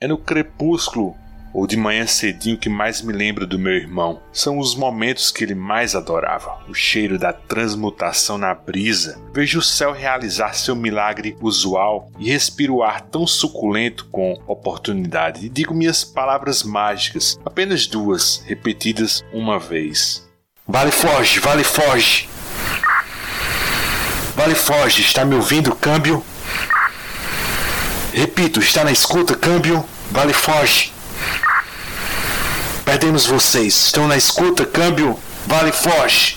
É no crepúsculo ou de manhã cedinho que mais me lembro do meu irmão. São os momentos que ele mais adorava. O cheiro da transmutação na brisa. Vejo o céu realizar seu milagre usual e respiro o ar tão suculento com oportunidade. E digo minhas palavras mágicas, apenas duas, repetidas uma vez. Vale foge, vale foge. Vale foge, está me ouvindo, câmbio? Repito, está na escuta, câmbio? Vale foge. Perdemos vocês. Estão na escuta, câmbio? Vale foge.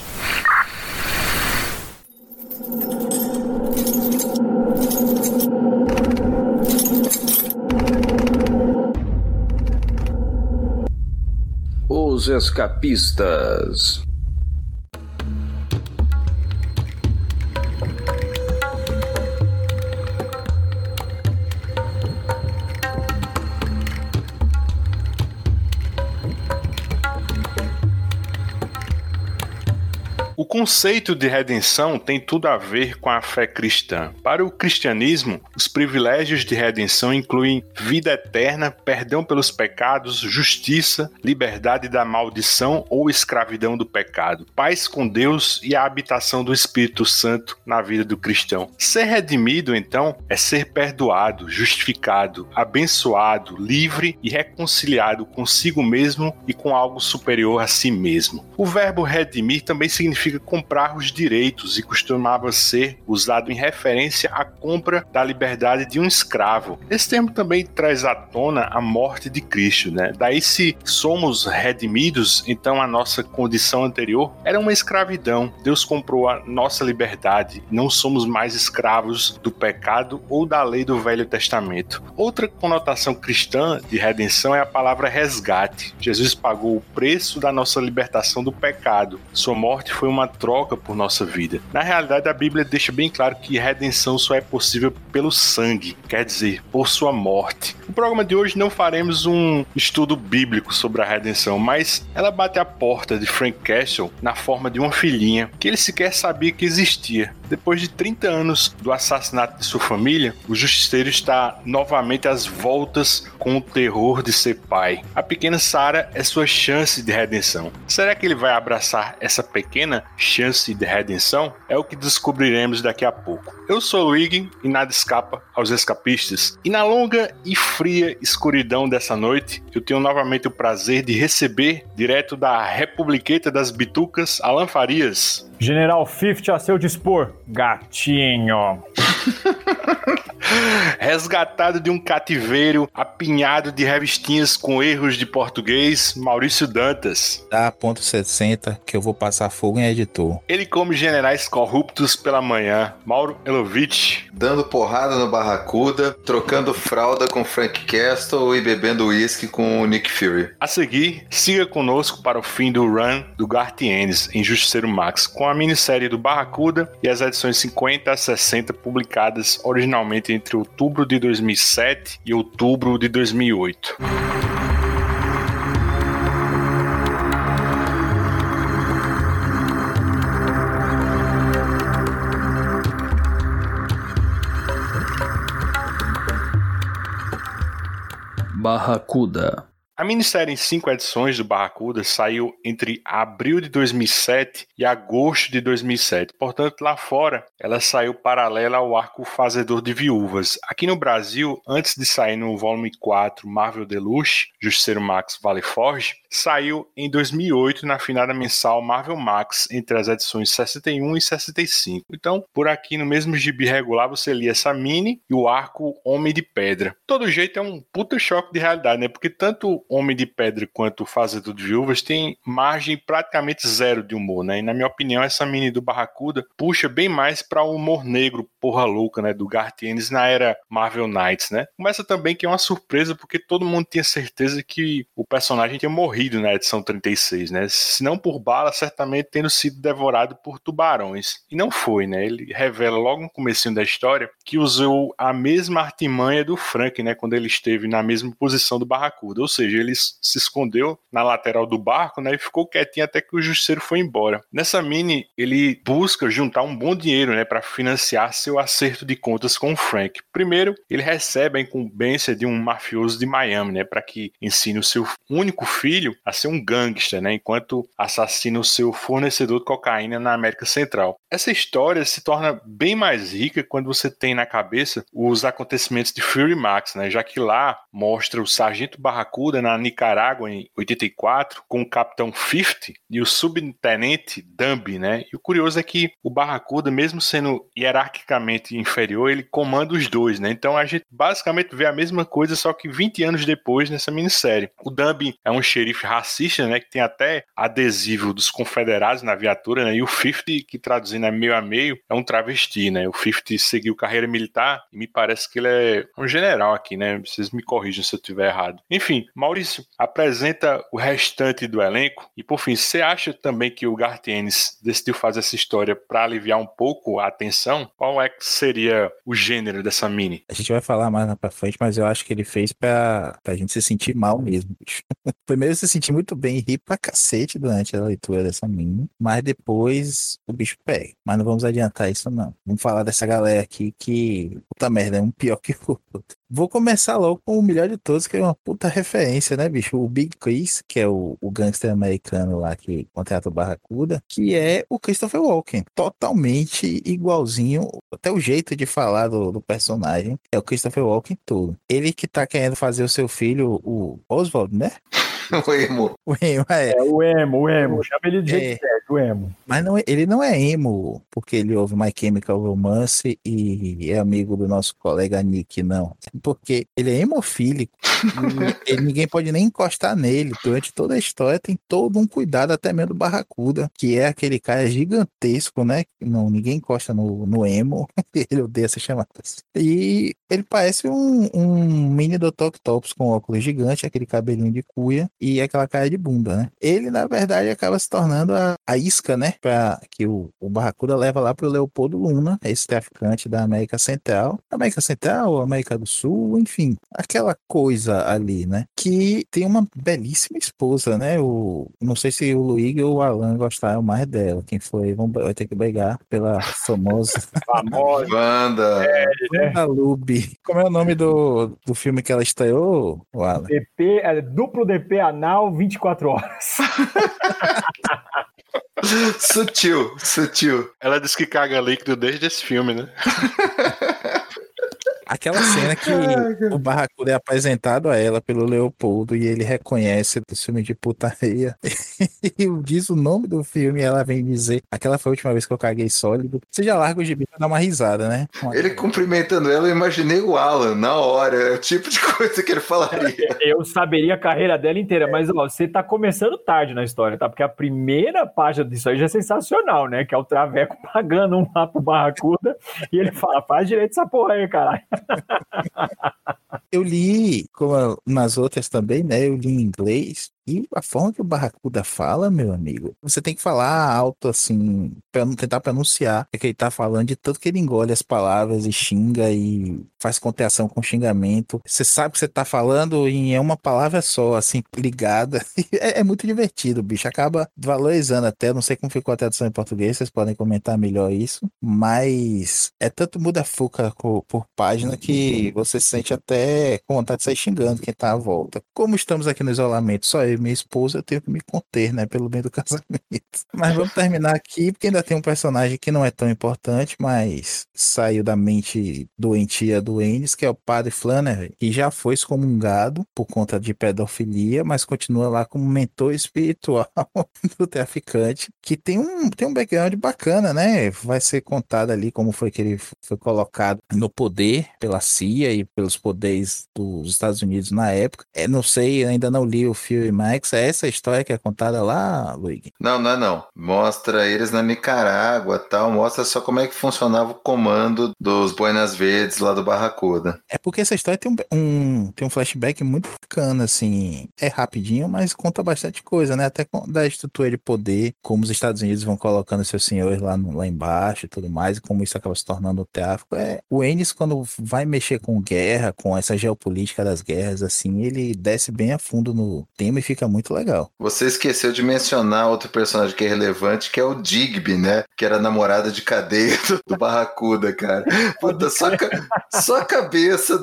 Os escapistas. O conceito de redenção tem tudo a ver com a fé cristã. Para o cristianismo, os privilégios de redenção incluem vida eterna, perdão pelos pecados, justiça, liberdade da maldição ou escravidão do pecado, paz com Deus e a habitação do Espírito Santo na vida do cristão. Ser redimido, então, é ser perdoado, justificado, abençoado, livre e reconciliado consigo mesmo e com algo superior a si mesmo. O verbo redimir também significa comprar os direitos e costumava ser usado em referência à compra da liberdade de um escravo. Esse termo também traz à tona a morte de Cristo, né? Daí, se somos redimidos, então a nossa condição anterior era uma escravidão. Deus comprou a nossa liberdade. Não somos mais escravos do pecado ou da lei do Velho Testamento. Outra conotação cristã de redenção é a palavra resgate. Jesus pagou o preço da nossa libertação do pecado. Sua morte foi uma troca por nossa vida. Na realidade, a Bíblia deixa bem claro que redenção só é possível pelo sangue, quer dizer, por sua morte. No programa de hoje não faremos um estudo bíblico sobre a redenção, mas ela bate a porta de Frank Castle na forma de uma filhinha que ele sequer sabia que existia. Depois de 30 anos do assassinato de sua família, o justiceiro está novamente às voltas com o terror de ser pai. A pequena Sarah é sua chance de redenção. Será que ele vai abraçar essa pequena chance de redenção? É o que descobriremos daqui a pouco. Eu sou o Luigi e nada escapa aos escapistas. E na longa e fria escuridão dessa noite, eu tenho novamente o prazer de receber, direto da Republiqueta das Bitucas, Alan Farias. General Fifth a seu dispor, gatinho. Resgatado de um cativeiro, apinhado de revistinhas com erros de português, Maurício Dantas. Dá ponto 60 que eu vou passar fogo em editor. Ele come generais corruptos pela manhã, Mauro Elovitch. Dando porrada no Barracuda, trocando fralda com Frank Castle e bebendo uísque com o Nick Fury. A seguir, siga conosco para o fim do run do Garth Ennis em Justiceiro Max, com a minissérie do Barracuda e as edições 50 a 60 publicadas originalmente entre outubro de 2007 e outubro de 2008. Barracuda. A minissérie em 5 edições do Barracuda saiu entre abril de 2007 e agosto de 2007. Portanto, lá fora, ela saiu paralela ao arco Fazedor de Viúvas. Aqui no Brasil, antes de sair no volume 4 Marvel Deluxe, Justiceiro Max Vale Forge, saiu em 2008 na finada mensal Marvel Max, entre as edições 61 e 65. Então, por aqui no mesmo gibi regular, você lia essa mini e o arco Homem de Pedra. Todo jeito é um puta choque de realidade, né? Porque tanto Homem de Pedra quanto o Fazedor de Viúvas tem margem praticamente zero de humor, né? E na minha opinião, essa mini do Barracuda puxa bem mais para o humor negro, porra louca, né? Do Garth Ennis na era Marvel Knights, né? Começa também que é uma surpresa, porque todo mundo tinha certeza que o personagem tinha morrido morrido na edição 36, né? Se não por bala, certamente tendo sido devorado por tubarões. E não foi, né? Ele revela logo no comecinho da história que usou a mesma artimanha do Frank, né? Quando ele esteve na mesma posição do Barracuda. Ou seja, ele se escondeu na lateral do barco, né? E ficou quietinho até que o justiceiro foi embora. Nessa mini, ele busca juntar um bom dinheiro, né? Para financiar seu acerto de contas com o Frank. Primeiro, ele recebe a incumbência de um mafioso de Miami, né? Para que ensine o seu único filho a ser um gangster, né? Enquanto assassina o seu fornecedor de cocaína na América Central. Essa história se torna bem mais rica quando você tem na cabeça os acontecimentos de Fury Max, né? Já que lá mostra o Sargento Barracuda na Nicarágua em 84 com o Capitão 50 e o Subtenente Dumby, né? E o curioso é que o Barracuda, mesmo sendo hierarquicamente inferior, ele comanda os dois, né? Então a gente basicamente vê a mesma coisa, só que 20 anos depois nessa minissérie. O Dumby é um xerife racista, né? Que tem até adesivo dos confederados na viatura, né? E o 50, que traduzindo é meio a meio, é um travesti, né? O 50 seguiu carreira militar e me parece que ele é um general aqui, né? Vocês me corrijam se eu estiver errado. Enfim, Maurício, apresenta o restante do elenco e, por fim, você acha também que o Garth Ennis decidiu fazer essa história para aliviar um pouco a tensão? Qual é que seria o gênero dessa mini? A gente vai falar mais pra frente, mas eu acho que ele fez pra gente se sentir mal mesmo, bicho. Primeiro se sentir muito bem e rir pra cacete durante a leitura dessa mini, mas depois o bicho pega. Mas não vamos adiantar isso não. Vamos falar dessa galera aqui que, puta merda, é um pior que o outro. Vou começar logo com o melhor de todos, que é uma puta referência, né, bicho? O Big Chris, que é o gangster americano lá que contrata o Barracuda, que é o Christopher Walken. Totalmente igualzinho, até o jeito de falar do personagem é o Christopher Walken todo. Ele que tá querendo fazer o seu filho, o Oswald, né? O emo. O emo, é. É o emo. Chama ele de jeito certo, o emo. Mas não, ele não é emo, porque ele ouve My Chemical Romance e é amigo do nosso colega Nick, não. Porque ele é hemofílico. E ninguém pode nem encostar nele. Durante toda a história tem todo um cuidado, até mesmo do Barracuda, que é aquele cara gigantesco, né? Não, ninguém encosta no emo. Ele odeia ser chamado assim. E ele parece um mini Dr. Octopus com óculos gigante, aquele cabelinho de cuia e aquela cara de bunda, né? Ele, na verdade, acaba se tornando a isca, né? Pra que o Barracuda leva lá pro Leopoldo Luna, esse traficante da América Central. América Central, América do Sul, enfim, aquela coisa ali, né? Que tem uma belíssima esposa, né? Não sei se o Luigi ou o Alan gostaram mais dela. Quem foi, vai ter que brigar pela famosa Wanda. Wanda Lube. Como é o nome do filme que ela estreou, o Alan? DP, duplo DP anal 24 horas. Sutil. Ela diz que caga líquido desde esse filme, né? Aquela cena que o Barracuda é apresentado a ela pelo Leopoldo e ele reconhece do filme de putaria e diz o nome do filme e ela vem dizer, aquela foi a última vez que eu caguei sólido. Você já larga o gibi pra dar uma risada, né? Ele cumprimentando ela, eu imaginei o Alan na hora. É o tipo de coisa que ele falaria. Eu saberia a carreira dela inteira, mas ó, você tá começando tarde na história, tá? Porque a primeira página disso aí já é sensacional, né? Que é o Traveco pagando um lá pro Barracuda e ele fala, faz direito essa porra aí, caralho. Eu li, como nas outras também, né? Eu li em inglês. E a forma que o Barracuda fala, meu amigo, você tem que falar alto, assim, pra não tentar pronunciar o que ele tá falando, de tanto que ele engole as palavras e xinga e faz conteação com xingamento. Você sabe que você tá falando em uma palavra só, assim, ligada. É muito divertido, bicho. Acaba valorizando até, não sei como ficou a tradução em português, vocês podem comentar melhor isso, mas é tanto muda-fuca por página que você se sente até com vontade de sair xingando quem tá à volta. Como estamos aqui no isolamento, só eu e minha esposa, eu tenho que me conter, né, pelo bem do casamento. Mas vamos terminar aqui, porque ainda tem um personagem que não é tão importante, mas saiu da mente doentia do Ennis, que é o Padre Flannery, que já foi excomungado por conta de pedofilia, mas continua lá como mentor espiritual do traficante, que tem um background bacana, né? Vai ser contado ali como foi que ele foi colocado no poder pela CIA e pelos poderes dos Estados Unidos na época. Não sei, ainda não li o filme Max, é essa história que é contada lá, Luigi? Não, não é não. Mostra eles na Nicarágua e tal, mostra só como é que funcionava o comando dos Buenas Verdes lá do Barracuda. É porque essa história tem um flashback muito bacana, assim. É rapidinho, mas conta bastante coisa, né? Até da estrutura de poder, como os Estados Unidos vão colocando seus senhores lá embaixo e tudo mais, e como isso acaba se tornando o tráfico. O Ennis, quando vai mexer com guerra, com essa geopolítica das guerras, assim, ele desce bem a fundo no tema e fica muito legal. Você esqueceu de mencionar outro personagem que é relevante, que é o Digby, né? Que era namorada de cadeia do Barracuda, cara. Puta, só a cabeça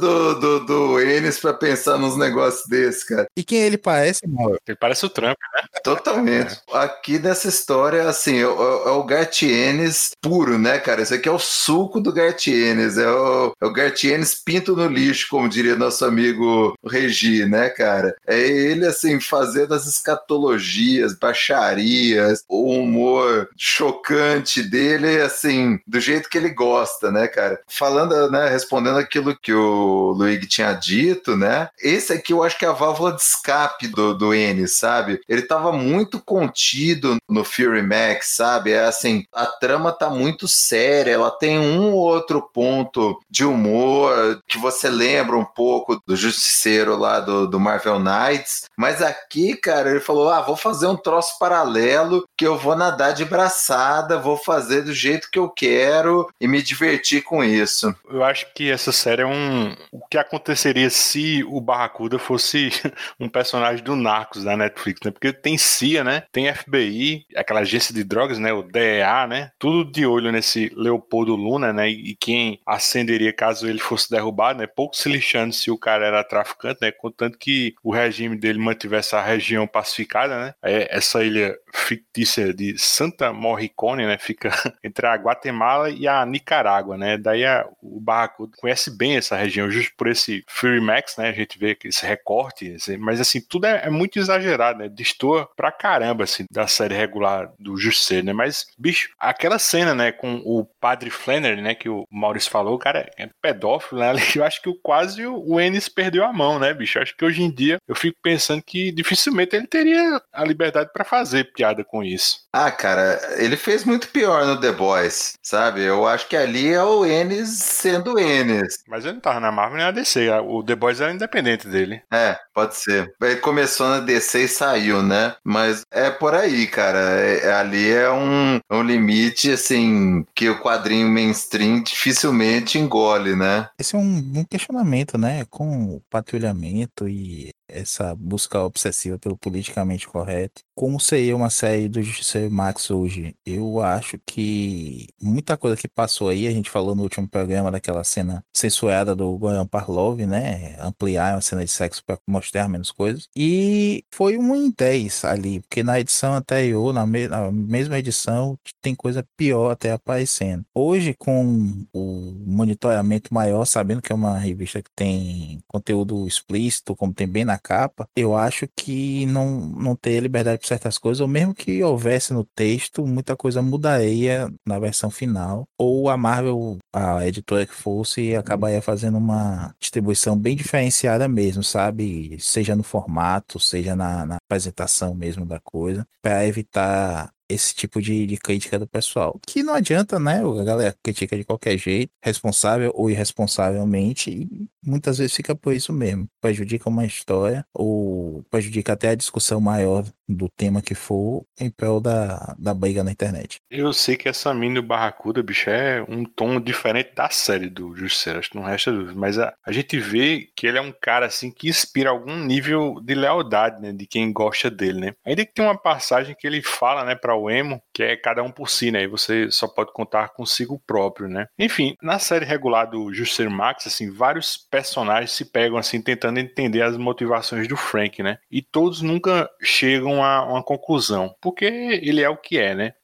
do Ennis pra pensar nos negócios desse, cara. E quem ele parece, Mauro? Ele parece o Trump, né? Totalmente. Aqui nessa história, assim, é o Garth Ennis puro, né, cara? Isso aqui é o suco do Garth Ennis. É o Garth Ennis pinto no lixo, como diria nosso amigo Regi, né, cara? É ele, assim, fazendo as escatologias, baixarias, o humor chocante dele, assim, do jeito que ele gosta, né, cara? Falando, né, respondendo aquilo que o Luigi tinha dito, né? Esse aqui eu acho que é a válvula de escape do Ennis, sabe? Ele tava muito contido no Fury Max, sabe? É assim, a trama tá muito séria, ela tem um ou outro ponto de humor que você lembra um pouco do Justiceiro lá do Marvel Knights, mas aqui, cara, ele falou, vou fazer um troço paralelo que eu vou nadar de braçada, vou fazer do jeito que eu quero e me divertir com isso. Eu acho que essa série é o que aconteceria se o Barracuda fosse um personagem do Narcos da Netflix, né? Porque tem CIA, né? Tem FBI, aquela agência de drogas, né? O DEA, né? Tudo de olho nesse Leopoldo Luna, né? E quem ascenderia caso ele fosse derrubado, né? Pouco se lixando se o cara era traficante, né? Contanto que o regime dele mantivesse a região pacificada, né? Essa ilha fictícia de Santa Morricone, né? Fica entre a Guatemala e a Nicarágua, né? Daí o Barracuda conhece bem essa região, justo por esse Fury Max, né? A gente vê esse recorte, mas assim, tudo é muito exagerado, né? Destoa pra caramba, assim, da série regular do Justiceiro, né? Mas, bicho, aquela cena, né, com o Padre Flannery, né, que o Maurício falou, o cara é pedófilo, né? Eu acho que quase o Ennis perdeu a mão, né, bicho? Eu acho que hoje em dia eu fico pensando que dificilmente ele teria a liberdade pra fazer piada com isso. Cara, ele fez muito pior no The Boys, sabe? Eu acho que ali é o Ennis sendo Ennis. Mas ele não tava na Marvel nem na DC, o The Boys era independente dele. Pode ser. Ele começou na DC e saiu, né? Mas é por aí, cara. Ali é um limite, assim, que o quadrinho mainstream dificilmente engole, né? Esse é um questionamento, né? Com o patrulhamento e essa busca obsessiva pelo politicamente correto. Como seria uma série do Justiceiro Max hoje? Eu acho que muita coisa que passou aí, a gente falou no último programa daquela cena censurada do Goran Parlov, né? Ampliar uma cena de sexo para mostrar menos coisas. E foi 1 em 10 ali, porque na edição anterior, na mesma edição, tem coisa pior até aparecendo. Hoje, com o monitoramento maior, sabendo que é uma revista que tem conteúdo explícito, como tem bem na capa, eu acho que não teria liberdade para certas coisas, ou mesmo que houvesse no texto, muita coisa mudaria na versão final, ou a Marvel, a editora que fosse, acabaria fazendo uma distribuição bem diferenciada mesmo, sabe? Seja no formato, seja na apresentação mesmo da coisa, para evitar esse tipo de crítica do pessoal. Que não adianta, né? A galera critica de qualquer jeito, responsável ou irresponsavelmente, e muitas vezes fica por isso mesmo. Prejudica uma história, ou prejudica até a discussão maior do tema que for, em prol da briga na internet. Eu sei que essa mini do Barracuda, bicho, é um tom diferente da série do Justiceiro, acho que não resta dúvida, mas a gente vê que ele é um cara, assim, que inspira algum nível de lealdade, né, de quem gosta dele, né. Ainda que tem uma passagem que ele fala, né, para o Emo, que é cada um por si, né, e você só pode contar consigo próprio, né. Enfim, na série regular do Justiceiro Max, assim, vários personagens se pegam, assim, tentando entender as motivações do Frank, né, e todos nunca chegam a uma conclusão, porque ele é o que é, né. Mauro,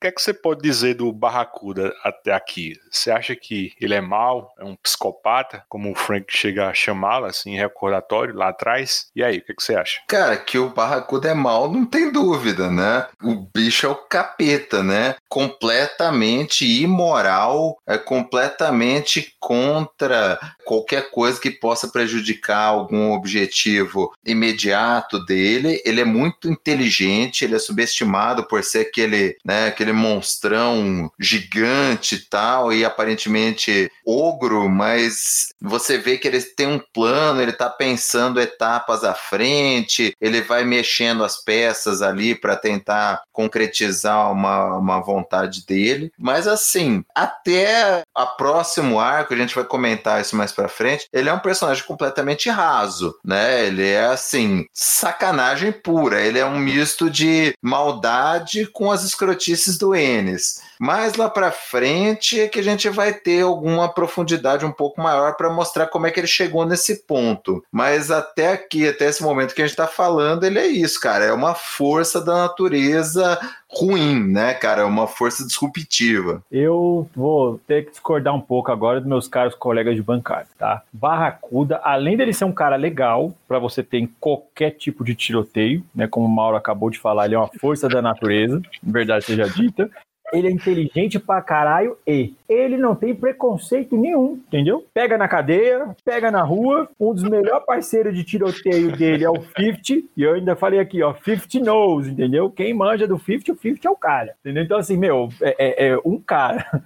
que é que você pode dizer do Barracuda até aqui? Você acha que ele é mau, é um psicopata, como o Frank chega a chamá-lo, assim, em recordatório lá atrás? E aí, o que é que você acha? Cara, que o Barracuda é mau, não tem dúvida, né? O bicho é o capeta, né? Completamente imoral, é completamente contra qualquer coisa que possa prejudicar algum objetivo imediato dele. Ele é muito inteligente, ele é subestimado por ser aquele, né, aquele monstrão gigante e tal, e aparentemente ogro, mas você vê que ele tem um plano, ele tá pensando etapas à frente, ele vai mexendo as peças ali para tentar concretizar uma vontade dele. Mas assim, até a próximo arco, a gente vai comentar isso mais pra frente, ele é um personagem completamente raso, né? Ele é assim, sacanagem pura, ele é um misto de maldade com as escrotices do Ennis. Mas lá pra frente é que a gente vai ter alguma profundidade um pouco maior para mostrar como é que ele chegou nesse ponto. Mas até aqui, até esse momento que a gente tá falando, ele é isso, cara, é uma força da natureza ruim, né, cara? É uma força disruptiva. Eu vou ter que discordar um pouco agora dos meus caros colegas de bancada, tá? Barracuda, além dele ser um cara legal, pra você ter em qualquer tipo de tiroteio, né? Como o Mauro acabou de falar, ele é uma força da natureza, verdade seja dita. Ele é inteligente pra caralho e ele não tem preconceito nenhum, entendeu? Pega na cadeia, pega na rua, um dos melhores parceiros de tiroteio dele é o 50, e eu ainda falei aqui, ó, 50 knows, entendeu? Quem manja do 50, o 50 é o cara, entendeu? Então assim, meu, é um cara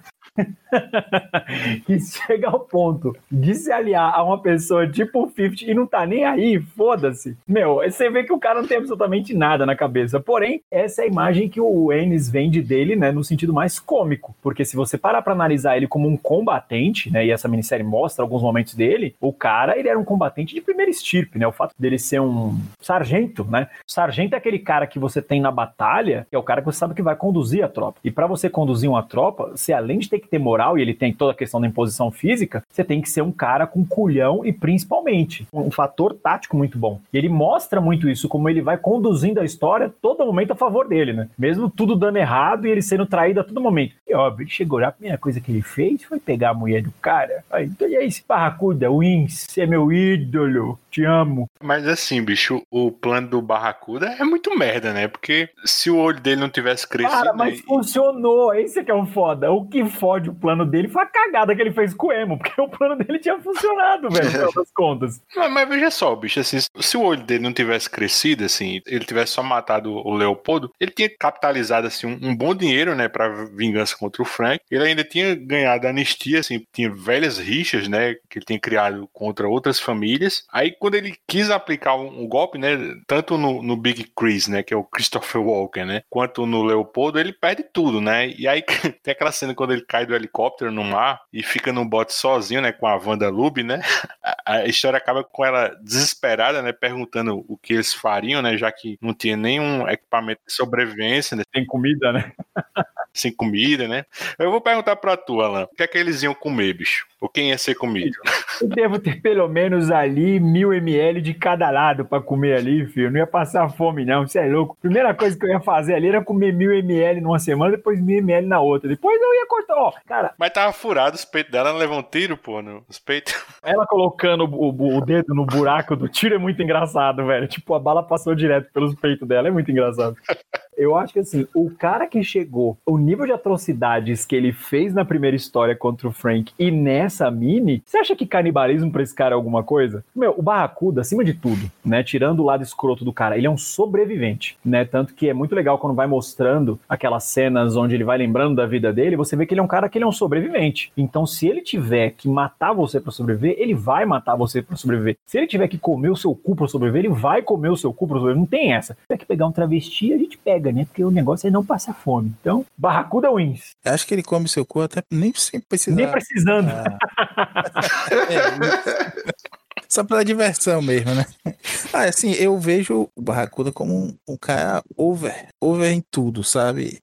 que chega ao ponto de se aliar a uma pessoa tipo o 50 e não tá nem aí, foda-se. Meu, você vê que o cara não tem absolutamente nada na cabeça. Porém, essa é a imagem que o Ennis vende dele, né, no sentido mais cômico. Porque se você parar pra analisar ele como um combatente, né, e essa minissérie mostra alguns momentos dele, o cara, ele era um combatente de primeira estirpe, né? O fato dele ser um sargento, né? O sargento é aquele cara que você tem na batalha, que é o cara que você sabe que vai conduzir a tropa. E pra você conduzir uma tropa, você além de ter que ter moral, e ele tem toda a questão da imposição física, você tem que ser um cara com culhão e principalmente um fator tático muito bom. E ele mostra muito isso, como ele vai conduzindo a história todo momento a favor dele, né? Mesmo tudo dando errado e ele sendo traído a todo momento. E óbvio, ele chegou lá, a primeira coisa que ele fez foi pegar a mulher do cara. Aí, então, e aí, esse Barracuda, Wins, você é meu ídolo, te amo. Mas assim, bicho, o plano do Barracuda é muito merda, né? Porque se o olho dele não tivesse crescido... Cara, mas né? funcionou, esse que é o foda. O que fode o plano dele foi a cagada que ele fez com o Emo, porque o plano dele tinha funcionado, velho, no final das contas. Mas veja só, bicho, assim, se o olho dele não tivesse crescido, assim, ele tivesse só matado o Leopoldo, ele tinha capitalizado, assim, um bom dinheiro, né, pra vingança contra o Frank. Ele ainda tinha ganhado anistia, assim, tinha velhas rixas, né, que ele tinha criado contra outras famílias. Aí, quando ele quis aplicar um golpe, né, tanto no Big Chris, né, que é o Christopher Walken, né, quanto no Leopoldo, ele perde tudo, né, e aí tem aquela cena quando ele cai do helicóptero no mar e fica no bote sozinho, né, com a Wanda Lube, né, a história acaba com ela desesperada, né, perguntando o que eles fariam, né, já que não tinha nenhum equipamento de sobrevivência, né, Tem comida, né? sem comida, né. Eu vou perguntar pra tu, Alan, o que é que eles iam comer, bicho? Ou quem ia ser comido? Eu devo ter pelo menos ali 1000 ml de cada lado pra comer ali, filho. Eu não ia passar fome, não. Você é louco. Primeira coisa que eu ia fazer ali era comer 1000 ml numa semana, depois 1000 ml na outra. Depois eu ia cortar, ó. Cara. Mas tava furado os peitos dela, não levou um tiro, pô, nos peitos. Ela colocando o dedo no buraco do tiro é muito engraçado, velho. Tipo, a bala passou direto pelos peitos dela. É muito engraçado. Eu acho que, assim, o cara que chegou, o nível de atrocidades que ele fez na primeira história contra o Frank e nessa mini, você acha que canibalismo pra esse cara é alguma coisa? Meu, o Barracuda, acima de tudo, né, tirando o lado escroto do cara, ele é um sobrevivente, né, tanto que é muito legal quando vai mostrando aquelas cenas onde ele vai lembrando da vida dele, você vê que ele é um cara que ele é um sobrevivente. Então, se ele tiver que matar você pra sobreviver, ele vai matar você pra sobreviver. Se ele tiver que comer o seu cu pra sobreviver, ele vai comer o seu cu pra sobreviver. Não tem essa. Se tiver que pegar um travesti, a gente pega, né? Porque o negócio é não passar fome. Então, Barracuda wins. Eu acho que ele come seu cu até nem sem precisar. Nem precisando. Só pela diversão mesmo, né? Assim, eu vejo o Barracuda como um cara over em tudo, sabe?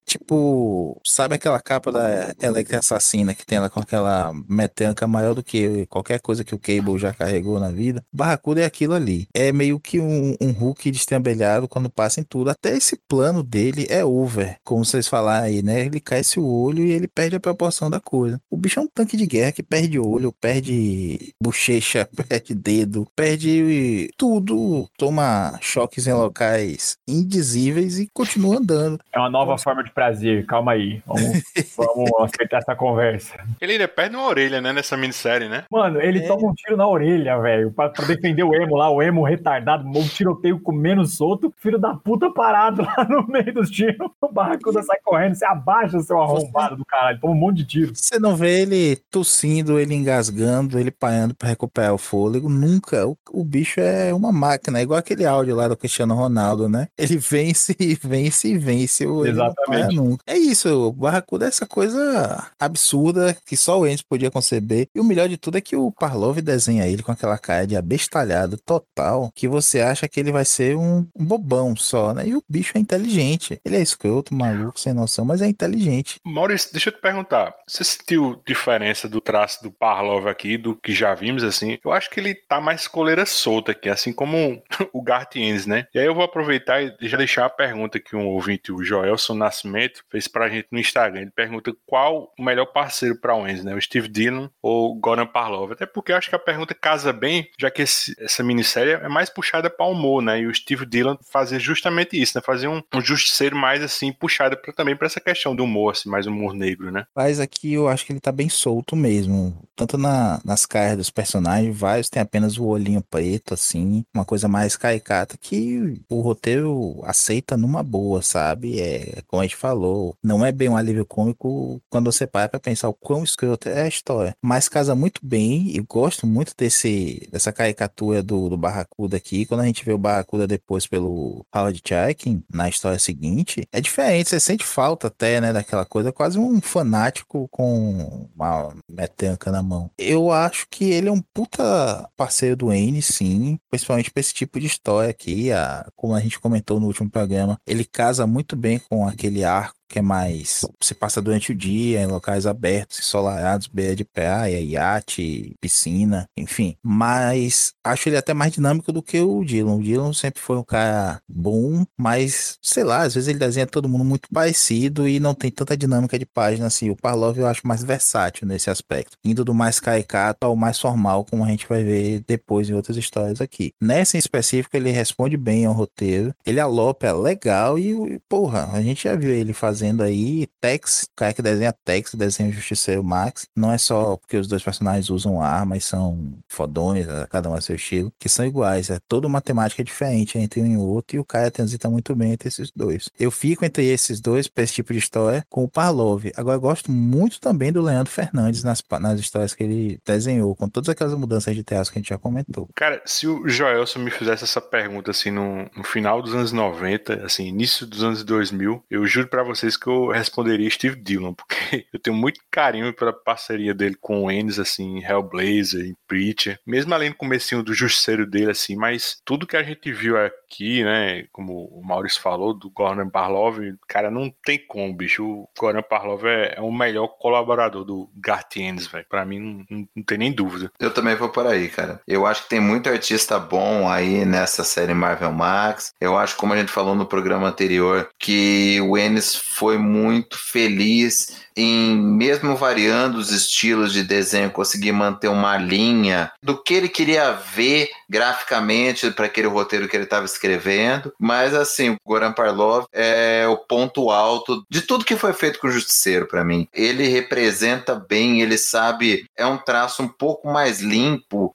tipo, sabe aquela capa da Electra Assassina que tem ela com aquela metanca maior do que qualquer coisa que o Cable já carregou na vida? Barracuda é aquilo ali. É meio que um Hulk destrambelhado quando passa em tudo. Até esse plano dele é over, como vocês falaram aí, né? Ele cai-se o olho e ele perde a proporção da coisa. O bicho é um tanque de guerra que perde olho, perde bochecha, perde dedo, perde tudo, toma choques em locais indizíveis e continua andando. É uma nova forma de prazer, calma aí. Vamos aceitar essa conversa. Ele ainda perde uma orelha, né, nessa minissérie, né? Mano, ele toma um tiro na orelha, velho, pra defender o emo lá, o emo retardado, um tiroteio comendo solto, filho da puta parado lá no meio dos tiros, o Barracuda sai correndo, você abaixa, seu arrombado do caralho, toma um monte de tiro. Você não vê ele tossindo, ele engasgando, ele paiando pra recuperar o fôlego, nunca. O bicho é uma máquina, é igual aquele áudio lá do Cristiano Ronaldo, né? Ele vence, vence e vence, ele não para nunca. É isso, o Barracuda é essa coisa absurda que só o Enzo podia conceber. E o melhor de tudo é que o Parlov desenha ele com aquela cara de abestalhado total, que você acha que ele vai ser um bobão só, né? E o bicho é inteligente. Ele é escroto, maluco, sem noção, mas é inteligente. Maurício, deixa eu te perguntar, você sentiu diferença do traço do Parlov aqui, do que já vimos, assim? Eu acho que ele tá mais coleira solta aqui, assim como o Garth Ennis, né? E aí eu vou aproveitar e já deixar a pergunta que um ouvinte, o Joelson Nascimento, fez pra gente no Instagram. Ele pergunta qual o melhor parceiro pra o Ennis, né? O Steve Dillon ou o Goran Parlov? Até porque eu acho que a pergunta casa bem, já que essa minissérie é mais puxada pra humor, né? E o Steve Dillon fazia justamente isso, né? Fazia um justiceiro mais, assim, puxado também pra essa questão do humor, assim, mais humor negro, né? Mas aqui eu acho que ele tá bem solto mesmo. Tanto nas caras dos personagens, vários tem apenas o olhinho preto, assim, uma coisa mais caricata que o roteiro aceita numa boa, sabe? É, como a gente falou, não é bem um alívio cômico quando você para pra pensar o quão escroto é a história. Mas casa muito bem, e gosto muito dessa caricatura do Barracuda aqui. Quando a gente vê o Barracuda depois pelo Howard Chaykin, na história seguinte, é diferente, você sente falta até, né, daquela coisa, quase um fanático com uma metanca na mão. Eu acho que ele é um puta parceiro do N, sim, principalmente pra esse tipo de história aqui, como a gente comentou no último programa, ele casa muito bem com aquele arco que é mais, se passa durante o dia em locais abertos, ensolarados, beira de praia, iate, piscina, enfim. Mas acho ele até mais dinâmico do que o Dillon. O Dillon sempre foi um cara bom, mas, sei lá, às vezes ele desenha todo mundo muito parecido e não tem tanta dinâmica de página assim. O Parlov eu acho mais versátil nesse aspecto, indo do mais caricato ao mais formal, como a gente vai ver depois em outras histórias aqui. Nessa em específico, ele responde bem ao roteiro, ele alopa legal e, porra, a gente já viu ele fazendo aí Tex, o cara que desenha Tex, desenha o Justiceiro Max, não é só porque os dois personagens usam armas, são fodões, cada um a seu estilo, que são iguais, é toda uma temática diferente entre um e outro, e o cara transita muito bem entre esses dois. Eu fico entre esses dois, pra esse tipo de história, com o Parlov. Agora eu gosto muito também do Leandro Fernandes nas histórias que ele desenhou, com todas aquelas mudanças de teatro que a gente já comentou. Cara, se o Joelson me fizesse essa pergunta, assim, no final dos anos 90, assim, início dos anos 2000, eu juro pra vocês que eu responderia Steve Dillon, porque eu tenho muito carinho pela parceria dele com o Ennis, assim, em Hellblazer, em Preacher, mesmo além do comecinho do Justiceiro dele, assim, mas tudo que a gente viu aqui, né, como o Maurício falou, do Goran Parlov, cara, não tem como, bicho, o Goran Parlov é o melhor colaborador do Garth Ennis, velho, pra mim não tem nem dúvida. Eu também vou por aí, cara. Eu acho que tem muito artista bom aí nessa série Marvel Max. Eu acho, como a gente falou no programa anterior, que o Ennis foi muito feliz em, mesmo variando os estilos de desenho, conseguir manter uma linha do que ele queria ver graficamente para aquele roteiro que ele estava escrevendo. Mas assim, o Goran Parlov é o ponto alto de tudo que foi feito com o Justiceiro para mim. Ele representa bem, ele sabe, é um traço um pouco mais limpo,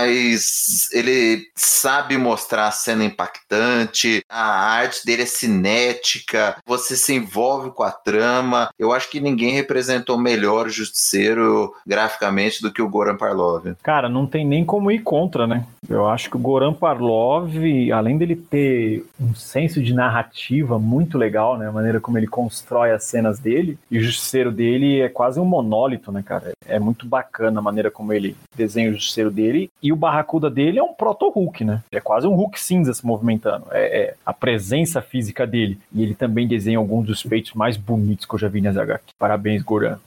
mas ele sabe mostrar a cena impactante, a arte dele é cinética, você se envolve com a trama. Eu acho que ninguém representou melhor o Justiceiro graficamente do que o Goran Parlov. Cara, não tem nem como ir contra, né? Eu eu acho que o Goran Parlov, além dele ter um senso de narrativa muito legal, né, a maneira como ele constrói as cenas dele, e o Justiceiro dele é quase um monólito, né, cara? É muito bacana a maneira como ele desenha o Justiceiro dele, e o Barracuda dele é um proto-Hulk, né? É quase um Hulk cinza se movimentando, é a presença física dele, e ele também desenha alguns dos peitos mais bonitos que eu já vi nas HQ. Parabéns, Goran.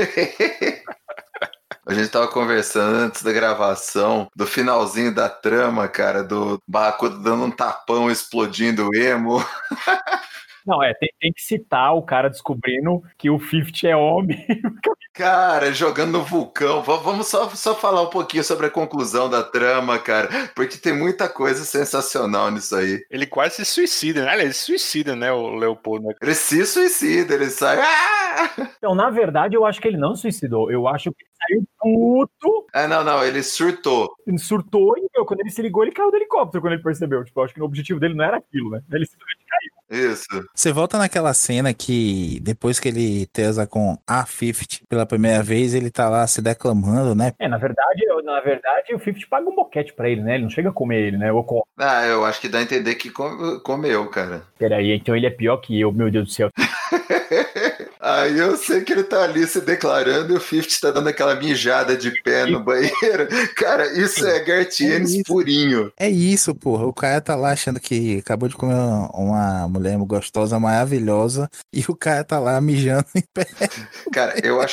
A gente tava conversando antes da gravação do finalzinho da trama, cara, do Barracuda dando um tapão, explodindo o emo. Não, tem que citar o cara descobrindo que o 50 é homem. Cara, jogando no vulcão. Vamos só falar um pouquinho sobre a conclusão da trama, cara, porque tem muita coisa sensacional nisso aí. Ele quase se suicida, né? Ele se suicida, né, o Leopoldo? Né? Ele se suicida, ele sai... Então, na verdade, eu acho que ele não suicidou. Eu acho que ele saiu puto. Não, ele surtou. Ele surtou e, quando ele se ligou, ele caiu do helicóptero quando ele percebeu. Tipo, eu acho que o objetivo dele não era aquilo, né? Ele simplesmente caiu. Isso. Você volta naquela cena que depois que ele transa com a 50 pela primeira vez, ele tá lá se declamando, né? Na verdade, o 50 paga um boquete pra ele, né? Ele não chega a comer ele, né? Eu acho que dá a entender que comeu, cara. Peraí, então ele é pior que eu, meu Deus do céu. Aí eu sei que ele tá ali se declarando e o 50 tá dando aquela mijada de pé no banheiro. Cara, isso é Garth Ennis purinho. É isso, porra. O cara tá lá achando que acabou de comer uma mulher gostosa, maravilhosa, e o cara tá lá mijando em pé. Cara,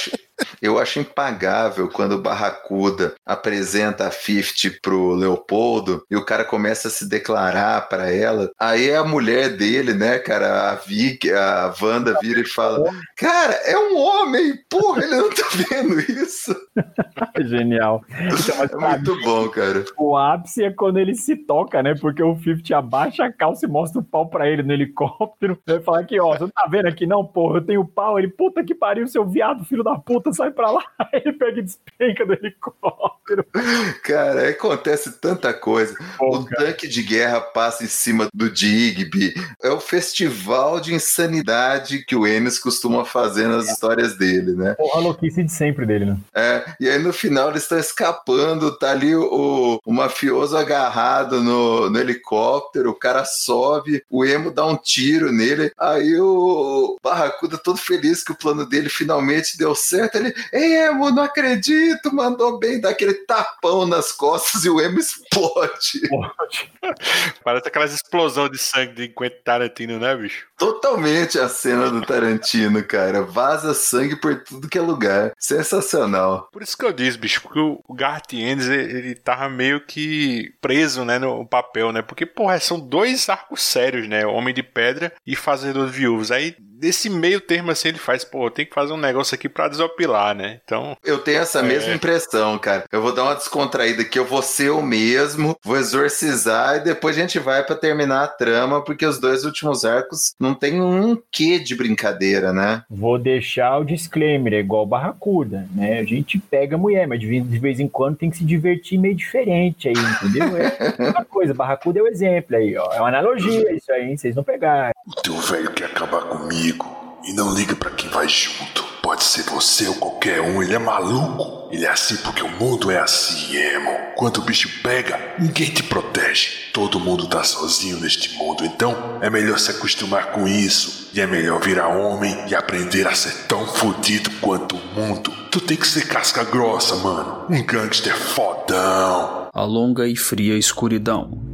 eu acho impagável quando o Barracuda apresenta a 50 pro Leopoldo e o cara começa a se declarar pra ela. Aí a mulher dele, né, cara, a Wanda vira e fala: cara, é um homem, porra, ele não tá vendo isso. Genial. Então, mas, é muito bom, cara. O ápice é quando ele se toca, né, porque o 50 abaixa a calça e mostra o pau pra ele no helicóptero. Ele fala aqui, ó, você não tá vendo aqui não, porra, eu tenho pau. Ele, puta que pariu, seu viado, filho da puta, sai pra lá. Aí ele pega e despenca do helicóptero. Cara, acontece tanta coisa. O tanque de guerra passa em cima do Digby. É o festival de insanidade que o Ennis costuma fazer nas histórias dele, né? Porra, a louquice de sempre dele, né? E aí no final eles estão escapando, tá ali o mafioso agarrado no helicóptero, o cara sobe, o emo dá um tiro nele, aí o Barracuda todo feliz que o plano dele finalmente deu certo, ele, emo, não acredito, mandou bem, dá aquele tapão nas costas e o emo explode. Parece aquelas explosões de sangue de Quentin Tarantino, né, bicho? Totalmente a cena do Tarantino, cara. Vaza sangue por tudo que é lugar. Sensacional. Por isso que eu disse, bicho, porque o Garth Ennis, ele tava meio que preso, né, no papel, né? Porque, porra, são dois arcos sérios, né? Homem de Pedra e Fazedor de Viúvas. Aí, desse meio termo, assim, ele faz, pô, tem que fazer um negócio aqui pra desopilar, né? Então... Eu tenho essa mesma impressão, cara. Eu vou dar uma descontraída aqui, eu vou ser eu mesmo, vou exorcizar e depois a gente vai pra terminar a trama, porque os dois últimos arcos não tem um quê de brincadeira, né? Vou deixar o disclaimer, é igual Barracuda, né? A gente pega a mulher, mas de vez em quando tem que se divertir meio diferente aí, entendeu? É uma coisa, Barracuda é o exemplo aí, ó. É uma analogia isso aí, hein? Vocês não pegaram. O teu velho quer acabar comigo e não liga pra quem vai junto. Pode ser você ou qualquer um, ele é maluco. Ele é assim porque o mundo é assim, emo. Quando o bicho pega, ninguém te protege. Todo mundo tá sozinho neste mundo, então é melhor se acostumar com isso. E é melhor virar homem e aprender a ser tão fodido quanto o mundo. Tu tem que ser casca grossa, mano. Um gangster fodão. A longa e fria escuridão.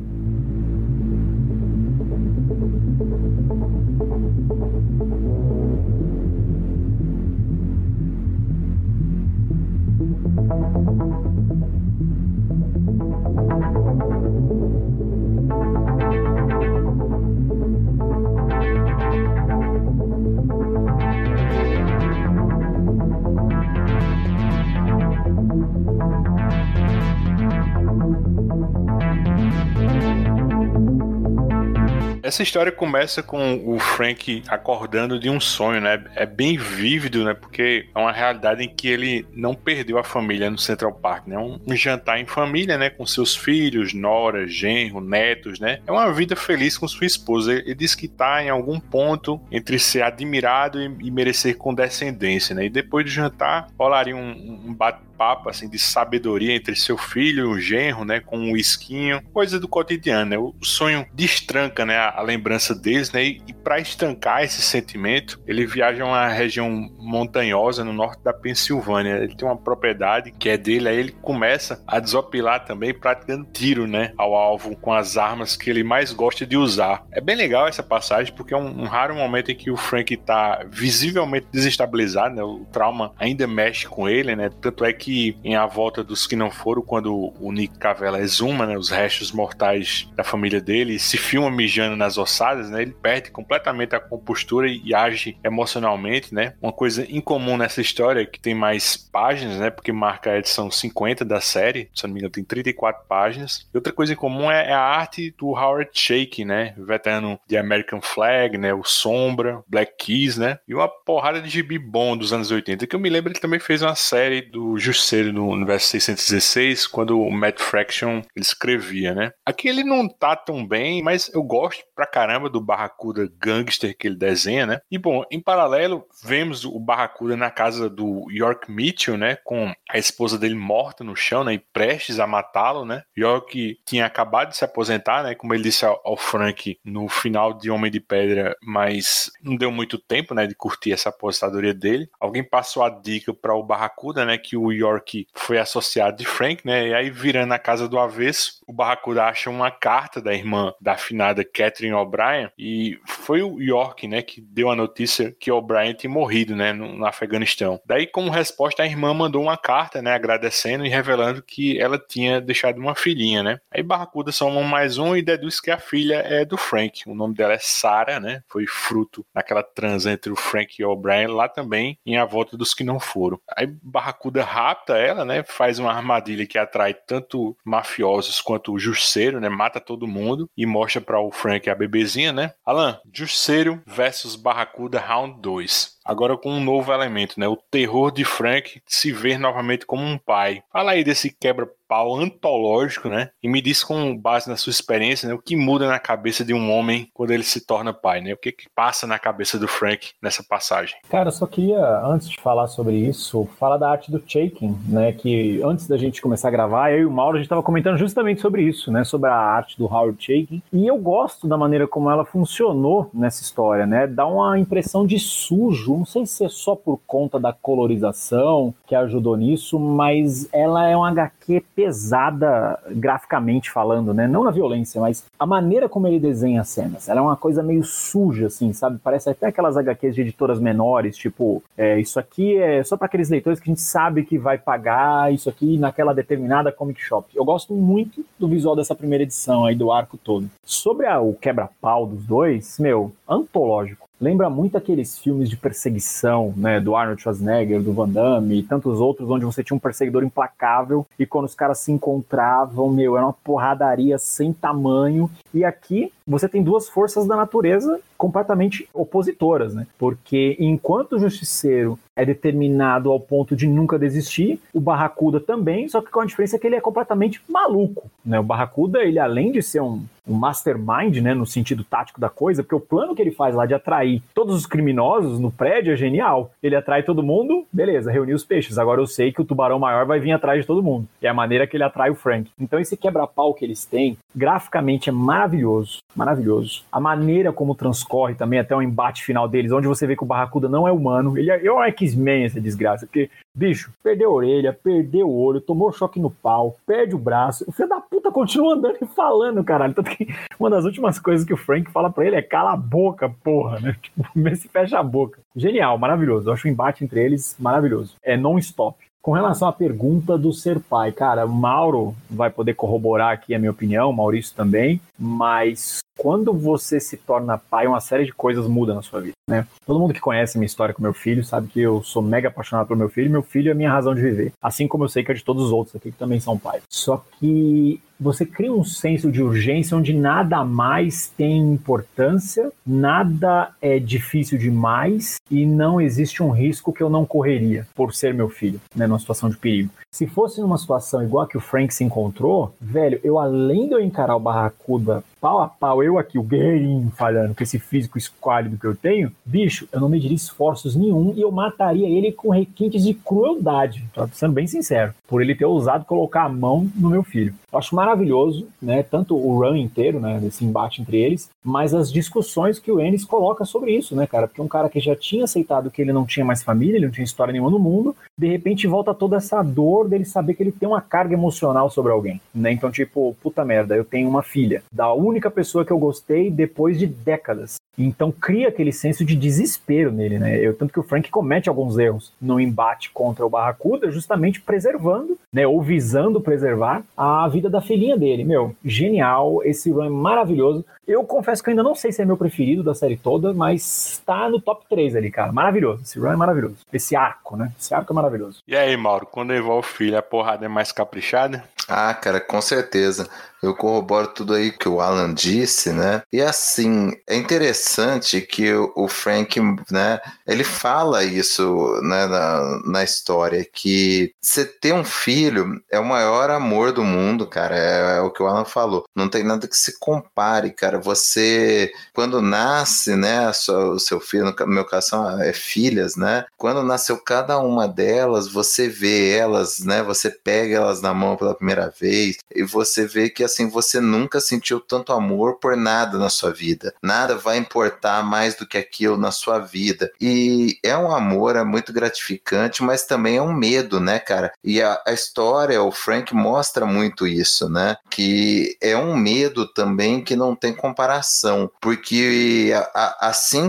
Essa história começa com o Frank acordando de um sonho, né? É bem vívido, né? Porque é uma realidade em que ele não perdeu a família no Central Park, né? Um jantar em família, né? Com seus filhos, nora, genro, netos, né? É uma vida feliz com sua esposa. Ele diz que tá em algum ponto entre ser admirado e merecer condescendência, né? E depois do jantar, rolaria um bate-papo, assim, de sabedoria entre seu filho e o genro, né? Com um whiskinho, coisa do cotidiano, né? O sonho destranca, né? A lembrança deles, né? E para estancar esse sentimento, ele viaja a uma região montanhosa no norte da Pensilvânia. Ele tem uma propriedade que é dele, aí ele começa a desopilar também, praticando tiro, né? Ao alvo com as armas que ele mais gosta de usar. É bem legal essa passagem, porque é um raro momento em que o Frank tá visivelmente desestabilizado, né? O trauma ainda mexe com ele, né? Tanto é que em A Volta dos Que Não Foram, quando o Nick Cavella exuma, né, os restos mortais da família dele, se filma mijando nas ossadas, né? Ele perde completamente a compostura e age emocionalmente, né? Uma coisa incomum nessa história é que tem mais páginas, né? Porque marca a edição 50 da série, se não me engano, tem 34 páginas. E outra coisa em comum é a arte do Howard Chaykin, né? Veterano de American Flag, né? O Sombra, Black Keys, né? E uma porrada de gibi bom dos anos 80, que eu me lembro ele também fez uma série do Justiceiro no Universo 616, quando o Matt Fraction ele escrevia, né? Aqui ele não tá tão bem, mas eu gosto pra caramba do Barracuda gangster que ele desenha, né? E bom, em paralelo, vemos o Barracuda na casa do York Mitchell, né? Com a esposa dele morta no chão, né? E prestes a matá-lo, né? York tinha acabado de se aposentar, né? Como ele disse ao Frank no final de Homem de Pedra, mas não deu muito tempo, né? De curtir essa aposentadoria dele. Alguém passou a dica para o Barracuda, né? Que o York foi associado de Frank, né? E aí, virando a casa do avesso, o Barracuda acha uma carta da irmã da afinada Catherine O'Brien, e foi o York, né, que deu a notícia que O'Brien tinha morrido, né, no Afeganistão. Daí, como resposta, a irmã mandou uma carta, né, agradecendo e revelando que ela tinha deixado uma filhinha, né. Aí Barracuda soma um mais um e deduz que a filha é do Frank. O nome dela é Sarah, né, foi fruto daquela transa entre o Frank e O'Brien, lá também em A Volta dos Que Não Foram. Aí Barracuda rapta ela, né, faz uma armadilha que atrai tanto mafiosos quanto o Justiceiro, né, mata todo mundo e mostra para o Frank a bebezinha, né. Alan, Justiceiro versus Barracuda Round 2. Agora com um novo elemento, né? O terror de Frank se ver novamente como um pai. Fala aí desse quebra-pau antológico, né? E me diz, com base na sua experiência, né, o que muda na cabeça de um homem quando ele se torna pai, né? O que passa na cabeça do Frank nessa passagem? Cara, eu só queria, antes de falar sobre isso, falar da arte do Chaykin, né? Que antes da gente começar a gravar, eu e o Mauro, a gente estava comentando justamente sobre isso, né? Sobre a arte do Howard Chaykin. E eu gosto da maneira como ela funcionou nessa história, né? Dá uma impressão de sujo. Não sei se é só por conta da colorização que ajudou nisso, mas ela é uma HQ pesada graficamente falando, né? Não na violência, mas a maneira como ele desenha as cenas. Ela é uma coisa meio suja, assim, sabe? Parece até aquelas HQs de editoras menores, tipo, isso aqui é só para aqueles leitores que a gente sabe que vai pagar isso aqui naquela determinada comic shop. Eu gosto muito do visual dessa primeira edição aí, do arco todo. Sobre o quebra-pau dos dois, antológico. Lembra muito aqueles filmes de perseguição, né, do Arnold Schwarzenegger, do Van Damme e tantos outros, onde você tinha um perseguidor implacável e quando os caras se encontravam, era uma porradaria sem tamanho. E aqui você tem duas forças da natureza completamente opositoras, né? Porque enquanto o Justiceiro é determinado ao ponto de nunca desistir, o Barracuda também, só que com a diferença que ele é completamente maluco, né? O Barracuda, ele além de ser um mastermind, né, no sentido tático da coisa, porque o plano que ele faz lá de atrair todos os criminosos no prédio é genial. Ele atrai todo mundo, beleza, reuniu os peixes. Agora eu sei que o tubarão maior vai vir atrás de todo mundo. É a maneira que ele atrai o Frank. Então esse quebra-pau que eles têm, graficamente é maravilhoso. Maravilhoso. A maneira como transcorre também até o embate final deles, onde você vê que o Barracuda não é humano. Ele é um X-Men, essa desgraça. Porque, bicho, perdeu a orelha, perdeu o olho, tomou choque no pau, perde o braço. O filho da puta continua andando e falando, caralho. Tanto que uma das últimas coisas que o Frank fala pra ele é cala a boca, porra, né? Tipo, vê se fecha a boca. Genial, maravilhoso. Eu acho o embate entre eles maravilhoso. É non-stop. Com relação à pergunta do ser pai, cara, o Mauro vai poder corroborar aqui a minha opinião, o Maurício também, mas quando você se torna pai, uma série de coisas muda na sua vida, né? Todo mundo que conhece a minha história com meu filho sabe que eu sou mega apaixonado pelo meu filho é a minha razão de viver, assim como eu sei que é de todos os outros aqui que também são pais. Só que você cria um senso de urgência onde nada mais tem importância, nada é difícil demais e não existe um risco que eu não correria por ser meu filho, né, numa situação de perigo. Se fosse numa situação igual a que o Frank se encontrou, velho, eu além de eu encarar o Barracuda pau a pau, eu aqui, o guerreirinho falhando, com esse físico esquálido que eu tenho, bicho, eu não mediria esforços nenhum e eu mataria ele com requintes de crueldade, tô sendo bem sincero, por ele ter ousado colocar a mão no meu filho. Eu acho maravilhoso, né, tanto o run inteiro, né, desse embate entre eles, mas as discussões que o Ennis coloca sobre isso, né, cara, porque um cara que já tinha aceitado que ele não tinha mais família, ele não tinha história nenhuma no mundo, de repente volta toda essa dor dele saber que ele tem uma carga emocional sobre alguém, né, então tipo, puta merda, eu tenho uma filha, da única pessoa que eu gostei depois de décadas. Então cria aquele senso de desespero nele, né? Tanto que o Frank comete alguns erros no embate contra o Barracuda, justamente preservando, né, ou visando preservar a vida da filhinha dele. Meu, genial, esse run é maravilhoso. Eu confesso que eu ainda não sei se é meu preferido da série toda, mas tá no top 3 ali, cara. Maravilhoso, esse run é maravilhoso. Esse arco, né? Esse arco é maravilhoso. E aí, Mauro, quando envolve o filho, a porrada é mais caprichada? Ah, cara, com certeza. Eu corroboro tudo aí que o Alan disse, né? E assim, é interessante que o Frank, né, ele fala isso, né, na história, que você ter um filho é o maior amor do mundo, cara, é o que o Alan falou. Não tem nada que se compare, cara. Você, quando nasce, né, o seu filho, no meu caso são filhas, né? Quando nasceu cada uma delas, você vê elas, né, você pega elas na mão pela primeira vez e você vê que assim, você nunca sentiu tanto amor por nada na sua vida. Nada vai importar mais do que aquilo na sua vida. E é um amor, é muito gratificante, mas também é um medo, né, cara? E a história, o Frank mostra muito isso, né? Que é um medo também que não tem comparação. Porque assim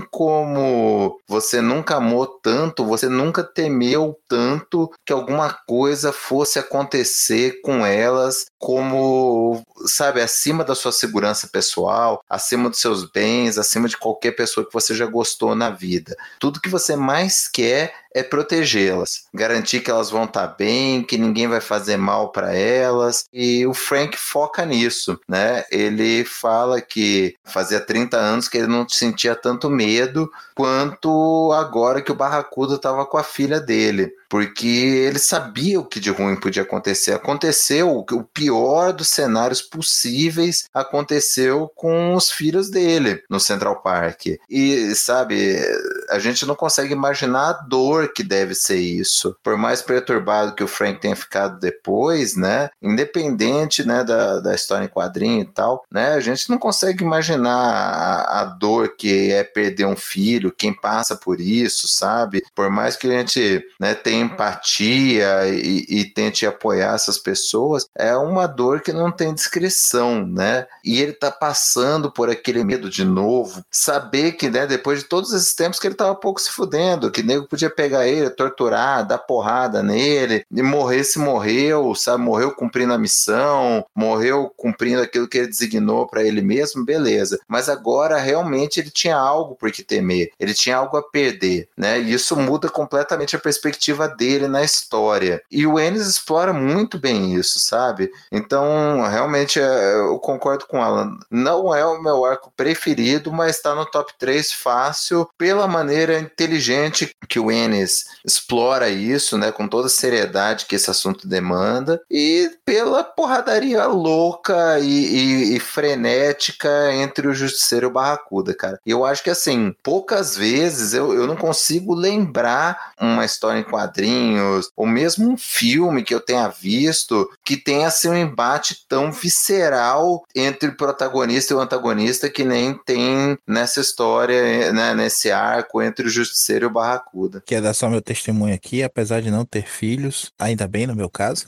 como você nunca amou tanto, você nunca temeu tanto que alguma coisa fosse acontecer com elas, como, sabe, acima da sua segurança pessoal, acima dos seus bens, acima de qualquer pessoa que você já gostou na vida. Tudo que você mais quer é protegê-las, garantir que elas vão estar bem, que ninguém vai fazer mal para elas, e o Frank foca nisso, né? Ele fala que fazia 30 anos que ele não sentia tanto medo quanto agora que o Barracuda estava com a filha dele, porque ele sabia o que de ruim podia acontecer. Aconteceu o pior dos cenários possíveis, aconteceu com os filhos dele no Central Park. E, sabe, a gente não consegue imaginar a dor que deve ser isso. Por mais perturbado que o Frank tenha ficado depois, né, independente, né, da história em quadrinho e tal, né, a gente não consegue imaginar a dor que é perder um filho, quem passa por isso, sabe? Por mais que a gente, né, tenha empatia e tente apoiar essas pessoas, é uma dor que não tem descrição, né? E ele tá passando por aquele medo de novo, saber que, né, depois de todos esses tempos que ele tava pouco se fudendo, que o nego podia pegar ele, torturar, dar porrada nele, e morrer se morreu, sabe? Morreu cumprindo a missão, morreu cumprindo aquilo que ele designou para ele mesmo, beleza. Mas agora realmente ele tinha algo por que temer, ele tinha algo a perder, né? E isso muda completamente a perspectiva dele na história. E o Ennis explora muito bem isso, sabe? Então, realmente, eu concordo com o Alan. Não é o meu arco preferido, mas está no top 3 fácil, pela maneira inteligente que o Ennis explora isso, né? Com toda a seriedade que esse assunto demanda, e pela porradaria louca e frenética entre o Justiceiro e o Barracuda, cara. E eu acho que, assim, poucas vezes eu não consigo lembrar uma história em quadrinhos, ou mesmo um filme que eu tenha visto, que tenha assim um embate tão visceral entre o protagonista e o antagonista que nem tem nessa história, né, nesse arco entre o Justiceiro e o Barracuda. Quero dar só meu testemunho aqui, apesar de não ter filhos, ainda bem no meu caso,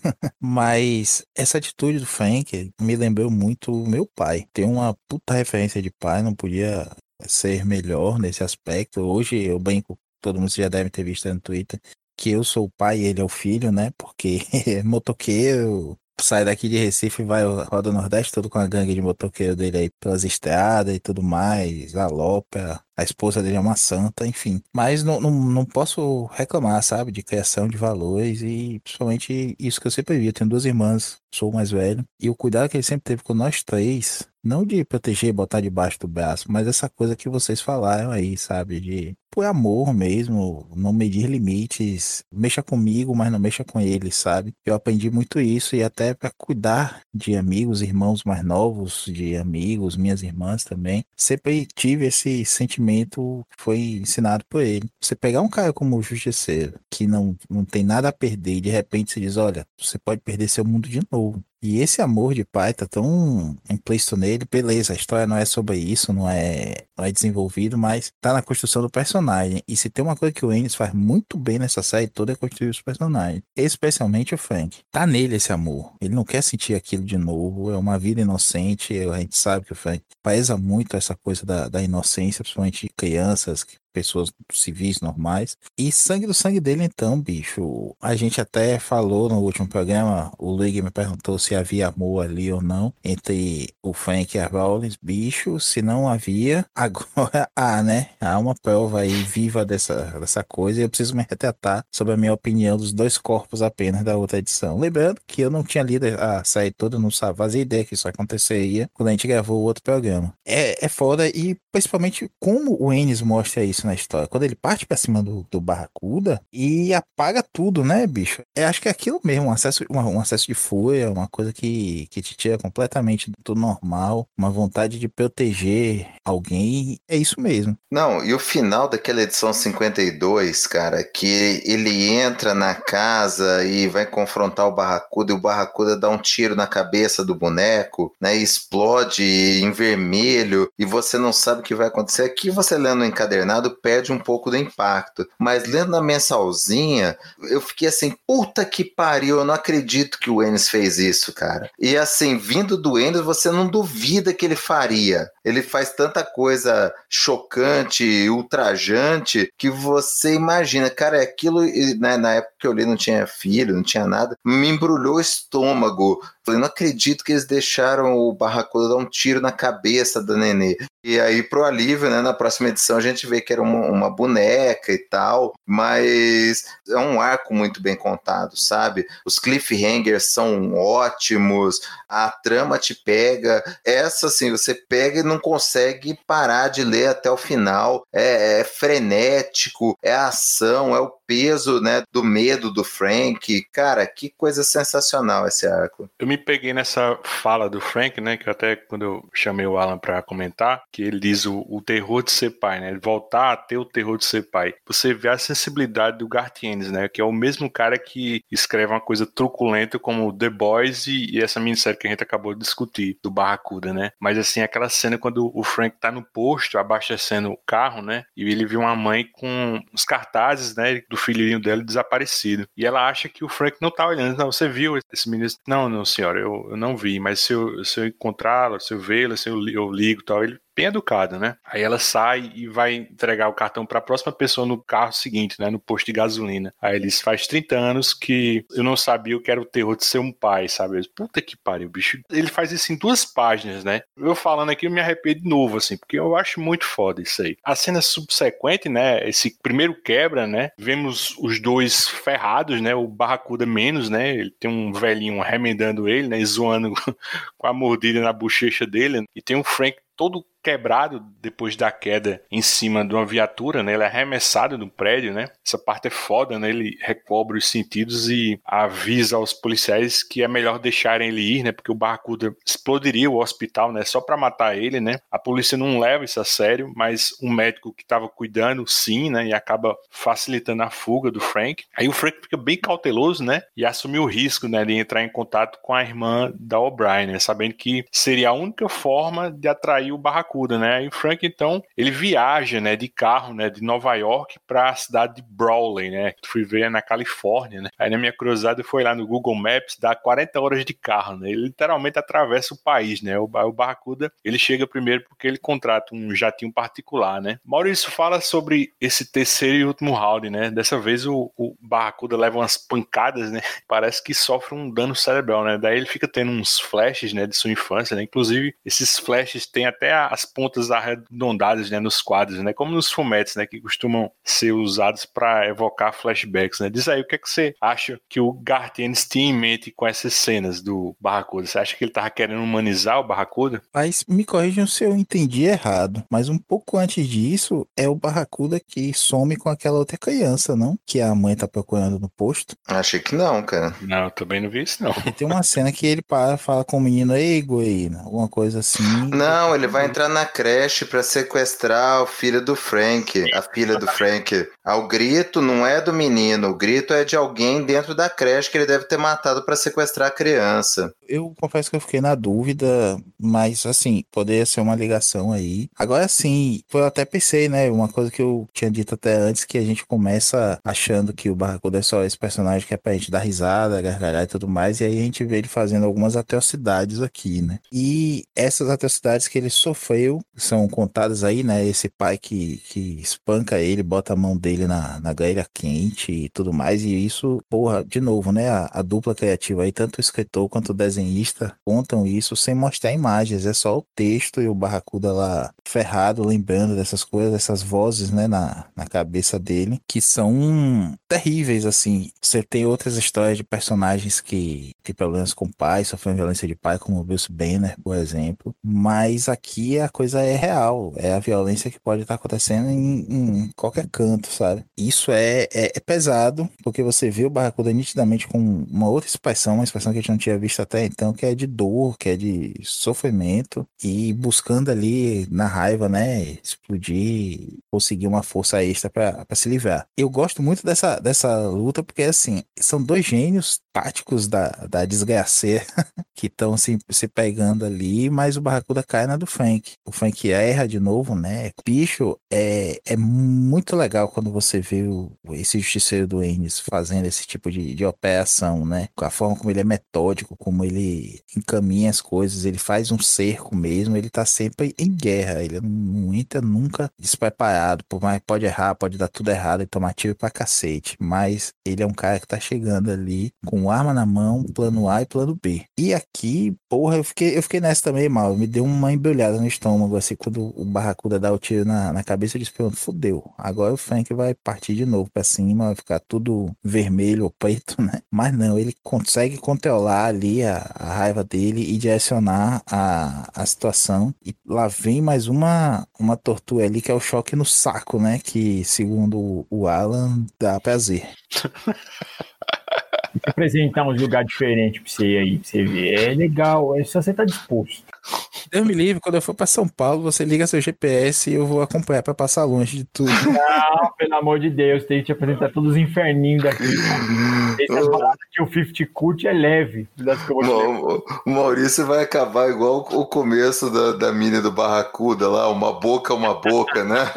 mas essa atitude do Frank me lembrou muito o meu pai. Tem uma puta referência de pai, não podia ser melhor nesse aspecto. Hoje eu brinco, todo mundo já deve ter visto no Twitter, que eu sou o pai e ele é o filho, né? Porque é motoqueiro, sai daqui de Recife e vai roda o Nordeste todo com a gangue de motoqueiro dele aí pelas estradas e tudo mais, galopa. A esposa dele é uma santa, enfim. Mas não posso reclamar, sabe? De criação de valores e principalmente isso que eu sempre vi. Eu tenho 2 irmãs, sou o mais velho. E o cuidado que ele sempre teve com nós 3, não de proteger e botar debaixo do braço, mas essa coisa que vocês falaram aí, sabe? De por amor mesmo, não medir limites. Mexa comigo, mas não mexa com ele, sabe? Eu aprendi muito isso e até para cuidar de amigos, irmãos mais novos, de amigos, minhas irmãs também. Sempre tive esse sentimento que foi ensinado por ele. Você pegar um cara como o Justiceiro, que não tem nada a perder, e de repente você diz, olha, você pode perder seu mundo de novo. E esse amor de pai tá tão implícito nele, beleza, a história não é sobre isso, não é desenvolvido, mas tá na construção do personagem. E se tem uma coisa que o Ennis faz muito bem nessa série toda é construir os personagens. Especialmente o Frank. Tá nele esse amor. Ele não quer sentir aquilo de novo, é uma vida inocente, a gente sabe que o Frank preza muito essa coisa da inocência, principalmente de crianças, pessoas civis normais. E sangue do sangue dele, então, bicho. A gente até falou no último programa, o Luigi me perguntou se havia amor ali ou não entre o Frank e a Rawlins. Bicho, se não havia, agora há, né? Há uma prova aí viva dessa coisa e eu preciso me retratar sobre a minha opinião dos 2 corpos apenas da outra edição. Lembrando que eu não tinha lido a série toda, não fazia ideia que isso aconteceria quando a gente gravou o outro programa. É foda e principalmente como o Ennis mostra isso na história. Quando ele parte pra cima do Barracuda e apaga tudo, né, bicho? Acho que é aquilo mesmo, um acesso de fúria, uma coisa que te tira completamente do normal, uma vontade de proteger alguém, é isso mesmo. Não, e o final daquela edição 52, cara, que ele entra na casa e vai confrontar o Barracuda e o Barracuda dá um tiro na cabeça do boneco, né, e explode em vermelho e você não sabe o que vai acontecer. Aqui você lendo no encadernado perde um pouco do impacto, mas lendo na mensalzinha eu fiquei assim, puta que pariu, eu não acredito que o Ennis fez isso, cara. E assim, vindo do Ennis você não duvida que ele faria. Ele faz tanta coisa chocante, ultrajante, que você imagina, cara, aquilo, né, na época que eu li não tinha filho, não tinha nada, me embrulhou o estômago. Falei, não acredito que eles deixaram o Barracuda dar um tiro na cabeça da Nenê. E aí, pro alívio, né, na próxima edição a gente vê que era uma boneca e tal, mas é um arco muito bem contado, sabe? Os cliffhangers são ótimos, a trama te pega, essa assim, você pega e não consegue parar de ler até o final, é frenético, é a ação, é o peso, né, do medo do Frank, cara, que coisa sensacional esse arco. Eu me peguei nessa fala do Frank, né, que até quando eu chamei o Alan pra comentar, que ele diz o terror de ser pai, né, ele voltar a ter o terror de ser pai. Você vê a sensibilidade do Garth Ennis, né, que é o mesmo cara que escreve uma coisa truculenta como The Boys e essa minissérie que a gente acabou de discutir, do Barracuda, né, mas assim, aquela cena quando o Frank tá no posto, abastecendo o carro, né, e ele viu uma mãe com os cartazes, né, do filhinho dela desaparecido, e ela acha que o Frank não tá olhando. Não, você viu esse menino? Não, senhora, eu não vi, mas se eu encontrá-la, se eu vê-la, se eu ligo e tal, ele bem educado, né? Aí ela sai e vai entregar o cartão para a próxima pessoa no carro seguinte, né? No posto de gasolina. Aí ele diz, faz 30 anos que eu não sabia o que era o terror de ser um pai, sabe? Puta que pariu, bicho. Ele faz isso em 2 páginas, né? Eu falando aqui, eu me arrependo de novo, assim, porque eu acho muito foda isso aí. A cena subsequente, né? Esse primeiro quebra, né? Vemos os 2 ferrados, né? O Barracuda menos, né? Ele tem um velhinho remendando ele, né? Zoando com a mordida na bochecha dele. E tem um Frank todo quebrado depois da queda em cima de uma viatura, né? Ele é arremessado do prédio, né? Essa parte é foda, né? Ele recobre os sentidos e avisa aos policiais que é melhor deixarem ele ir, né? Porque o Barracuda explodiria o hospital, né? Só pra matar ele, né? A polícia não leva isso a sério, mas um médico que tava cuidando, sim, né? E acaba facilitando a fuga do Frank. Aí o Frank fica bem cauteloso, né? E assume o risco, né? De entrar em contato com a irmã da O'Brien, né? Sabendo que seria a única forma de atrair o Barracuda, Barracuda, né? E o Frank, então, ele viaja, né, de carro, né, de Nova York para a cidade de Brawley, né? Que fui ver na Califórnia, né? Aí na minha curiosidade eu fui lá no Google Maps, dá 40 horas de carro, né? Ele literalmente atravessa o país, né? O Barracuda, ele chega primeiro porque ele contrata um jatinho particular, né? Maurício, fala sobre esse terceiro e último round, né? Dessa vez o Barracuda leva umas pancadas, né? Parece que sofre um dano cerebral, né? Daí ele fica tendo uns flashes, né, de sua infância, né? Inclusive, esses flashes têm até as pontas arredondadas, né, nos quadros, né? Como nos fumetes, né, que costumam ser usados para evocar flashbacks, né? Diz aí, o que é que você acha que o Garth Ennis tinha em mente com essas cenas do Barracuda? Você acha que ele tava querendo humanizar o Barracuda? Mas me corrijam se eu entendi errado. Mas um pouco antes disso, é o Barracuda que some com aquela outra criança, não? Que a mãe tá procurando no posto. Achei que não, cara. Não, eu também não vi isso, não. E tem uma cena que ele para, fala com o menino, ei, Goiânia, alguma coisa assim. Não, ele vai entrar na creche pra sequestrar o filho do Frank, a filha do Frank. O grito não é do menino, o grito é de alguém dentro da creche que ele deve ter matado pra sequestrar a criança. Eu confesso que eu fiquei na dúvida, mas assim, poderia ser uma ligação aí. Agora sim, eu até pensei, né? Uma coisa que eu tinha dito até antes, que a gente começa achando que o Barracuda é só esse personagem que é pra gente dar risada, gargalhar e tudo mais, e aí a gente vê ele fazendo algumas atrocidades aqui, né? E essas atrocidades que ele sofreu são contadas aí, né? Esse pai que espanca ele, bota a mão dele na grelha quente e tudo mais, e isso, porra, de novo, né? A dupla criativa aí, tanto o escritor quanto o desenhista contam isso sem mostrar imagens, é só o texto e o Barracuda lá ferrado, lembrando dessas coisas, dessas vozes, né, na cabeça dele, que são terríveis, assim. Você tem outras histórias de personagens que têm problemas com o pai, sofrem violência de pai, como o Bruce Banner, por exemplo, mas aqui a coisa é real, é a violência que pode estar acontecendo em qualquer canto, sabe? Isso é pesado, porque você vê o Barracuda nitidamente com uma outra expressão, uma expressão que a gente não tinha visto até então, que é de dor, que é de sofrimento, e buscando ali na raiva, né, explodir, conseguir uma força extra para se livrar. Eu gosto muito dessa luta porque, assim, são dois gênios táticos da desgraceira que estão se pegando ali, mas o Barracuda cai na do Frank. O Frank erra de novo, né? Bicho, é muito legal quando você vê esse justiceiro do Ennis fazendo esse tipo de operação, né? Com a forma como ele é metódico, como ele encaminha as coisas, ele faz um cerco mesmo, ele tá sempre em guerra, ele não entra nunca despreparado, por mais pode errar, pode dar tudo errado e tomar tiro pra cacete, mas ele é um cara que tá chegando ali com arma na mão, plano A e plano B. E aqui, porra, eu fiquei nessa também, mal, me deu uma embrulhada no estômago, assim, quando o Barracuda dá o tiro na cabeça, eu disse, pronto, fudeu, agora o Frank vai partir de novo pra cima, vai ficar tudo vermelho ou preto, né? Mas não, ele consegue controlar ali a raiva dele e direcionar a situação. E lá vem mais uma tortura ali, que é o choque no saco, né? Que, segundo o Alan, dá prazer. Vou apresentar uns lugares diferentes pra você aí, pra você ver. É legal, é só você estar disposto. Deus me livre, quando eu for pra São Paulo, você liga seu GPS e eu vou acompanhar pra passar longe de tudo. Não, pelo amor de Deus, tem que te apresentar todos os inferninhos daqui. Essas baladas que o 50 curte é leve. Das que eu vou O Maurício vai acabar igual o começo da mini do Barracuda lá, uma boca, né?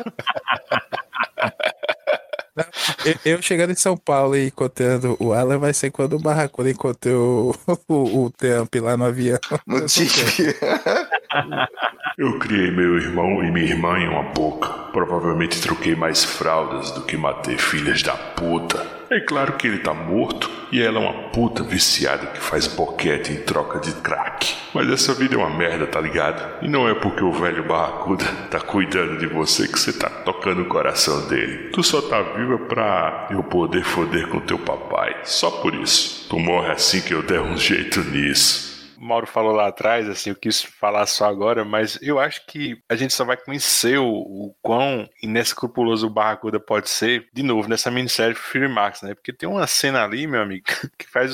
Eu chegando em São Paulo e encontrando o Alan vai ser quando o Barracuda encontrou o Trump lá no avião. No tique. Eu criei meu irmão e minha irmã em uma boca. Provavelmente troquei mais fraldas do que matei filhas da puta. É claro que ele tá morto e ela é uma puta viciada que faz boquete em troca de crack. Mas essa vida é uma merda, tá ligado? E não é porque o velho Barracuda tá cuidando de você que você tá tocando o coração dele. Tu só tá viva pra eu poder foder com teu papai. Só por isso. Tu morre assim que eu der um jeito nisso. O Mauro falou lá atrás, assim, eu quis falar só agora, mas eu acho que a gente só vai conhecer o quão inescrupuloso o Barracuda pode ser, de novo, nessa minissérie Fury Max, né? Porque tem uma cena ali, meu amigo, que faz você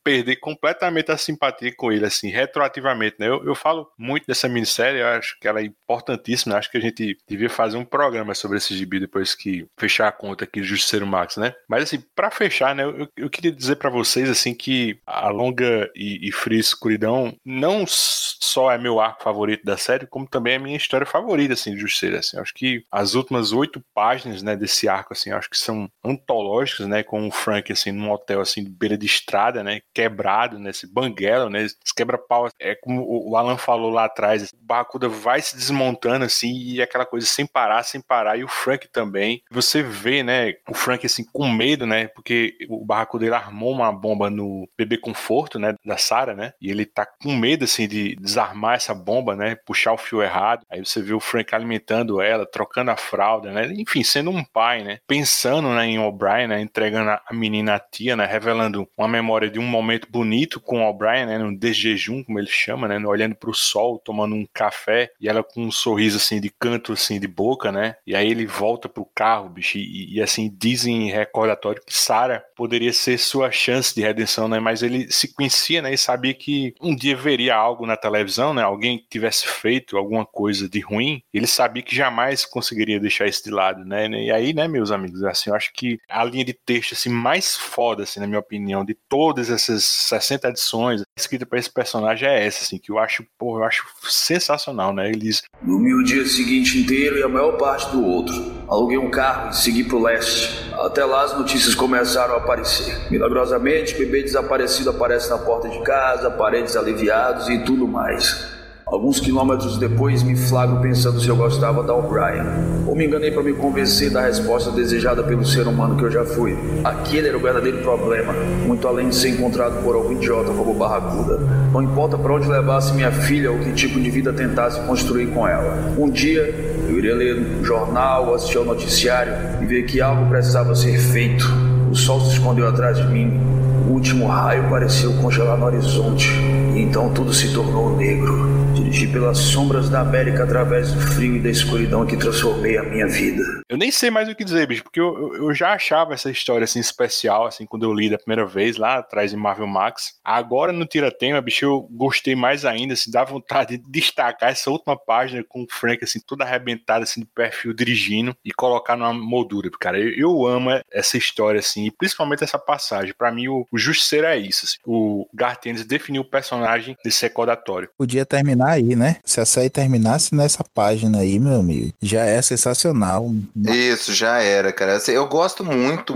perder completamente a simpatia com ele, assim, retroativamente, né? Eu falo muito dessa minissérie, eu acho que ela é importantíssima, acho que a gente devia fazer um programa sobre esse gibi depois que fechar a conta aqui do Justiceiro Max, né? Mas, assim, pra fechar, né, eu queria dizer pra vocês, assim, que a Longa e Fria Escuridão não só é meu arco favorito da série, como também é a minha história favorita, assim, de Justiceiro, assim. Acho que as últimas 8 páginas, né, desse arco, assim, acho que são antológicas, né, com o Frank, assim, num hotel, assim, de beira de estrada, né, quebrado, né, esse banguelo, né, esse quebra-pau, é como o Alan falou lá atrás, o Barracuda vai se desmontando, assim, e aquela coisa sem parar, e o Frank também. Você vê, né, o Frank, assim, com medo, né, porque o Barracuda, ele armou uma bomba no bebê conforto, né, da Sarah, né, e ele tá com medo, assim, de desarmar essa bomba, né, puxar o fio errado. Aí você vê o Frank alimentando ela, trocando a fralda, né, enfim, sendo um pai, né, pensando, né, em O'Brien, né, entregando a menina à tia, né, revelando uma memória de um momento bonito com O'Brien, né, no desjejum, como ele chama, né, olhando pro sol, tomando um café, e ela com um sorriso, assim, de canto, assim, de boca, né, e aí ele volta pro carro, bicho, e assim, dizem em recordatório que Sarah poderia ser sua chance de redenção, né, mas ele se conhecia, né, e sabia que um dia veria algo na televisão, né, alguém que tivesse feito alguma coisa de ruim, ele sabia que jamais conseguiria deixar isso de lado, né, e aí, né, meus amigos, assim, eu acho que a linha de texto, assim, mais foda, assim, na minha opinião, de todas essas 60 edições escrita para esse personagem é essa, assim, que eu acho sensacional, né, ele diz: dormi o dia seguinte inteiro e a maior parte do outro. Aluguei um carro e segui pro leste. Até lá as notícias começaram a aparecer. Milagrosamente, bebê desaparecido aparece na porta de casa, parentes aliviados e tudo mais. Alguns quilômetros depois me flagro pensando se eu gostava da O'Brien. Ou me enganei para me convencer da resposta desejada pelo ser humano que eu já fui. Aquele era o verdadeiro problema, muito além de ser encontrado por algum idiota como o Barracuda. Não importa para onde levasse minha filha ou que tipo de vida tentasse construir com ela. Um dia eu iria ler um jornal, assistir ao noticiário e ver que algo precisava ser feito. O sol se escondeu atrás de mim. O último raio pareceu congelar no horizonte. E então tudo se tornou negro. Dirigi pelas sombras da América através do frio e da escuridão que transformei a minha vida. Eu nem sei mais o que dizer, bicho, porque eu já achava essa história, assim, especial, assim, quando eu li da primeira vez, lá atrás em Marvel Max. Agora, no Tiratema, bicho, eu gostei mais ainda, assim, dá vontade de destacar essa última página com o Frank, assim, toda arrebentada, assim, de perfil, dirigindo, e colocar numa moldura, cara. Eu amo essa história, assim, e principalmente essa passagem. Pra mim, o Justiceiro é isso, assim. O Garth Ennis definiu o personagem desse recordatório. Podia terminar aí, né? Se a série terminasse nessa página aí, meu amigo, já é sensacional. Isso, já era, cara. Assim, eu gosto muito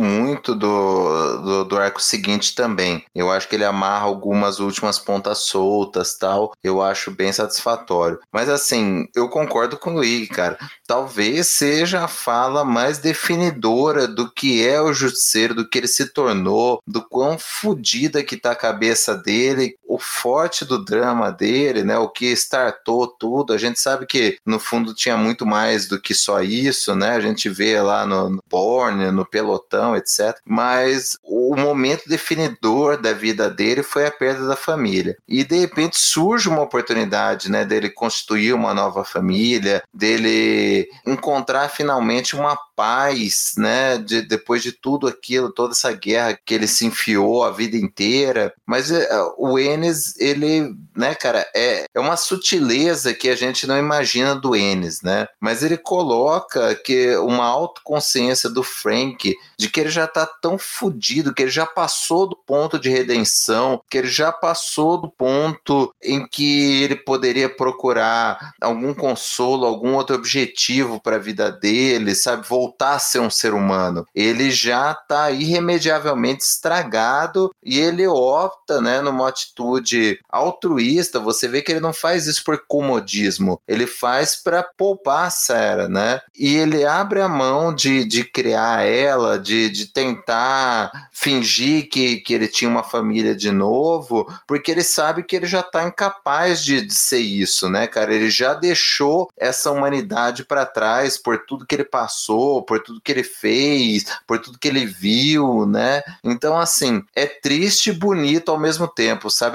do arco seguinte também. Eu acho que ele amarra algumas últimas pontas soltas, tal. Eu acho bem satisfatório. Mas assim, eu concordo com o Luigi, cara. Talvez seja a fala mais definidora do que é o Justiceiro, do que ele se tornou, do quão fodida que tá a cabeça dele, o forte do drama dele, né? O que startou tudo. A gente sabe que no fundo tinha muito mais do que só isso, né? A gente vê lá no Borne, no Pelotão, etc. Mas o momento definidor da vida dele foi a perda da família. E de repente surge uma oportunidade, né? Dele constituir uma nova família, dele encontrar finalmente uma paz, né? Depois de tudo aquilo, toda essa guerra que ele se enfiou a vida inteira. Mas o Ennis, ele, né, cara, é uma sutileza que a gente não imagina do Ennis, né? Mas ele coloca que uma autoconsciência do Frank de que ele já tá tão fodido, que ele já passou do ponto de redenção, que ele já passou do ponto em que ele poderia procurar algum consolo, algum outro objetivo para a vida dele, sabe? Voltar a ser um ser humano. Ele já tá irremediavelmente estragado e ele opta, né, numa atitude altruísta. Você vê que ele não faz isso por comodismo, ele faz para poupar a Sarah, né? E ele abre a mão de criar ela, de tentar fingir que ele tinha uma família de novo, porque ele sabe que ele já tá incapaz de ser isso, né, cara? Ele já deixou essa humanidade para trás por tudo que ele passou, por tudo que ele fez, por tudo que ele viu, né? Então, assim, é triste e bonito ao mesmo tempo, sabe?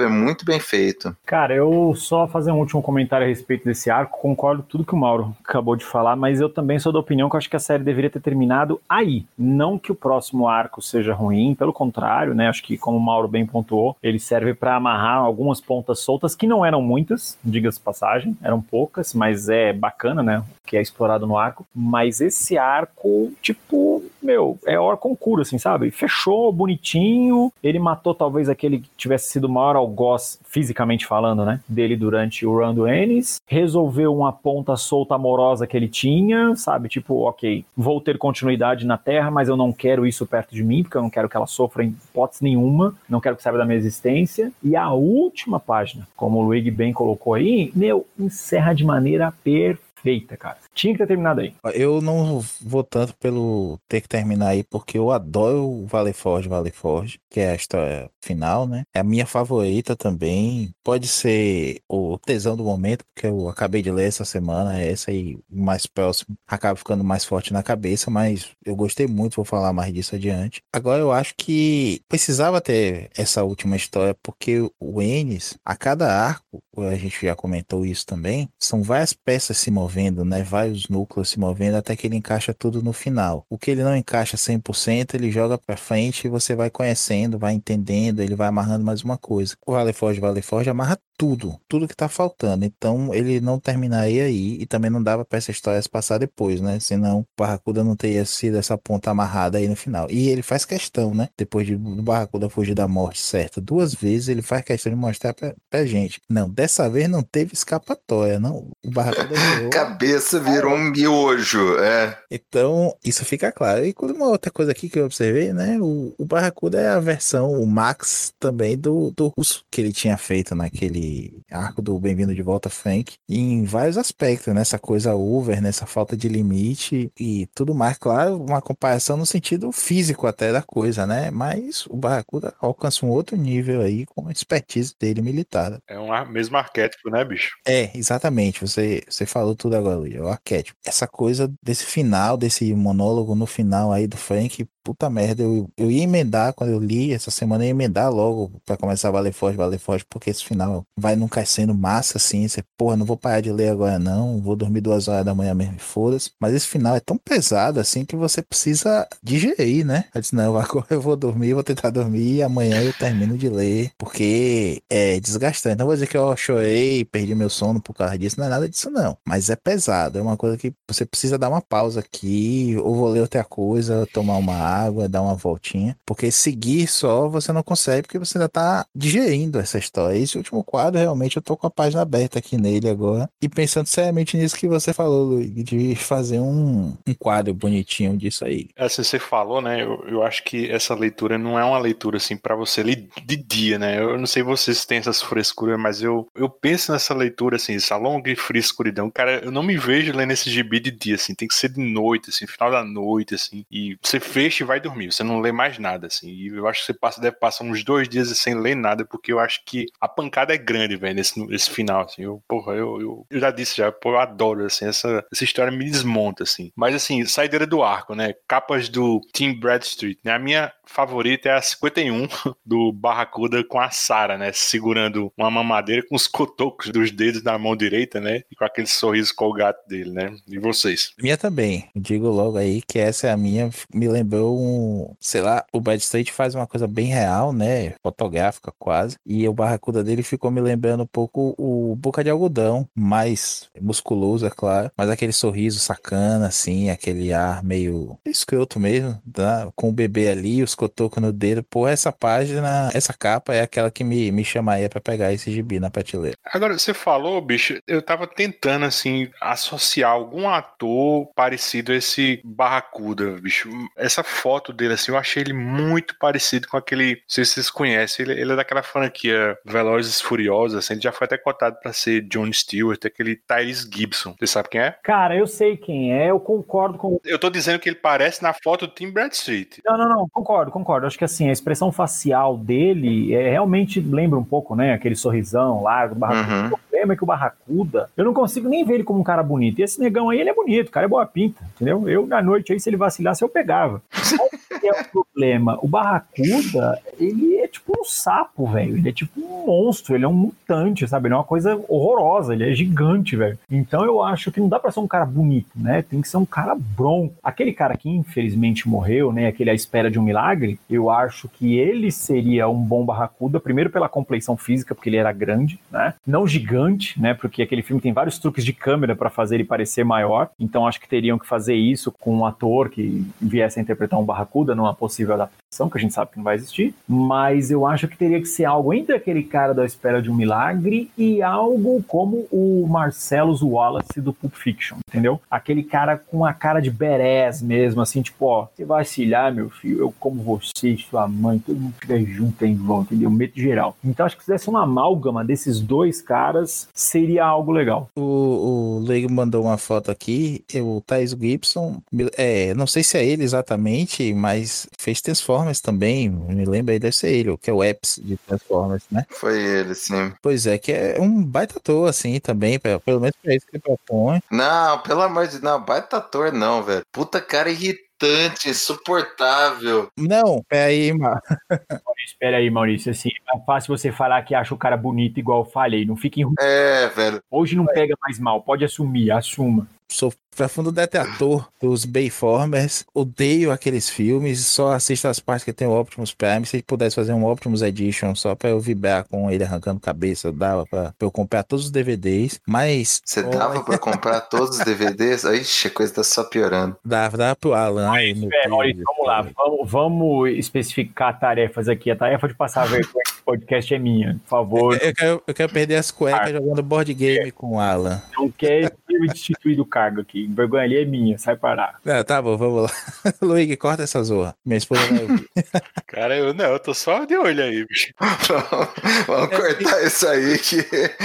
é muito bem feito. Cara, eu só fazer um último comentário a respeito desse arco, concordo com tudo que o Mauro acabou de falar, mas eu também sou da opinião que eu acho que a série deveria ter terminado aí. Não que o próximo arco seja ruim, pelo contrário, né? Acho que, como o Mauro bem pontuou, ele serve pra amarrar algumas pontas soltas, que não eram muitas, diga-se passagem, eram poucas, mas é bacana, né? Que é explorado no arco. Mas esse arco, tipo, é hora concura, assim, sabe? Fechou, bonitinho, ele matou talvez aquele que tivesse sido o maior algoz, fisicamente falando, né? Dele durante o run do Ennis, resolveu uma ponta solta amorosa que ele tinha, sabe? Tipo, ok, vou ter continuidade na Terra, mas eu não quero isso perto de mim, porque eu não quero que ela sofra em hipótese nenhuma, não quero que saiba da minha existência. E a última página, como o Luigi bem colocou aí, encerra de maneira perfeita, cara. Tinha que ter terminado aí. Eu não vou tanto pelo ter que terminar aí, porque eu adoro o Valley Forge, que é a história final, né? É a minha favorita também. Pode ser o tesão do momento, porque eu acabei de ler essa semana, essa aí mais próximo, acaba ficando mais forte na cabeça, mas eu gostei muito, vou falar mais disso adiante. Agora eu acho que precisava ter essa última história, porque o Ennis, a cada arco, a gente já comentou isso também, são várias peças se movendo, né? Vários núcleos se movendo até que ele encaixa tudo no final. O que ele não encaixa 100%, ele joga pra frente e você vai conhecendo, vai entendendo, ele vai amarrando mais uma coisa. O Valley Forge amarra tudo que tá faltando. Então ele não terminaria aí e também não dava pra essa história se passar depois, né? Senão o Barracuda não teria sido essa ponta amarrada aí no final. E ele faz questão, né? Depois do Barracuda fugir da morte certa 2 vezes, ele faz questão de mostrar pra gente. Não, dessa vez não teve escapatória, não. O Barracuda cabeça virou um miojo, Então, isso fica claro. E uma outra coisa aqui que eu observei, né? O Barracuda é a versão, o Max também do Russo, que ele tinha feito naquele arco do Bem-vindo de Volta, Frank, em vários aspectos, nessa coisa over, nessa falta de limite e tudo mais. Claro, uma comparação no sentido físico até da coisa, né? Mas o Barracuda alcança um outro nível aí com a expertise dele militar. É um mesmo arquétipo, né, bicho? É, exatamente. Você falou tudo agora, Luiz. É o arquétipo. Essa coisa desse final, desse monólogo no final aí do Frank, puta merda, eu ia emendar, quando eu li essa semana, eu ia emendar logo pra começar Valley Forge, porque esse final vai num sendo massa, assim, você, porra, não vou parar de ler agora não, vou dormir 2 horas da manhã mesmo, foda-se. Mas esse final é tão pesado, assim, que você precisa digerir, né? Eu disse, não, agora eu vou dormir, vou tentar dormir e amanhã eu termino de ler, porque é desgastante. Não vou dizer que eu chorei, perdi meu sono por causa disso, não é nada disso não, mas é pesado, é uma coisa que você precisa dar uma pausa aqui, ou vou ler outra coisa, tomar uma água, dar uma voltinha, porque seguir só você não consegue, porque você ainda tá digerindo essa história. Esse último quadro, realmente, eu tô com a página aberta aqui nele agora, e pensando seriamente nisso que você falou, Luiz, de fazer um quadro bonitinho disso aí. Assim, você falou, né, eu acho que essa leitura não é uma leitura, assim, pra você ler de dia, né, eu não sei vocês têm essas frescuras, mas eu penso nessa leitura, assim, essa longa e fria escuridão, cara, eu não me vejo lendo esse gibi de dia, assim, tem que ser de noite, assim, final da noite, assim, e você fecha e vai dormir, você não lê mais nada, assim, e eu acho que você deve passar uns 2 dias sem ler nada, porque eu acho que a pancada é grande, velho, nesse final, assim, eu já disse já, pô, eu adoro, assim, essa história me desmonta, assim, mas assim, saideira do arco, né, capas do Tim Bradstreet, né, a minha favorita é a 51 do Barracuda com a Sarah, né, segurando uma mamadeira com os cotocos dos dedos na mão direita, né, e com aquele sorriso colgate dele, né, e vocês? Minha também, digo logo aí que essa é a minha, me lembrou sei lá, o Bradstreet faz uma coisa bem real, né, fotográfica quase, e o Barracuda dele ficou me lembrando um pouco o Boca de Algodão, mais musculoso, é claro, mas aquele sorriso sacana, assim, aquele ar meio escroto mesmo, tá? Com o bebê ali, os cotocos no dedo. Pô, essa página, essa capa é aquela que me chamaria pra pegar esse gibi na prateleira. Agora, você falou, bicho, eu tava tentando, assim, associar algum ator parecido a esse Barracuda, bicho. Essa foto dele, assim, eu achei ele muito parecido com aquele, não sei se vocês conhecem, ele é daquela franquia Velozes e Furiosos, assim, ele já foi até cotado pra ser Jon Stewart, aquele Tyrese Gibson. Você sabe quem é? Cara, eu sei quem é, eu concordo com... Eu tô dizendo que ele parece na foto do Tim Bradstreet. Não, concordo. Acho que assim, a expressão facial dele realmente lembra um pouco, né, aquele sorrisão largo do Barracuda. O problema é que o Barracuda, eu não consigo nem ver ele como um cara bonito. E esse negão aí, ele é bonito, o cara é boa pinta, entendeu? Eu, na noite aí, se ele vacilasse, eu pegava. Qual que é o problema? O Barracuda, ele é tipo um sapo, velho. Ele é tipo um monstro, ele é um mutante, sabe? Ele é uma coisa horrorosa, ele é gigante, velho. Então eu acho que não dá pra ser um cara bonito, né? Tem que ser um cara bronco. Aquele cara que infelizmente morreu, né? Aquele À Espera de um Milagre, eu acho que ele seria um bom Barracuda, primeiro pela compleição física, porque ele era grande, né? Não gigante, né? Porque aquele filme tem vários truques de câmera pra fazer ele parecer maior. Então acho que teriam que fazer isso com um ator que viesse a interpretar um Barracuda numa possível adaptação, que a gente sabe que não vai existir. Mas eu acho que teria que ser algo entre aquele cara da Espera de um Milagre e algo como o Marcellus Wallace do Pulp Fiction, entendeu? Aquele cara com a cara de badass mesmo, assim, tipo, ó, você vacilar, meu filho, eu como você, sua mãe, todo mundo fica junto aí em volta, entendeu? Meto geral. Então acho que se fizesse uma amálgama desses dois caras, seria algo legal. O Leigo mandou uma foto aqui, o Thaís Gibson, não sei se é ele exatamente, mas fez Transformers também, me lembra aí, deve ser ele, o que é o Epps de Transformers, né? Foi ele, sim. Pois é, que é um baita ator, assim, também, pelo menos pra isso que ele propõe. Não, pelo amor de Deus, não, baita ator não, velho. Puta cara irritante, insuportável. Não, peraí, mano. Espera aí, Maurício, assim, é fácil você falar que acha o cara bonito igual eu falei, não fique enrolando. É, velho. Hoje não pega mais mal, pode assumir, assuma. Sou profundo detrator dos Bayformers, odeio aqueles filmes, só assisto as partes que tem o Optimus Prime. Se pudesse fazer um Optimus Edition só pra eu vibrar com ele arrancando cabeça, dava pra eu comprar todos os DVDs, mas... Você dava pra comprar todos os DVDs? Ixi, a coisa tá só piorando. Dava pro Alan. Maurício, vamos lá, vamos especificar tarefas aqui. A tarefa de passar a vergonha do podcast é minha, por favor. Eu quero perder as cuecas jogando board game com o Alan. Não quer me destituir do cargo aqui. Vergonha ali é minha, sai parar. Tá bom, vamos lá. Luigi, corta essa zorra. Minha esposa vai ouvir. Cara, eu tô só de olho aí, bicho. Vamos cortar isso aí que...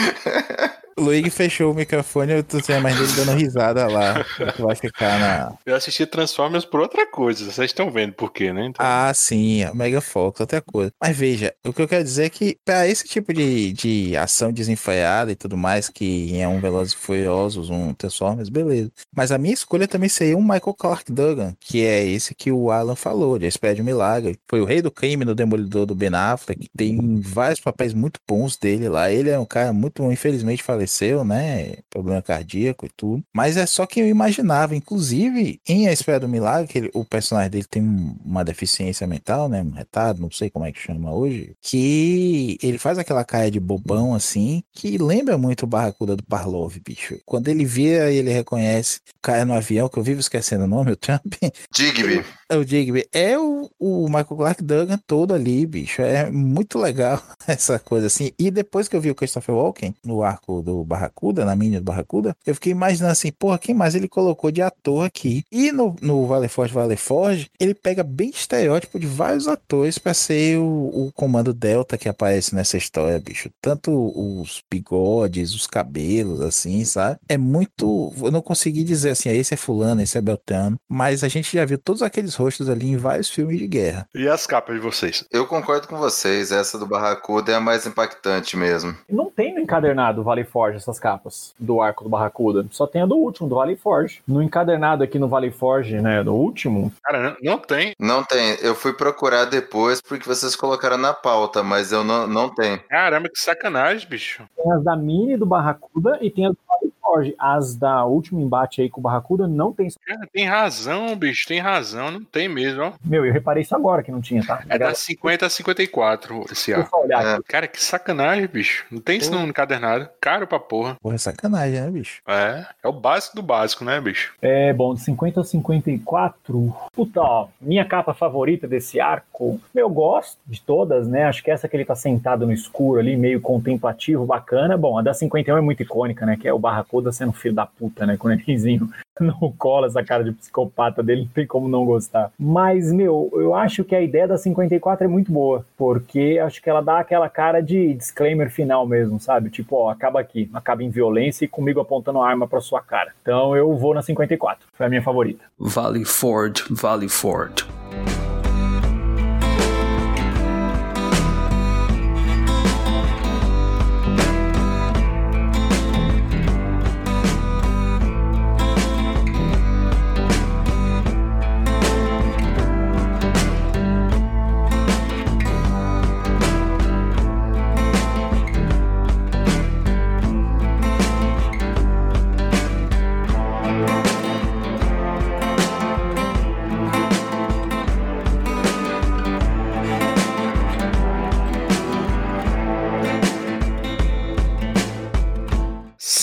O Luigi fechou o microfone, eu tô sem a mais dele dando risada lá. Que vai ficar na... Eu assisti Transformers por outra coisa, vocês estão vendo por quê, né? Então... Ah, sim, a Mega Fox, outra coisa. Mas veja, o que eu quero dizer é que pra esse tipo de ação desenfreada e tudo mais, que é um Velozes e Furiosos, um Transformers, beleza. Mas a minha escolha também seria um Michael Clark Duncan, que é esse que o Alan falou, de A Espera de um Milagre. Foi o rei do crime no Demolidor do Ben Affleck, tem vários papéis muito bons dele lá. Ele é um cara muito, infelizmente, faleceu, né? Problema cardíaco e tudo. Mas é só que eu imaginava, inclusive, em A Espera do Milagre, o personagem dele tem uma deficiência mental, né? Um retardo, não sei como é que chama hoje, que ele faz aquela cara de bobão, assim, que lembra muito o Barracuda do Parlov, bicho. Quando ele vira e ele reconhece o cara no avião, que eu vivo esquecendo o nome, o Trump. Digby. O Digby. É o Michael Clark Duncan todo ali, bicho. É muito legal essa coisa assim. E depois que eu vi o Christopher Walken no arco do Barracuda, na mini do Barracuda, eu fiquei imaginando assim, porra, quem mais ele colocou de ator aqui? E no Vale Forge, ele pega bem estereótipo de vários atores pra ser o Comando Delta que aparece nessa história, bicho. Tanto os bigodes, os cabelos, assim, sabe? É muito... Eu não consegui dizer assim, esse é fulano, esse é Beltrano, mas a gente já viu todos aqueles rostos ali em vários filmes de guerra. E as capas de vocês? Eu concordo com vocês, essa do Barracuda é a mais impactante mesmo. Não tem no encadernado Vale Forge essas capas do arco do Barracuda. Só tem a do último, do Vale Forge. No encadernado aqui no Vale Forge, né, do último... Cara, não tem. Não tem. Eu fui procurar depois porque vocês colocaram na pauta, mas eu não tenho. Caramba, que sacanagem, bicho. Tem as da mini do Barracuda e tem as do Vale Forge. As da último embate aí com o Barracuda não tem. Cara, tem razão, bicho, tem razão. Não tem mesmo, ó. Meu, eu reparei isso agora que não tinha, tá? É da 50 a 54 esse Deixa eu só olhar aqui. Cara, que sacanagem, bicho. Não tem isso no encadernado. Caro pra porra. Porra, é sacanagem, né, bicho? É o básico do básico, né, bicho? É, bom, de 50 a 54. Puta, ó, minha capa favorita desse arco, eu gosto de todas, né? Acho que essa que ele tá sentado no escuro ali, meio contemplativo, bacana. Bom, a da 51 é muito icônica, né? Que é o Barracuda sendo filho da puta, né? Com o nenenzinho no colo, essa cara de psicopata dele, não tem como não gostar. Mas, meu, eu acho que a ideia da 54 é muito boa, porque acho que ela dá aquela cara de disclaimer final mesmo, sabe? Tipo, ó, acaba aqui, acaba em violência e comigo apontando a arma pra sua cara. Então eu vou na 54, foi a minha favorita. Vale Forge, Vale Forge.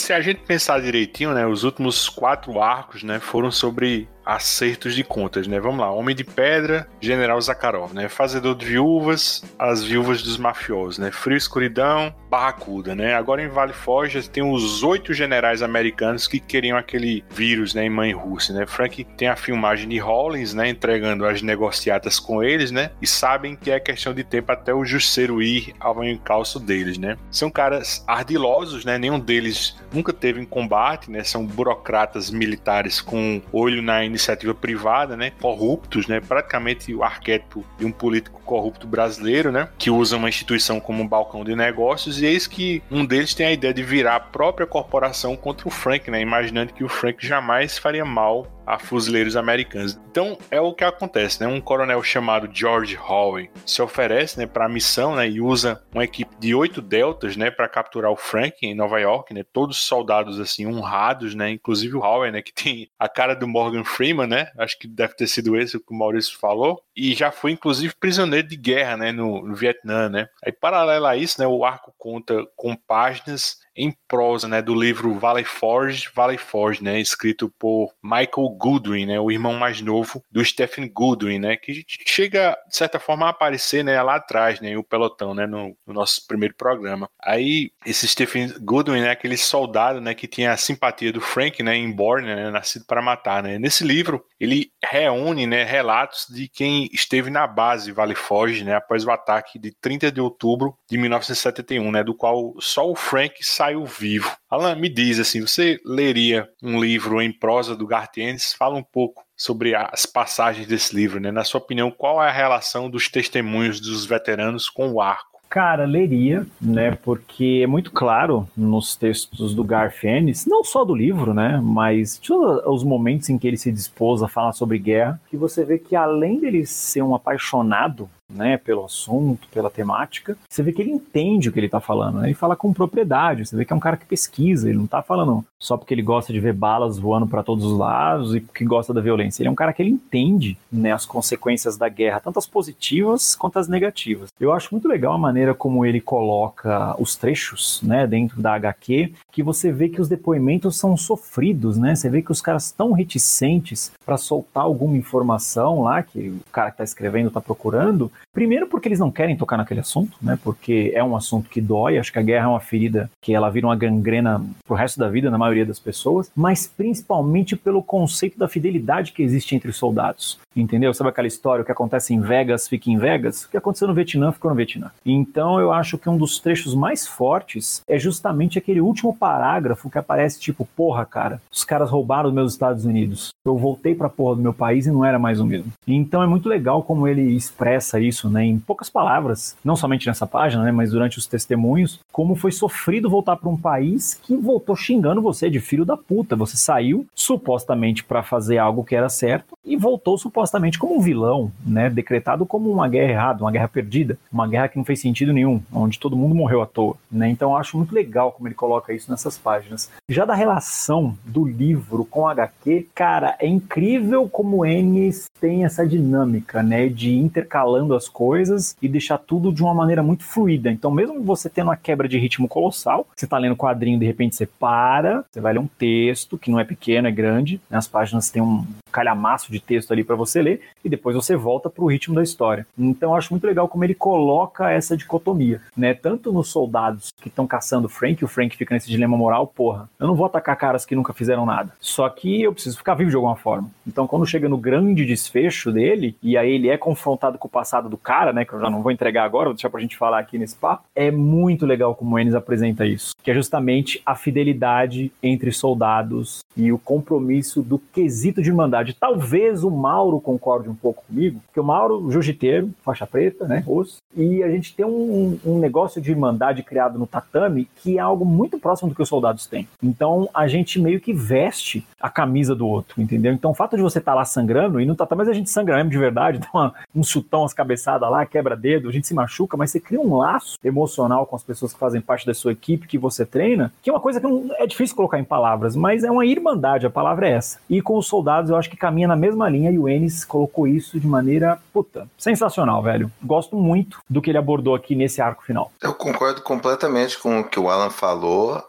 se a gente pensar direitinho, né, os últimos 4 arcos, né, foram sobre acertos de contas, né? Vamos lá, Homem de Pedra, General Zakharov, né? Fazedor de Viúvas, As Viúvas dos Mafiosos, né? Frio e Escuridão, Barracuda, né? Agora em Vale Forge tem os 8 generais americanos que queriam aquele vírus, né, em Mãe Rússia, né? Frank tem a filmagem de Hollins, né, entregando as negociatas com eles, né? E sabem que é questão de tempo até o Jusceiro ir ao encalço deles, né? São caras ardilosos, né? Nenhum deles nunca teve em combate, né? São burocratas militares com olho na iniciativa privada, né? Corruptos, né? Praticamente o arquétipo de um político corrupto brasileiro, né? Que usa uma instituição como um balcão de negócios, e eis que um deles tem a ideia de virar a própria corporação contra o Frank, né? Imaginando que o Frank jamais faria mal a fuzileiros americanos. Então é o que acontece, né? Um coronel chamado George Howe se oferece, né, para a missão, né, e usa uma equipe de 8 deltas, né, para capturar o Frank em Nova York, né? Todos soldados assim honrados, né? Inclusive o Howe, né, que tem a cara do Morgan Freeman, né? Acho que deve ter sido esse que o Maurício falou, e já foi inclusive prisioneiro de guerra, né, no Vietnã, né? Aí paralelo a isso, né, o arco conta com páginas em prosa, né, do livro Valley Forge, né, escrito por Michael Goodwin, né, o irmão mais novo do Stephen Goodwin, né, que chega, de certa forma, a aparecer, né, lá atrás, né, o pelotão, né, no nosso primeiro programa. Aí, esse Stephen Goodwin, né, aquele soldado, né, que tinha a simpatia do Frank, né, em Bourne, né, Nascido para Matar, né. Nesse livro, ele reúne, né, relatos de quem esteve na base Valley Forge, né, após o ataque de 30 de outubro de 1971, né, do qual só o Frank saiu vivo. Alan, me diz, assim, você leria um livro em prosa do Garth Ennis? Fala um pouco sobre as passagens desse livro, né? Na sua opinião, qual é a relação dos testemunhos dos veteranos com o arco? Cara, leria, né, porque é muito claro nos textos do Garth Ennis, não só do livro, né, mas todos os momentos em que ele se dispôs a falar sobre guerra, que você vê que além dele ser um apaixonado, né, pelo assunto, pela temática, você vê que ele entende o que ele está falando, né? Ele fala com propriedade, você vê que é um cara que pesquisa, ele não está falando só porque ele gosta de ver balas voando para todos os lados e porque gosta da violência, ele é um cara que ele entende, né, as consequências da guerra, tanto as positivas quanto as negativas. Eu acho muito legal a maneira como ele coloca os trechos, né, dentro da HQ, que você vê que os depoimentos são sofridos, né, você vê que os caras estão reticentes para soltar alguma informação lá que o cara que está escrevendo está procurando. Primeiro porque eles não querem tocar naquele assunto, né? Porque é um assunto que dói, acho que a guerra é uma ferida que ela vira uma gangrena pro resto da vida na maioria das pessoas, mas principalmente pelo conceito da fidelidade que existe entre os soldados, entendeu? Sabe aquela história, o que acontece em Vegas fica em Vegas? O que aconteceu no Vietnã ficou no Vietnã. Então eu acho que um dos trechos mais fortes é justamente aquele último parágrafo que aparece tipo, porra, cara, os caras roubaram os meus Estados Unidos, eu voltei pra porra do meu país e não era mais o mesmo. Então é muito legal como ele expressa isso, né, em poucas palavras, não somente nessa página, né, mas durante os testemunhos, como foi sofrido voltar para um país que voltou xingando você de filho da puta. Você saiu supostamente para fazer algo que era certo e voltou supostamente como um vilão, né, decretado como uma guerra errada, uma guerra perdida, uma guerra que não fez sentido nenhum, onde todo mundo morreu à toa, né? Então eu acho muito legal como ele coloca isso nessas páginas. Já da relação do livro com a HQ, cara, é incrível como o Ennis tem essa dinâmica, né, de intercalando as coisas e deixar tudo de uma maneira muito fluida. Então mesmo você tendo uma quebra de ritmo colossal, você tá lendo quadrinho, de repente você para, você vai ler um texto que não é pequeno, é grande, né? As páginas têm um calhamaço de texto ali para você ler e depois você volta pro ritmo da história. Então eu acho muito legal como ele coloca essa dicotomia, né? Tanto nos soldados que estão caçando o Frank fica nesse dilema moral, porra, eu não vou atacar caras que nunca fizeram nada, só que eu preciso ficar vivo de alguma forma. Então quando chega no grande desfecho dele, e aí ele é confrontado com o passado do cara, né, que eu já não vou entregar agora, vou deixar pra gente falar aqui nesse papo, é muito legal como o Ennis apresenta isso, que é justamente a fidelidade entre soldados e o compromisso do quesito de irmandade. Talvez o Mauro concorde um pouco comigo, porque o Mauro, jiu-jiteiro, faixa preta, né, osso, e a gente tem um negócio de irmandade criado no tatame que é algo muito próximo do que os soldados têm. Então a gente meio que veste a camisa do outro, entendeu? Então o fato de você estar lá sangrando, e no tatame a gente sangra mesmo de verdade, dá um chutão, umas cabeçadas lá, quebra dedo, a gente se machuca, mas você cria um laço emocional com as pessoas que fazem parte da sua equipe, que você treina, que é uma coisa que não é difícil colocar em palavras, mas é uma irmandade, a palavra é essa. E com os soldados eu acho que caminha na mesma linha, e o Ennis colocou isso de maneira, sensacional, velho. Gosto muito do que ele abordou aqui nesse arco final. Eu concordo completamente com o que o Alan falou.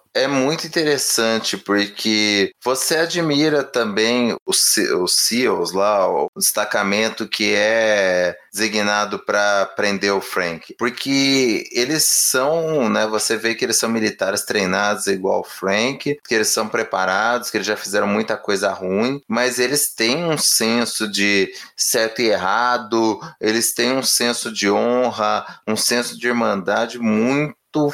É muito interessante, porque você admira também os SEALs lá, o destacamento que é designado para prender o Frank. Porque eles são, né, você vê que eles são militares treinados igual o Frank, que eles são preparados, que eles já fizeram muita coisa ruim, mas eles têm um senso de certo e errado, eles têm um senso de honra, um senso de irmandade muito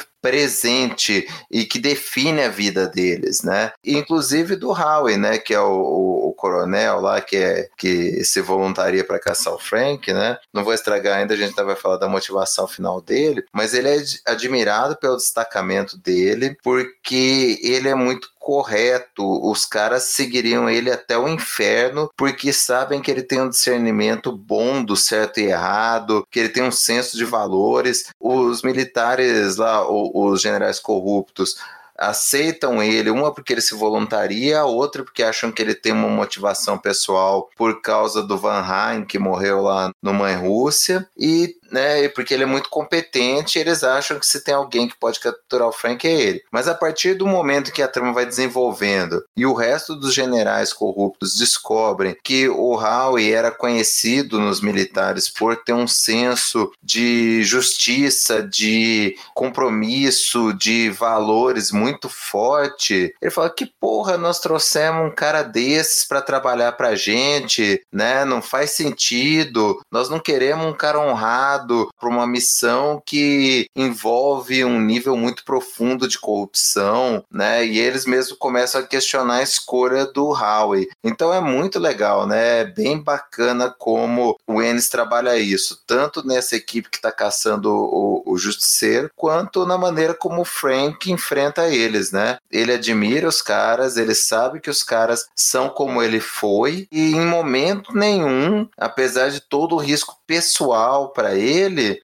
presente e que define a vida deles, né? Inclusive do Howie, né? Que é o coronel lá que se voluntaria para caçar o Frank, né? Não vou estragar ainda, a gente ainda vai falar da motivação final dele, mas ele é admirado pelo destacamento dele, porque ele é muito correto, os caras seguiriam ele até o inferno, porque sabem que ele tem um discernimento bom do certo e errado, que ele tem um senso de valores. Os militares lá, os generais corruptos, aceitam ele, uma porque ele se voluntaria, a outra porque acham que ele tem uma motivação pessoal por causa do Van Ryn, que morreu lá no Mãe Rússia, e né, porque ele é muito competente, eles acham que se tem alguém que pode capturar o Frank é ele. Mas a partir do momento que a trama vai desenvolvendo e o resto dos generais corruptos descobrem que o Howie era conhecido nos militares por ter um senso de justiça, de compromisso, de valores muito forte, ele fala: que porra, nós trouxemos um cara desses para trabalhar pra gente, né? Não faz sentido, nós não queremos um cara honrado para uma missão que envolve um nível muito profundo de corrupção, né? E eles mesmos começam a questionar a escolha do Howie. Então é muito legal, né? É bem bacana como o Ennis trabalha isso, tanto nessa equipe que está caçando o Justiceiro, quanto na maneira como o Frank enfrenta eles, né? Ele admira os caras, ele sabe que os caras são como ele foi, e em momento nenhum, apesar de todo o risco pessoal para ele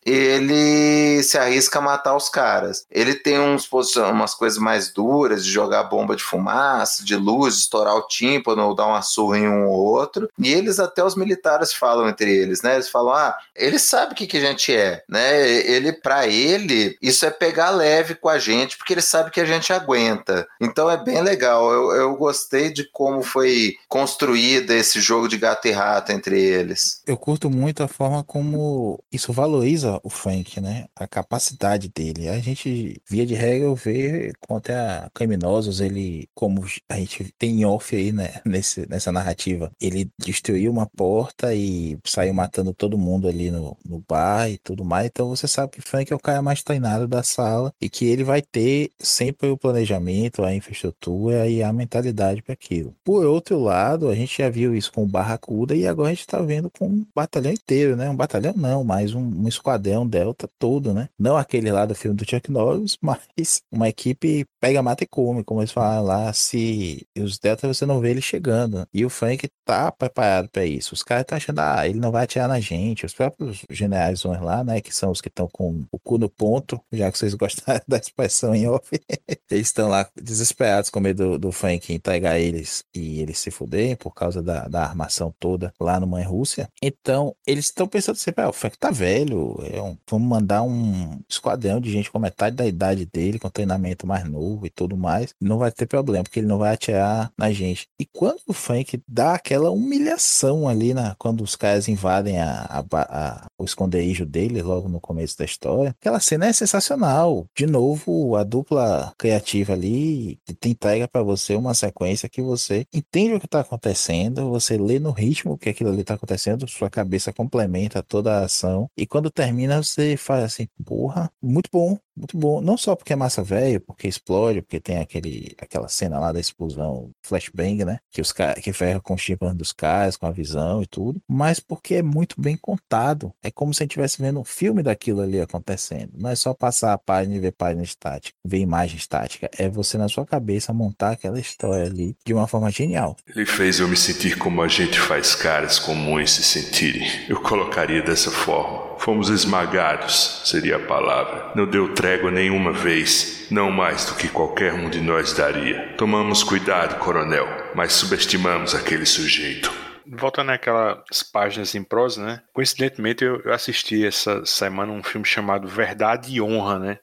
se arrisca a matar os caras. Ele tem umas coisas mais duras, de jogar bomba de fumaça, de luz, de estourar o tímpano ou dar uma surra em um ou outro, e eles, até os militares falam entre eles, né? Eles falam: ele sabe o que a gente é, né? Pra ele, isso é pegar leve com a gente, porque ele sabe que a gente aguenta. Então é bem legal. Eu gostei de como foi construído esse jogo de gato e rato entre eles. Eu curto muito a forma como isso valoriza o Frank, né? A capacidade dele. A gente, via de regra, vê contra criminosos, ele, como a gente tem em off aí, né? Nessa narrativa, ele destruiu uma porta e saiu matando todo mundo ali no bar e tudo mais. Então você sabe que o Frank é o cara mais treinado da sala e que ele vai ter sempre o planejamento, a infraestrutura e a mentalidade para aquilo. Por outro lado, a gente já viu isso com o Barracuda e agora a gente tá vendo com um batalhão inteiro, né? Um batalhão não, mas um esquadrão Delta todo, né? Não aquele lá do filme do Chuck Norris, mas uma equipe pega, mata e come, como eles falaram lá. Se os Delta você não vê ele chegando. E o Frank tá preparado para isso. Os caras estão achando, ele não vai atirar na gente. Os próprios generais lá, né? Que são os que estão com o cu no ponto, já que vocês gostaram da expressão em off. Eles estão lá desesperados com medo do Frank entregar eles e eles se fuderem por causa da armação toda lá no Mãe Rússia. Então, eles estão pensando sempre, o Frank tá velho, vamos mandar um esquadrão de gente com metade da idade dele, com treinamento mais novo e tudo mais, não vai ter problema, porque ele não vai atirar na gente. E quando o Frank dá aquela humilhação ali, quando os caras invadem o esconderijo dele, logo no começo da história, aquela cena é sensacional. De novo, a dupla criativa ali entrega pra você uma sequência que você entende o que tá acontecendo, você lê no ritmo que aquilo ali tá acontecendo, sua cabeça complementa toda a ação, e quando termina você faz assim, porra, muito bom, não só porque é massa velho, porque explode, porque tem aquela cena lá da explosão flashbang, né, que ferra com o tímpano dos caras, com a visão e tudo, mas porque é muito bem contado, é como se a gente estivesse vendo um filme daquilo ali acontecendo, não é só passar a página e ver página estática, ver imagem estática, é você na sua cabeça montar aquela história ali de uma forma genial. Ele fez eu me sentir como a gente faz caras comuns se sentirem. Eu colocaria dessa forma. Fomos esmagados, seria a palavra. Não deu trégua nenhuma vez, não mais do que qualquer um de nós daria. Tomamos cuidado, coronel, mas subestimamos aquele sujeito. Voltando àquelas páginas em prosa, né? Coincidentemente, eu assisti essa semana um filme chamado Verdade e Honra, né?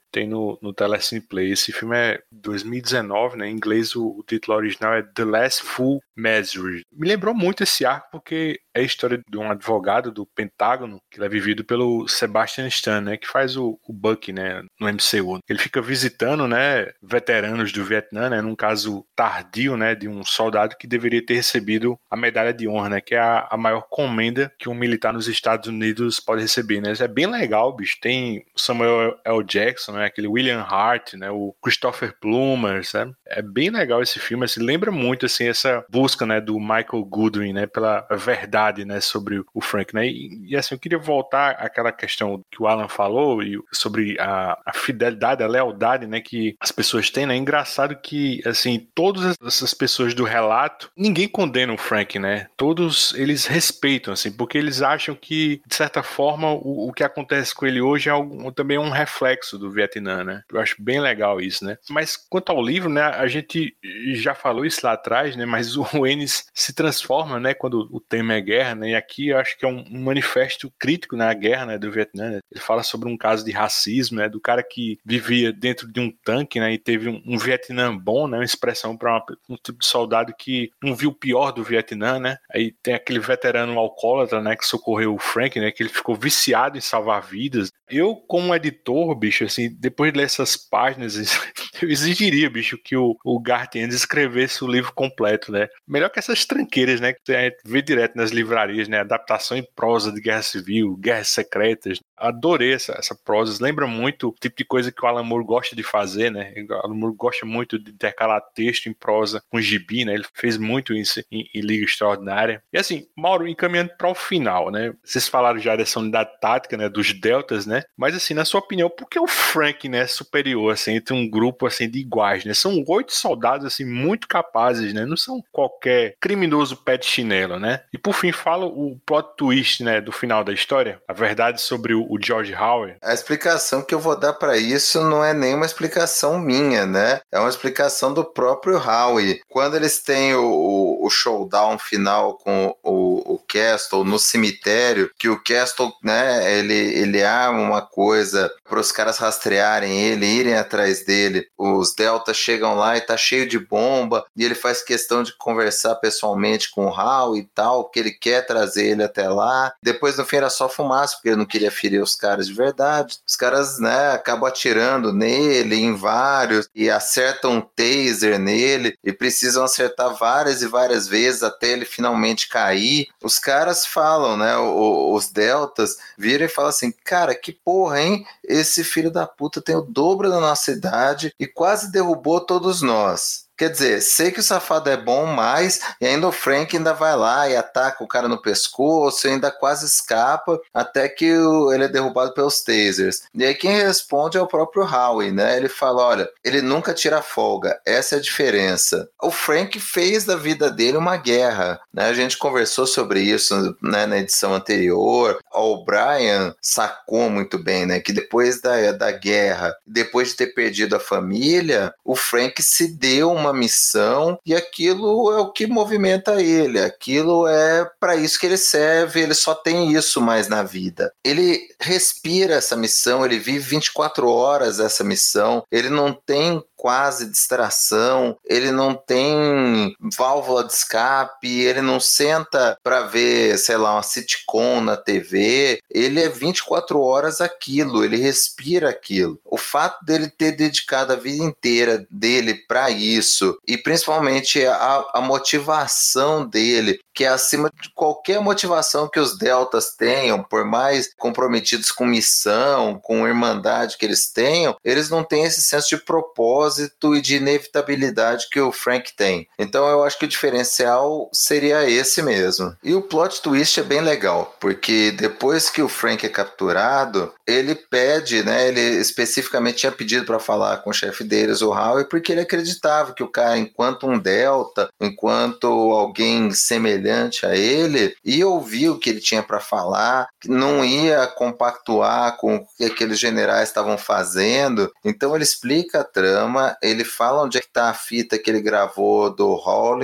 tem no Telecine Play. Esse filme é 2019, né? Em inglês o título original é The Last Full Measure. Me lembrou muito esse arco porque é a história de um advogado do Pentágono, que ele é vivido pelo Sebastian Stan, né? Que faz o Bucky, né? No MCU. Ele fica visitando, né? Veteranos do Vietnã, né? Num caso tardio, né? De um soldado que deveria ter recebido a medalha de honra, né? Que é a maior comenda que um militar nos Estados Unidos pode receber, né? Isso é bem legal, bicho. Tem o Samuel L. Jackson, né? Aquele William Hart, né? O Christopher Plummer, sabe? É bem legal esse filme, assim, lembra muito, assim, essa busca, né? Do Michael Goodwin, né? Pela verdade, né? Sobre o Frank, né? E assim, eu queria voltar àquela questão que o Alan falou e sobre a fidelidade, a lealdade, né? Que as pessoas têm, né? É engraçado que, assim, todas essas pessoas do relato, ninguém condena o Frank, né? Todos eles respeitam, assim, porque eles acham que, de certa forma, o que acontece com ele hoje é também um reflexo do Vietnã, né? Eu acho bem legal isso, né? Mas quanto ao livro, né? A gente já falou isso lá atrás, né? Mas o Ennis se transforma, né? Quando o tema é guerra, né? E aqui eu acho que é um manifesto crítico, né? A guerra, né? Do Vietnã, né? Ele fala sobre um caso de racismo, né? Do cara que vivia dentro de um tanque, né? E teve um Vietnã bom, né? Uma expressão para um tipo de soldado que não viu o pior do Vietnã, né? Aí tem aquele veterano alcoólatra, né? Que socorreu o Frank, né? Que ele ficou viciado em salvar vidas. Eu, como editor, bicho, assim, depois de ler essas páginas, eu exigiria, bicho, que o Garth Ennis escrevesse o livro completo, né? Melhor que essas tranqueiras, né? Que a gente vê direto nas livrarias, né? Adaptação em prosa de Guerra Civil, Guerras Secretas. Adorei essa prosa. Lembra muito o tipo de coisa que o Alan Moore gosta de fazer, né? O Alan Moore gosta muito de intercalar texto em prosa com gibi, né? Ele fez muito isso em Liga Extraordinária. E assim, Mauro, encaminhando para o final, né? Vocês falaram já dessa unidade tática, né? Dos deltas, né? Mas assim, na sua opinião, por que o Frank, né, é superior, assim, entre um grupo, assim, de iguais, né? São 8 soldados, assim, muito capazes, né? Não são qualquer criminoso pé de chinelo, né? E por fim, fala o plot twist, né, do final da história, a verdade sobre o George Howard. A explicação que eu vou dar para isso não é nenhuma explicação minha, né? É uma explicação do próprio Howie. Quando eles têm o showdown final com o Castle no cemitério, que o Castle, né, ele arma uma coisa para os caras rastrearem ele, irem atrás dele. Os Deltas chegam lá e tá cheio de bomba, e ele faz questão de conversar pessoalmente com o Howie e tal, que ele quer trazer ele até lá. Depois, no fim, era só fumaça, porque ele não queria ferir os caras de verdade. Os caras, né, acabam atirando nele, em vários, e acertam um taser nele, e precisam acertar várias e várias vezes até ele finalmente cair. Os caras falam, né, os Deltas viram e falam assim, cara, que porra, hein? Esse filho da puta tem o dobro da nossa idade e quase derrubou todos nós. Quer dizer, sei que o safado é bom, mas e ainda o Frank ainda vai lá e ataca o cara no pescoço, e ainda quase escapa, até que ele é derrubado pelos tasers. E aí quem responde é o próprio Howie, né? Ele fala, olha, ele nunca tira folga, essa é a diferença. O Frank fez da vida dele uma guerra, né? A gente conversou sobre isso, né, na edição anterior. O Brian sacou muito bem, né, que depois da guerra, depois de ter perdido a família, o Frank se deu uma missão e aquilo é o que movimenta ele, aquilo é para isso que ele serve, ele só tem isso mais na vida. Ele respira essa missão, ele vive 24 horas essa missão, ele não tem quase distração, ele não tem válvula de escape, ele não senta para ver, sei lá, uma sitcom na TV, ele é 24 horas aquilo, ele respira aquilo. O fato dele ter dedicado a vida inteira dele para isso, e principalmente a motivação dele, que é acima de qualquer motivação que os Deltas tenham, por mais comprometidos com missão, com irmandade que eles tenham, eles não têm esse senso de propósito e de inevitabilidade que o Frank tem. Então eu acho que o diferencial seria esse mesmo. E o plot twist é bem legal, porque depois que o Frank é capturado, ele pede, né, ele especificamente tinha pedido para falar com o chefe deles, o Howie, porque ele acreditava que o cara, enquanto um Delta, enquanto alguém semelhante a ele, ia ouvir o que ele tinha para falar, não ia compactuar com o que aqueles generais estavam fazendo. Então ele explica a trama, ele fala onde é que está a fita que ele gravou do Rawlins,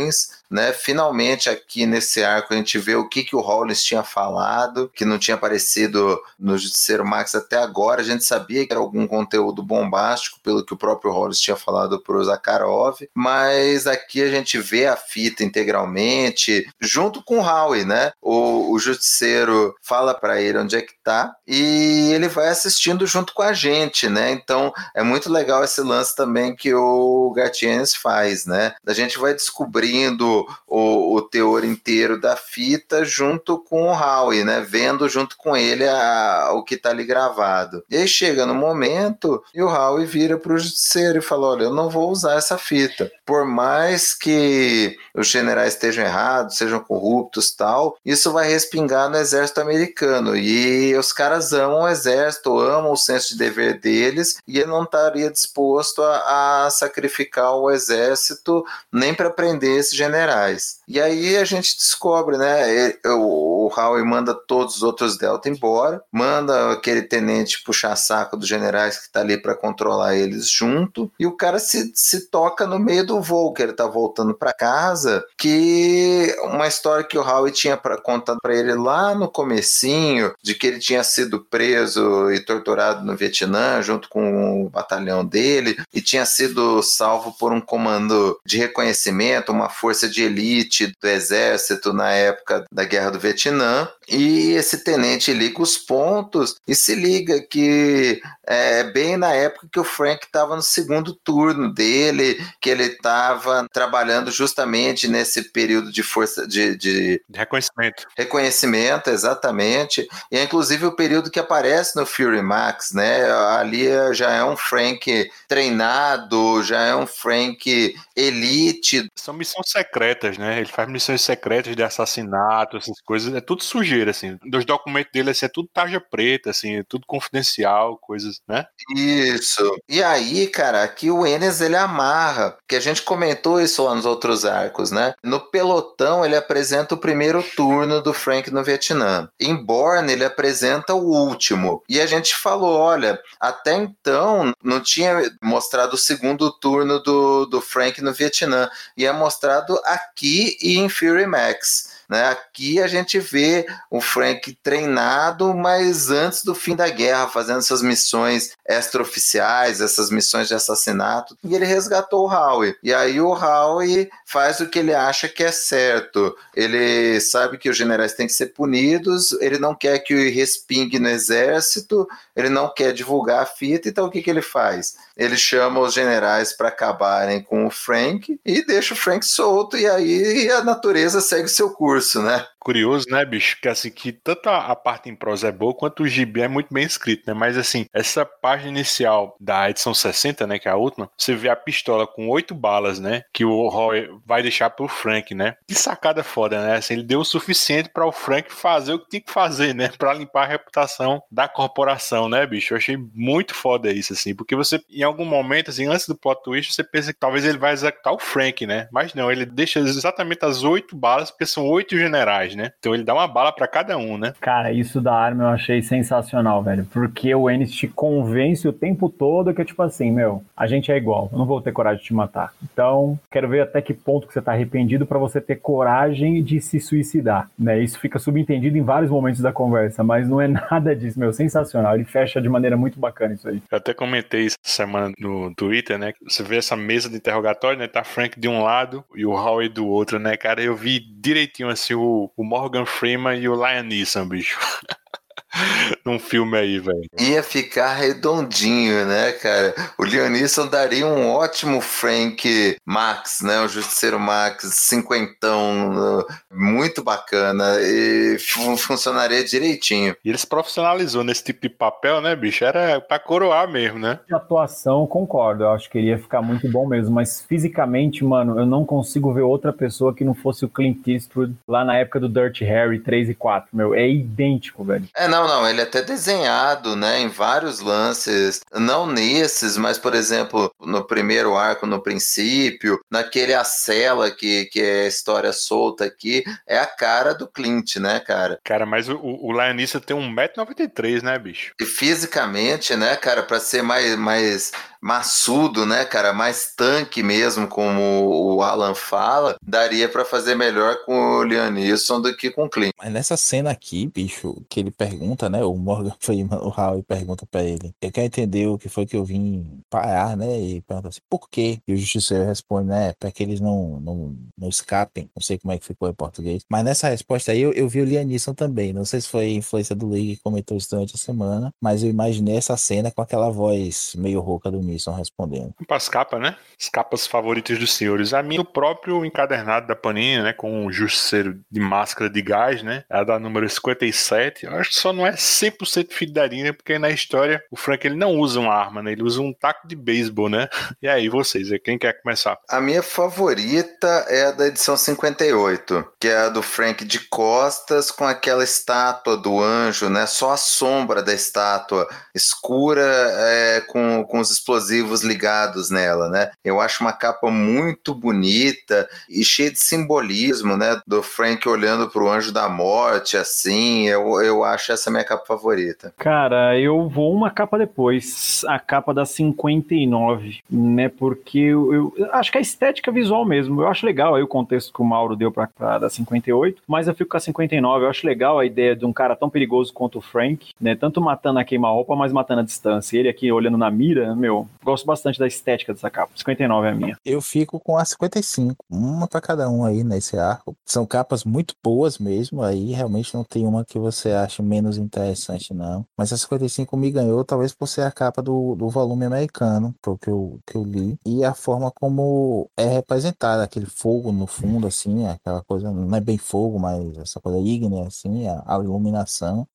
né? Finalmente aqui nesse arco a gente vê o que o Rawlins tinha falado, que não tinha aparecido no Justiceiro Max até agora. A gente sabia que era algum conteúdo bombástico, pelo que o próprio Rawlins tinha falado pro Zakharov, mas aqui a gente vê a fita integralmente, junto com o Howie, né? O Justiceiro fala para ele onde é que tá, e ele vai assistindo junto com a gente, né? Então é muito legal esse lance também que o Garth Ennis faz, né? A gente vai descobrindo o teor inteiro da fita junto com o Howie, né? Vendo junto com ele o que tá ali gravado. E aí chega no momento e o Howie vira pro Justiceiro e fala: olha, eu não vou usar essa fita. Por mais que os generais estejam errados, sejam corruptos e tal, isso vai respingar no exército americano. E os caras amam o exército, amam o senso de dever deles, e ele não estaria disposto a sacrificar o exército nem para prender esses generais. E aí a gente descobre, né? O Howie manda todos os outros Delta embora, manda aquele tenente puxar saco dos generais que tá ali para controlar eles junto, e o cara se toca no meio do voo, que ele tá voltando para casa, que uma história que o Howie tinha contado para ele lá no comecinho, de que ele tinha sido preso e torturado no Vietnã junto com o batalhão dele, e tinha sido salvo por um comando de reconhecimento, uma força de elite do exército na época da Guerra do Vietnã. E esse tenente liga os pontos e se liga que é bem na época que o Frank estava no segundo turno dele, que ele estava trabalhando justamente nesse período de força de reconhecimento. Reconhecimento, exatamente. E é inclusive o período que aparece no Fury Max, né? Ali já é um Frank treinado, já é um Frank elite. São missões secretas, né? Ele faz missões secretas de assassinato, essas coisas. É tudo sujeira, assim. Dos documentos dele, assim, é tudo tarja preta, assim, é tudo confidencial, coisas, né? Isso. E aí, cara, aqui o Ennis, ele amarra, que a gente comentou isso lá nos outros arcos, né? No pelotão, ele apresenta o primeiro turno do Frank no Vietnã. Em Bourne, ele apresenta o último. E a gente falou, olha, até então não tinha mostrado o segundo turno do Frank no Vietnã. E é mostrado aqui e em Fury Max. Né? Aqui a gente vê o Frank treinado, mas antes do fim da guerra, fazendo essas missões extraoficiais, essas missões de assassinato, e ele resgatou o Howie. E aí o Howie faz o que ele acha que é certo. Ele sabe que os generais têm que ser punidos, ele não quer que respingue no exército, ele não quer divulgar a fita, então o que ele faz? Ele chama os generais para acabarem com o Frank e deixa o Frank solto, e aí a natureza segue o seu curso, né? Curioso, né, bicho? Que assim, que tanto a parte em prosa é boa, quanto o gibi é muito bem escrito, né? Mas assim, essa página inicial da edição 60, né, que é a última, você vê a pistola com 8 balas, né? Que o Roy vai deixar pro Frank, né? Que sacada foda, né? Assim, ele deu o suficiente para o Frank fazer o que tinha que fazer, né? Pra limpar a reputação da corporação, né, bicho? Eu achei muito foda isso, assim, porque você, em algum momento, assim, antes do plot twist, você pensa que talvez ele vai executar o Frank, né? Mas não, ele deixa exatamente as 8 balas, porque são 8 generais, né? Então ele dá uma bala pra cada um, né? Cara, isso da arma eu achei sensacional, velho. Porque o Ennis te convence o tempo todo que é tipo assim, meu, a gente é igual, eu não vou ter coragem de te matar. Então, quero ver até que ponto que você tá arrependido pra você ter coragem de se suicidar, né? Isso fica subentendido em vários momentos da conversa, mas não é nada disso, meu, sensacional. Ele fecha de maneira muito bacana isso aí. Eu até comentei essa semana no Twitter, né? Você vê essa mesa de interrogatório, né? Tá Frank de um lado e o Howie do outro, né, cara? Eu vi direitinho, assim, o Morgan Freeman e o Liam Neeson, bicho. Num filme aí, velho. Ia ficar redondinho, né, cara? O Leonisson daria um ótimo Frank Max, né? O Justiceiro Max, cinquentão, muito bacana e funcionaria direitinho. E ele se profissionalizou nesse tipo de papel, né, bicho? Era pra coroar mesmo, né? De atuação, concordo, eu acho que ele ia ficar muito bom mesmo, mas fisicamente, mano, eu não consigo ver outra pessoa que não fosse o Clint Eastwood lá na época do Dirty Harry 3 e 4, meu, é idêntico, velho. Não, ele é até desenhado, né, em vários lances, não nesses, mas, por exemplo, no primeiro arco, no princípio, naquele A Cela, que é a história solta aqui, é a cara do Clint, né, cara? Cara, mas o Liam Neeson tem 1,93 m, né, bicho? E fisicamente, né, cara, pra ser mais maçudo, né, cara, mais tanque mesmo, como o Alan fala, daria pra fazer melhor com o Liam Neeson do que com o Clint. Mas nessa cena aqui, bicho, que ele pergunta, né? O Morgan Freeman, o Howie pergunta pra ele. Eu quero entender o que foi que eu vim parar, né? E pergunta assim, por quê? E o justiceiro responde, né? Pra que eles não escapem. Não sei como é que ficou em português. Mas nessa resposta aí, eu vi o Liam Neeson também. Não sei se foi influência do Lee que comentou isso durante a semana, mas eu imaginei essa cena com aquela voz meio rouca do Neeson respondendo. Para as capas, né? As capas favoritas dos senhores. A minha, o próprio encadernado da Panini, né? Com o justiceiro de máscara de gás, né? É a da número 57. Eu acho que só não é 100% fidedigna, porque na história o Frank ele não usa uma arma, né? Ele usa um taco de beisebol, né? E aí, vocês, quem quer começar? A minha favorita é a da edição 58, que é a do Frank de costas com aquela estátua do anjo, né? Só a sombra da estátua escura com os explosivos ligados nela, né? Eu acho uma capa muito bonita e cheia de simbolismo, né? Do Frank olhando pro anjo da morte, assim. Eu acho essa minha capa favorita. Cara, eu vou uma capa depois, a capa da 59, né? Porque eu acho que a estética visual mesmo, eu acho legal aí o contexto que o Mauro deu pra da 58, mas eu fico com a 59, eu acho legal a ideia de um cara tão perigoso quanto o Frank, né? Tanto matando a queima-roupa, mas matando a distância. Ele aqui olhando na mira, gosto bastante da estética dessa capa. 59 é a minha. Eu fico com a 55, uma pra cada um aí nesse arco. São capas muito boas mesmo, aí realmente não tem uma que você ache menos interessante, não. Mas a 55 me ganhou, talvez por ser a capa do volume americano, que eu li, e a forma como é representada, aquele fogo no fundo, assim, aquela coisa, não é bem fogo, mas essa coisa ígnea, assim, a iluminação.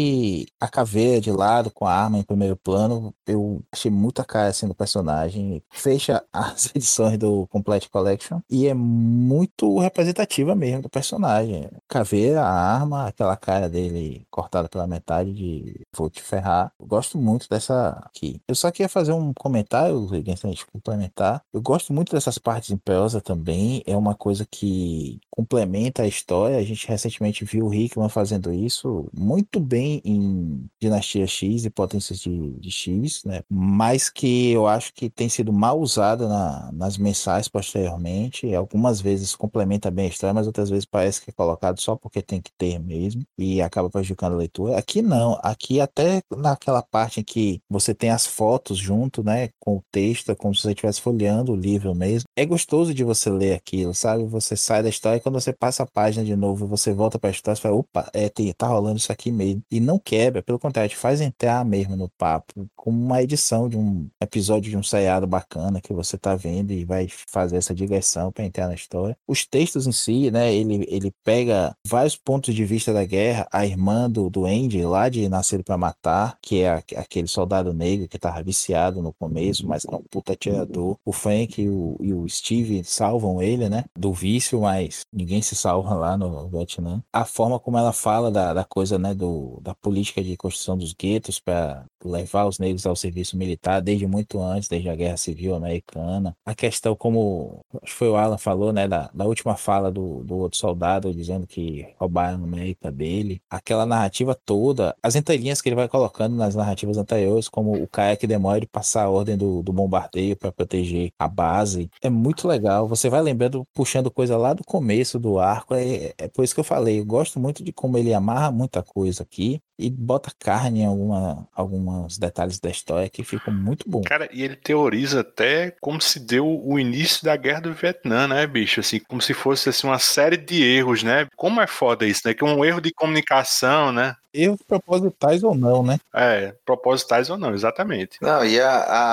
E a caveira de lado com a arma em primeiro plano, eu achei muita cara, assim, do personagem. Fecha as edições do Complete Collection e é muito representativa mesmo do personagem. Caveira, a arma, aquela cara dele cortada pela metade de vou te ferrar. Eu gosto muito dessa aqui. Eu só queria fazer um comentário, antes de complementar. Eu gosto muito dessas partes em prosa também. É uma coisa que complementa a história. A gente recentemente viu o Hickman fazendo isso muito bem em Dinastia X e Potências de X, né? Mas que eu acho que tem sido mal usada nas mensais posteriormente. Algumas vezes complementa bem a história, mas outras vezes parece que é colocado só porque tem que ter mesmo e acaba prejudicando a leitura. Aqui não. Aqui até naquela parte em que você tem as fotos junto, né, com o texto, é como se você estivesse folheando o livro mesmo. É gostoso de você ler aquilo, sabe? Você sai da história e quando você passa a página de novo, você volta para a história, você fala, opa, tá rolando isso aqui mesmo. E não quebra, pelo contrário, te faz entrar mesmo no papo, como uma edição de um episódio de um seriado bacana que você tá vendo e vai fazer essa digressão para entrar na história. Os textos em si, né, ele pega vários pontos de vista da guerra, a irmã do Andy, lá de Nascido para Matar, que é aquele soldado negro que tava viciado no começo, mas é um puta atirador. O Frank e o Steve salvam ele, né, do vício, mas ninguém se salva lá no Vietnã. A forma como ela fala da coisa, né, da política de construção dos guetos para levar os negros ao serviço militar desde muito antes, desde a Guerra Civil Americana. A questão, como acho que foi o Alan falou, né, da última fala do outro soldado dizendo que roubaram a América dele. Aquela narrativa toda, as entrelinhas que ele vai colocando nas narrativas anteriores, como o cara que demora de passar a ordem do bombardeio para proteger a base. É muito legal. Você vai lembrando, puxando coisa lá do começo do arco. É por isso que eu falei. Eu gosto muito de como ele amarra muita coisa aqui e bota carne em alguns detalhes da história que ficam muito bom. Cara, e ele teoriza até como se deu o início da Guerra do Vietnã, né, bicho? Assim, como se fosse assim, uma série de erros, né? Como é foda isso, né? Que é um erro de comunicação, né? Erros propositais ou não, né? Propositais ou não, exatamente. Não, e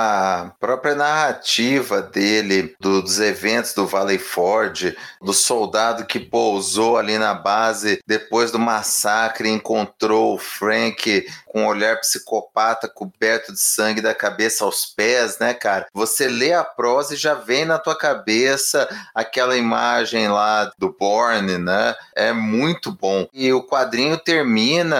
a própria narrativa dele, dos eventos do Valley Forge, do soldado que pousou ali na base depois do massacre, encontrou o Frank com um olhar psicopata coberto de sangue da cabeça aos pés, né, cara? Você lê a prosa e já vem na tua cabeça aquela imagem lá do Bourne, né? É muito bom. E o quadrinho termina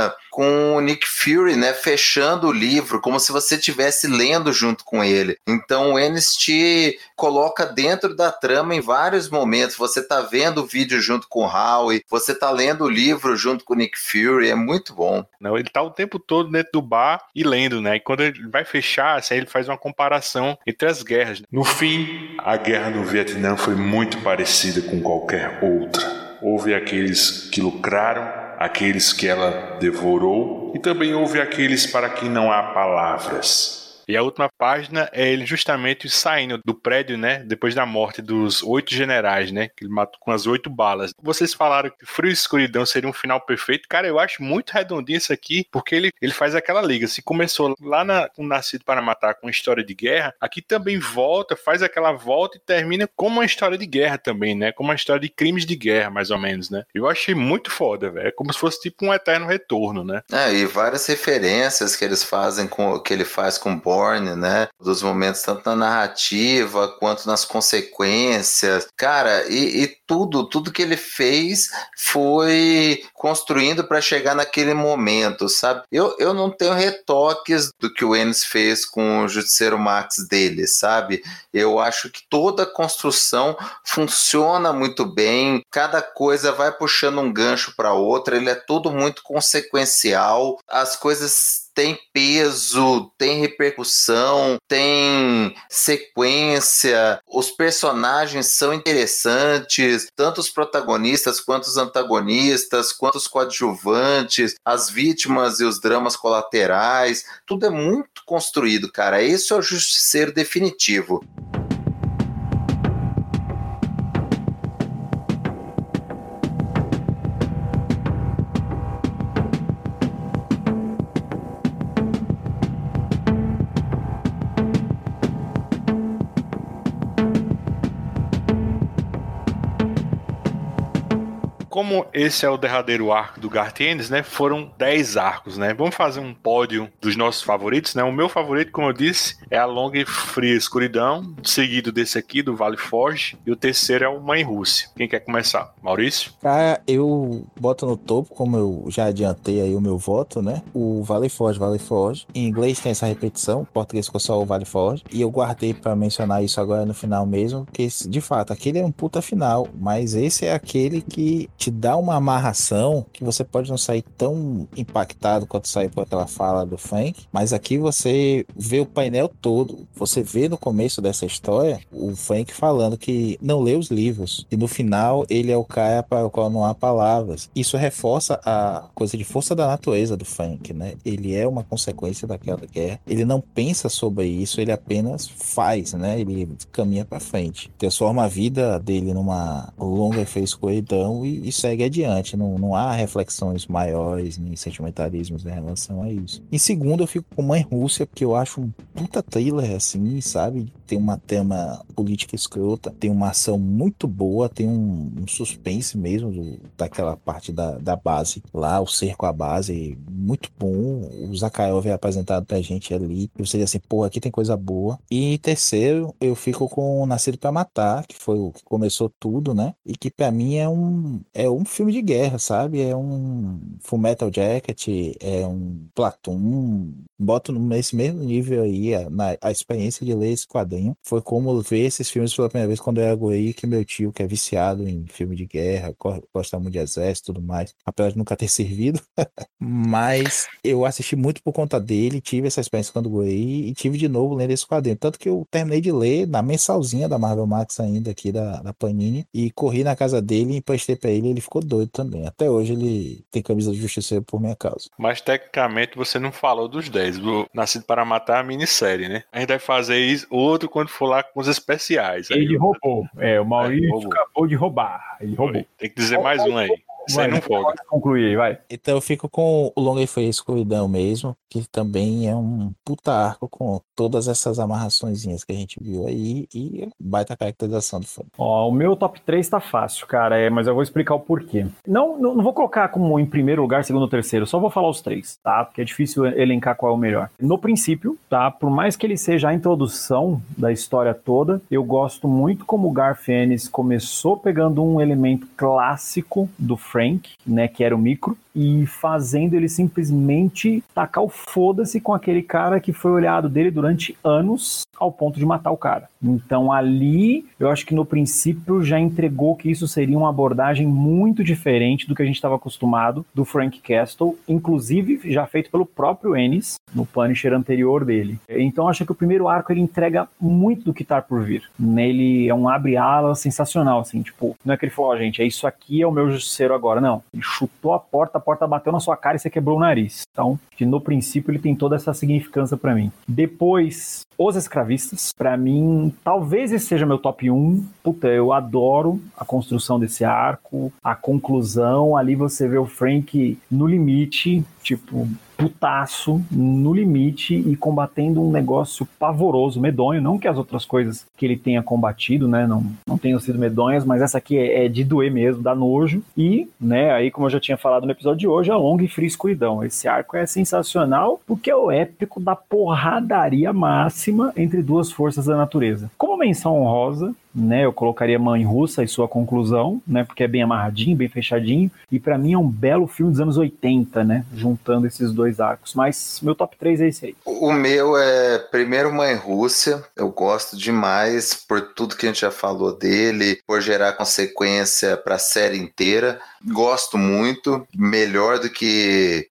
com o Nick Fury, né, fechando o livro, como se você estivesse lendo junto com ele. Então o Ennis te coloca dentro da trama em vários momentos. Você tá vendo o vídeo junto com o Howie, você tá lendo o livro junto com o Nick Fury, é muito bom. Não, ele tá o tempo todo dentro do bar e lendo, né? E quando ele vai fechar, assim, ele faz uma comparação entre as guerras. No fim, a guerra no Vietnã foi muito parecida com qualquer outra. Houve aqueles que lucraram, aqueles que ela devorou, e também houve aqueles para quem não há palavras. E a última página é ele justamente saindo do prédio, né? Depois da morte dos 8 generais, né? Que ele matou com as 8 balas. Vocês falaram que Frio e Escuridão seria um final perfeito. Cara, eu acho muito redondinho isso aqui, porque ele faz aquela liga. Se começou lá com Nascido para Matar, com história de guerra, aqui também volta, faz aquela volta e termina como uma história de guerra também, né? Como uma história de crimes de guerra, mais ou menos, né? Eu achei muito foda, velho. É como se fosse tipo um eterno retorno, né? E várias referências que eles fazem que ele faz com Bourne, né? Dos momentos tanto na narrativa quanto nas consequências. Cara, e tudo que ele fez foi construindo para chegar naquele momento, sabe? Eu não tenho retoques do que o Ennis fez com o Justiceiro Max dele, sabe? Eu acho que toda a construção funciona muito bem, cada coisa vai puxando um gancho para outra, ele é tudo muito consequencial, as coisas tem peso, tem repercussão, tem sequência, os personagens são interessantes, tanto os protagonistas quanto os antagonistas, quanto os coadjuvantes, as vítimas e os dramas colaterais, tudo é muito construído, cara. Esse é o Justiceiro definitivo. Como esse é o derradeiro arco do Garth Ennis, né? Foram 10 arcos, né? Vamos fazer um pódio dos nossos favoritos, né? O meu favorito, como eu disse, é a Longa e Fria Escuridão, seguido desse aqui, do Vale Forge, e o terceiro é o Mãe Rússia. Quem quer começar? Maurício? Cara, eu boto no topo, como eu já adiantei aí o meu voto, né? O Vale Forge. Em inglês tem essa repetição, em português ficou só o Vale Forge, e eu guardei pra mencionar isso agora no final mesmo, porque de fato, aquele é um puta final, mas esse é aquele que te dá uma amarração que você pode não sair tão impactado quanto saiu por aquela fala do Frank, mas aqui você vê o painel todo, você vê no começo dessa história o Frank falando que não lê os livros, e no final ele é o cara para o qual não há palavras. Isso reforça a coisa de força da natureza do Frank, né? Ele é uma consequência daquela guerra, ele não pensa sobre isso, ele apenas faz, né? Ele caminha para frente, transforma a vida dele numa longa e feia escuridão e segue adiante, não há reflexões maiores nem sentimentalismos em relação a isso. Em segundo eu fico com Mãe Rússia, porque eu acho um puta thriller assim, sabe? Tem uma tema política escrota, tem uma ação muito boa, tem um suspense mesmo daquela parte da base lá, o cerco à base, muito bom. O Zakharov é apresentado pra gente ali, e você diz assim, pô, aqui tem coisa boa. E em terceiro eu fico com Nascido pra Matar, que foi o que começou tudo, né? E que pra mim é um filme de guerra, sabe? É um Fullmetal Jacket, é um Platoon. Boto nesse mesmo nível aí a experiência de ler esse quadrinho. Foi como ver esses filmes pela primeira vez quando eu era guri, que meu tio, que é viciado em filme de guerra, gosta muito de exército e tudo mais, apesar de nunca ter servido. Mas eu assisti muito por conta dele, tive essa experiência quando guri e tive de novo lendo esse quadrinho. Tanto que eu terminei de ler na mensalzinha da Marvel Max ainda, aqui da Panini, e corri na casa dele e emprestei pra ele ficou doido também. Até hoje ele tem camisa de Justiceiro por minha causa. Mas tecnicamente você não falou dos 10. Do Nascido para Matar é a minissérie, né? A gente vai fazer isso outro quando for lá com os especiais. Ele roubou. O Maurício acabou de roubar. Ele roubou. Tem que dizer mais um aí. Você não folga. Concluir aí, vai. Então eu fico com o Longa e Feia Escuridão mesmo, que também é um puta arco com todas essas amarraçõezinhas que a gente viu aí e baita caracterização do filme. O meu top 3 tá fácil, cara, mas eu vou explicar o porquê. Não vou colocar como em primeiro lugar, segundo ou terceiro, só vou falar os 3, tá? Porque é difícil elencar qual é o melhor. No princípio, tá? Por mais que ele seja a introdução da história toda, eu gosto muito como o Garth Ennis começou pegando um elemento clássico do Frank, né, que era o micro, e fazendo ele simplesmente tacar o foda-se com aquele cara que foi olhado dele durante anos ao ponto de matar o cara. Então ali, eu acho que no princípio já entregou que isso seria uma abordagem muito diferente do que a gente estava acostumado do Frank Castle, inclusive já feito pelo próprio Ennis no Punisher anterior dele. Então acho que o primeiro arco ele entrega muito do que tá por vir. Nele é um abre-alas sensacional, assim, tipo, não é que ele falou, gente, é isso aqui, é o meu justiceiro agora, não. Ele chutou a porta bateu na sua cara e você quebrou o nariz. Então, que no princípio ele tem toda essa significância pra mim. Depois, Os Escravistas, pra mim, talvez esse seja meu top 1. Puta, eu adoro a construção desse arco, a conclusão, ali você vê o Frank no limite, tipo, putaço, no limite e combatendo um negócio pavoroso, medonho, não que as outras coisas que ele tenha combatido, né, não tenham sido medonhas, mas essa aqui é de doer mesmo, dá nojo, e, né, aí como eu já tinha falado no episódio de hoje, a longa e fria escuridão. Esse arco é sensacional, porque é o épico da porradaria máxima entre duas forças da natureza. Como menção honrosa, né, eu colocaria Mãe Russa e sua conclusão, né, porque é bem amarradinho, bem fechadinho, e pra mim é um belo filme dos anos 80, né, juntando esses dois arcos, mas meu top 3 é esse aí. O meu é primeiro Mãe Rússia, eu gosto demais por tudo que a gente já falou dele, por gerar consequência pra série inteira, gosto muito, melhor do que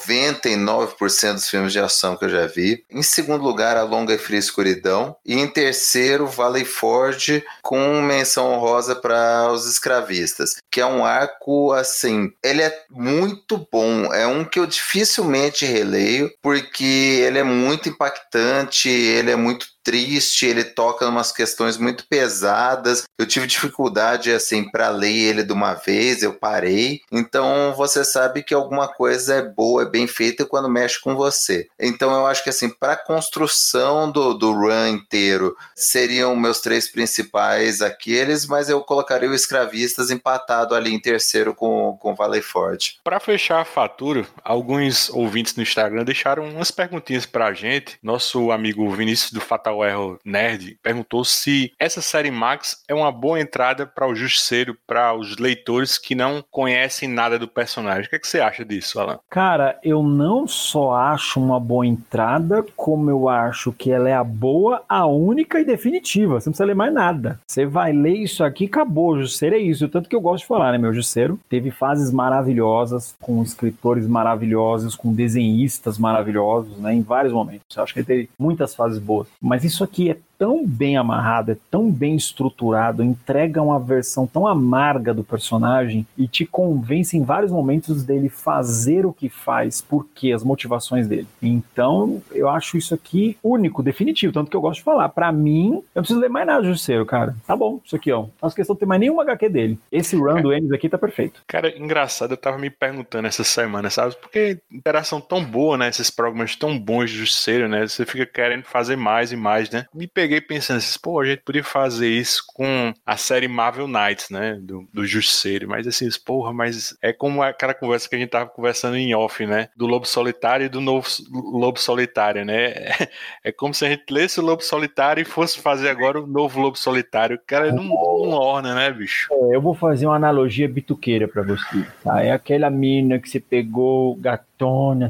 99% dos filmes de ação que eu já vi. Em segundo lugar, A Longa e Fria Escuridão, e em terceiro, Valley Forge, com menção honrosa para Os Escravistas, que é um arco, assim, ele é muito bom, é um que eu dificilmente releio, porque ele é muito impactante, ele é muito triste, ele toca em umas questões muito pesadas. Eu tive dificuldade, assim, para ler ele de uma vez, eu parei. Então, você sabe que alguma coisa é boa, é bem feita quando mexe com você. Então, eu acho que, assim, para a construção do run inteiro, seriam meus 3 principais aqueles, mas eu colocaria o Escravistas empatado ali em terceiro com Valley Forge. Para fechar a fatura, alguns ouvintes no Instagram deixaram umas perguntinhas pra gente. Nosso amigo Vinícius do Fatal Error Nerd perguntou se essa série Max é uma boa entrada para o Justiceiro, para os leitores que não conhecem nada do personagem. O que você acha disso, Alan? Cara, eu não só acho uma boa entrada, como eu acho que ela é a boa, a única e definitiva. Você não precisa ler mais nada. Você vai ler isso aqui, acabou. O Justiceiro é isso. Tanto que eu gosto de falar, né? Meu Justiceiro teve fases maravilhosas, com escritores maravilhosos, com desenhistas maravilhosos, né? Em vários momentos. Eu acho que ele teve muitas fases boas. Mas isso aqui é tão bem amarrado, é tão bem estruturado, entrega uma versão tão amarga do personagem e te convence em vários momentos dele fazer o que faz, porque as motivações dele. Então, eu acho isso aqui único, definitivo, tanto que eu gosto de falar. Pra mim, eu não preciso ler mais nada do Justiceiro, cara. Tá bom, isso aqui, ó. Não faço questão de ter mais nenhuma HQ dele. Esse run do Ennis aqui tá perfeito. Cara, engraçado, eu tava me perguntando essa semana, sabe? Porque interação tão boa, né? Esses programas tão bons de Justiceiro, né? Você fica querendo fazer mais e mais, né? Me peguei pensando assim, pô, a gente podia fazer isso com a série Marvel Knights, né, do Justiceiro, mas assim, porra, mas é como aquela conversa que a gente tava conversando em off, né, do Lobo Solitário e do novo Lobo Solitário, né, é como se a gente lesse o Lobo Solitário e fosse fazer agora o novo Lobo Solitário, o cara não orna, né, bicho? Eu vou fazer uma analogia bituqueira pra você, tá? É aquela mina que você pegou gatona,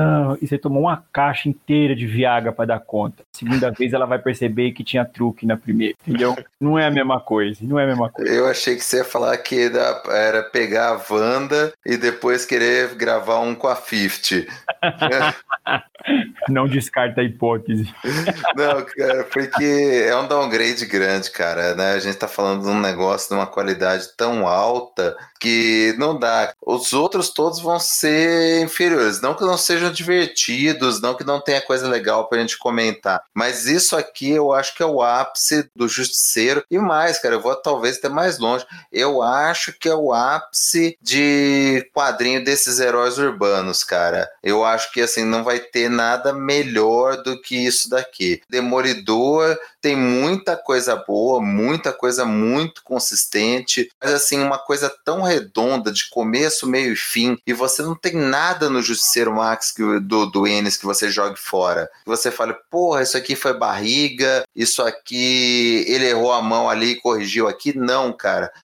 e você tomou uma caixa inteira de Viagra pra dar conta. Segunda vez ela vai perceber que tinha truque na primeira, entendeu? Não é a mesma coisa, não é a mesma coisa. Eu achei que você ia falar que era pegar a Wanda e depois querer gravar um com a 50. Não descarta a hipótese. Não, cara, porque é um downgrade grande, cara, né? A gente tá falando de um negócio de uma qualidade tão alta que não dá. Os outros todos vão ser inferiores. Não que não sejam divertidos, não que não tenha coisa legal pra gente comentar. Mas isso aqui eu acho que é o ápice do Justiceiro. E mais, cara, eu vou talvez até mais longe. Eu acho que é o ápice de quadrinho desses heróis urbanos, cara. Eu acho que, assim, não vai ter nada melhor do que isso daqui. Demolidor tem muita coisa boa, muita coisa muito consistente, mas assim, uma coisa tão redonda de começo, meio e fim, e você não tem nada no Justiceiro Max do Ennis que você jogue fora. Que você fale, porra, isso aqui foi barriga, isso aqui, ele errou a mão ali e corrigiu aqui. Não, cara.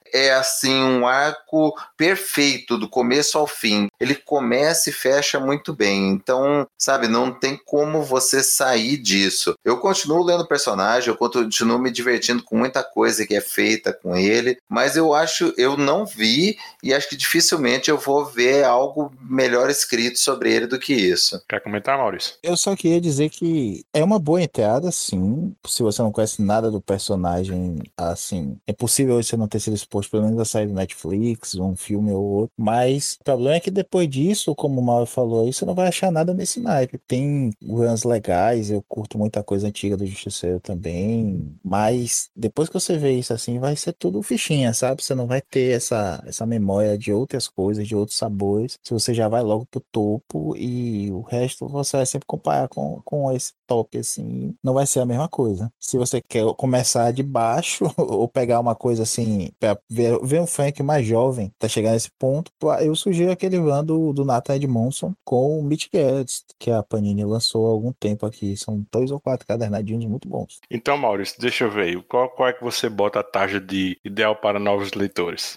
é assim um arco perfeito do começo ao fim. Ele começa e fecha muito bem. Então, sabe, não tem como você sair disso. Eu continuo lendo o personagem, eu continuo me divertindo com muita coisa que é feita com ele, mas eu não vi e acho que dificilmente eu vou ver algo melhor escrito sobre ele do que isso. Quer comentar, Maurício? Eu só queria dizer que é uma boa entrada, sim. Se você não conhece nada do personagem, assim, é possível você não ter sido exposto pelo menos a sair do Netflix, um filme ou outro. Mas o problema é que depois disso, como o Mauro falou aí, você não vai achar nada nesse naipe. Tem runs legais, eu curto muita coisa antiga do Justiceiro também. Mas depois que você vê isso assim, vai ser tudo fichinha, sabe? Você não vai ter essa memória de outras coisas, de outros sabores. Se você já vai logo pro topo e o resto você vai sempre comparar com esse top, assim, não vai ser a mesma coisa. Se você quer começar de baixo ou pegar uma coisa assim, pra ver um Frank mais jovem, tá chegando nesse ponto, eu sugiro aquele run do Nathan Edmondson com o Mitch Gerads, que a Panini lançou há algum tempo aqui. São 2 ou 4 cadernadinhos muito bons. Então, Maurício, deixa eu ver aí. Qual é que você bota a taxa de ideal para novos leitores?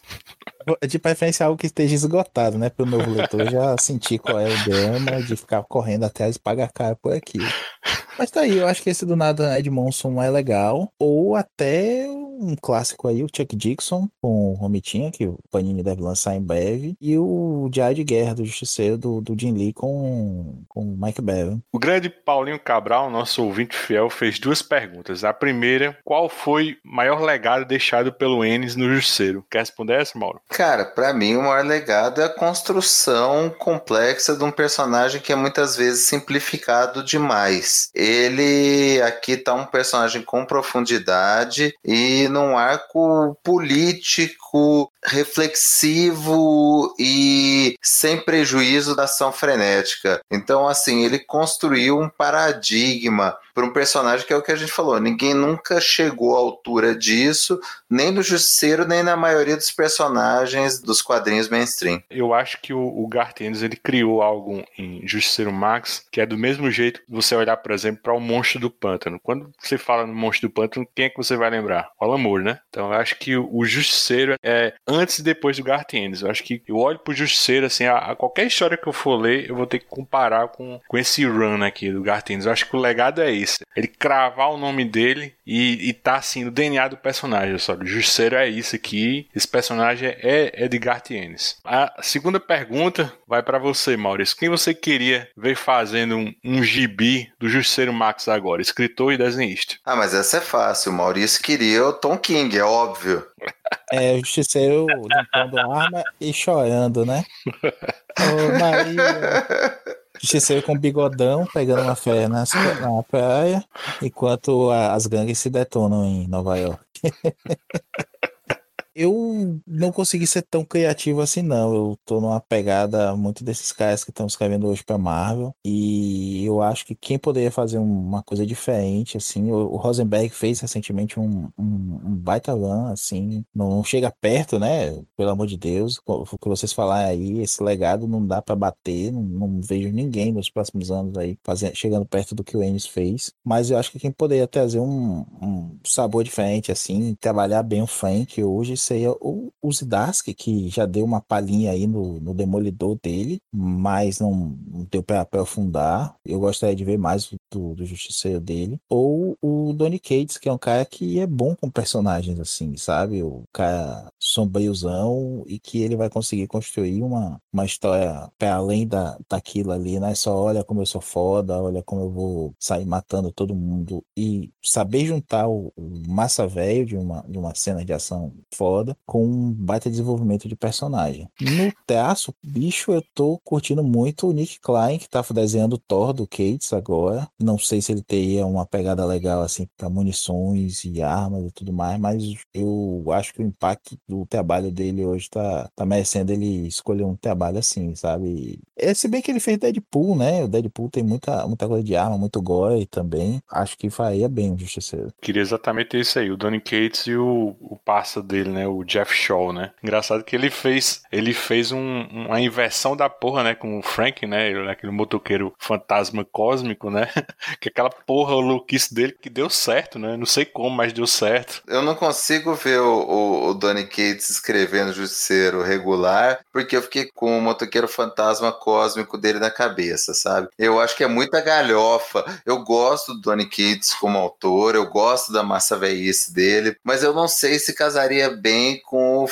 De preferência algo que esteja esgotado, né? Para o novo leitor já sentir qual é o drama de ficar correndo atrás e pagar caro por aquilo. Mas tá aí, eu acho que esse do Nada Edmondson é legal. Ou até um clássico aí, o Chuck Dixon com o Romitinha, que o Panini deve lançar em breve. E o Diário de Guerra do Justiceiro do Jim Lee com o Mike Barron. O grande Paulinho Cabral, nosso ouvinte fiel, fez 2 perguntas. A primeira, qual foi o maior legado deixado pelo Ennis no Justiceiro? Quer responder essa, Mauro? Cara, pra mim o maior legado é a construção complexa de um personagem que é muitas vezes simplificado demais. Ele aqui tá um personagem com profundidade e num arco político, reflexivo e sem prejuízo da ação frenética. Então, assim, ele construiu um paradigma para um personagem que é o que a gente falou. Ninguém nunca chegou à altura disso, nem no Justiceiro, nem na maioria dos personagens dos quadrinhos mainstream. Eu acho que o Garth Ennis, ele criou algo em Justiceiro Max, que é do mesmo jeito que você olhar, por exemplo, para o Monstro do Pântano. Quando você fala no Monstro do Pântano, quem é que você vai lembrar? O Alan Moore, né? Então eu acho que o Justiceiro é antes e depois do Garth Ennis. Eu acho que eu olho pro Justiceiro, assim, a qualquer história que eu for ler, eu vou ter que comparar com esse run aqui do Garth Ennis. Eu acho que o legado é esse. Ele cravar o nome dele e tá, assim, no DNA do personagem. Só, o Justiceiro é isso aqui. Esse personagem é de Garth Ennis. A segunda pergunta vai para você, Maurício. Quem você queria ver fazendo um gibi do Justiceiro Max agora? Escritor e desenhista. Ah, mas essa é fácil. O Maurício queria o Tom King, é óbvio. É, o Justiceiro limpando a arma e chorando, né? Ô, Maria. Justiceiro com bigodão, pegando uma fé na praia, enquanto as gangues se detonam em Nova York. Eu não consegui ser tão criativo assim, não. Eu tô numa pegada muito desses caras que estão escrevendo hoje pra Marvel. E eu acho que quem poderia fazer uma coisa diferente, assim, o Rosenberg fez recentemente um baita run, assim, não chega perto, né? Pelo amor de Deus. O que vocês falaram aí, esse legado não dá pra bater, não vejo ninguém nos próximos anos aí chegando perto do que o Ennis fez. Mas eu acho que quem poderia trazer um sabor diferente, assim, trabalhar bem o Frank hoje seria o Zdarsky, que já deu uma palhinha aí no Demolidor dele, mas não deu para aprofundar. Eu gostaria de ver mais do Justiceiro dele. Ou o Donny Cates, que é um cara que é bom com personagens assim, sabe? O cara sombriozão e que ele vai conseguir construir uma história para além daquilo ali, né? Só olha como eu sou foda, olha como eu vou sair matando todo mundo e saber juntar o massa velho de uma cena de ação foda com um baita desenvolvimento de personagem. No traço, bicho, eu tô curtindo muito o Nick Klein, que tá desenhando o Thor do Cates agora. Não sei se ele teria uma pegada legal assim para munições e armas e tudo mais, mas eu acho que o impacto do trabalho dele hoje tá merecendo ele escolher um trabalho assim, sabe? Se bem que ele fez Deadpool, né? O Deadpool tem muita coisa de arma, muito gore também. Acho que faria bem o Justiceiro. Queria exatamente isso aí, o Donny Cates e o parça dele, né? né? O Jeff Shaw, né? Engraçado que ele fez uma inversão da porra, né? Com o Frank, né? Aquele motoqueiro fantasma cósmico, né? Que aquela porra, o louquice dele que deu certo, né? Não sei como, mas deu certo. Eu não consigo ver o Donny Cates escrevendo Justiceiro regular, porque eu fiquei com o motoqueiro fantasma cósmico dele na cabeça, sabe? Eu acho que é muita galhofa. Eu gosto do Donny Cates como autor, eu gosto da massa velhice dele, mas eu não sei se casaria bem com o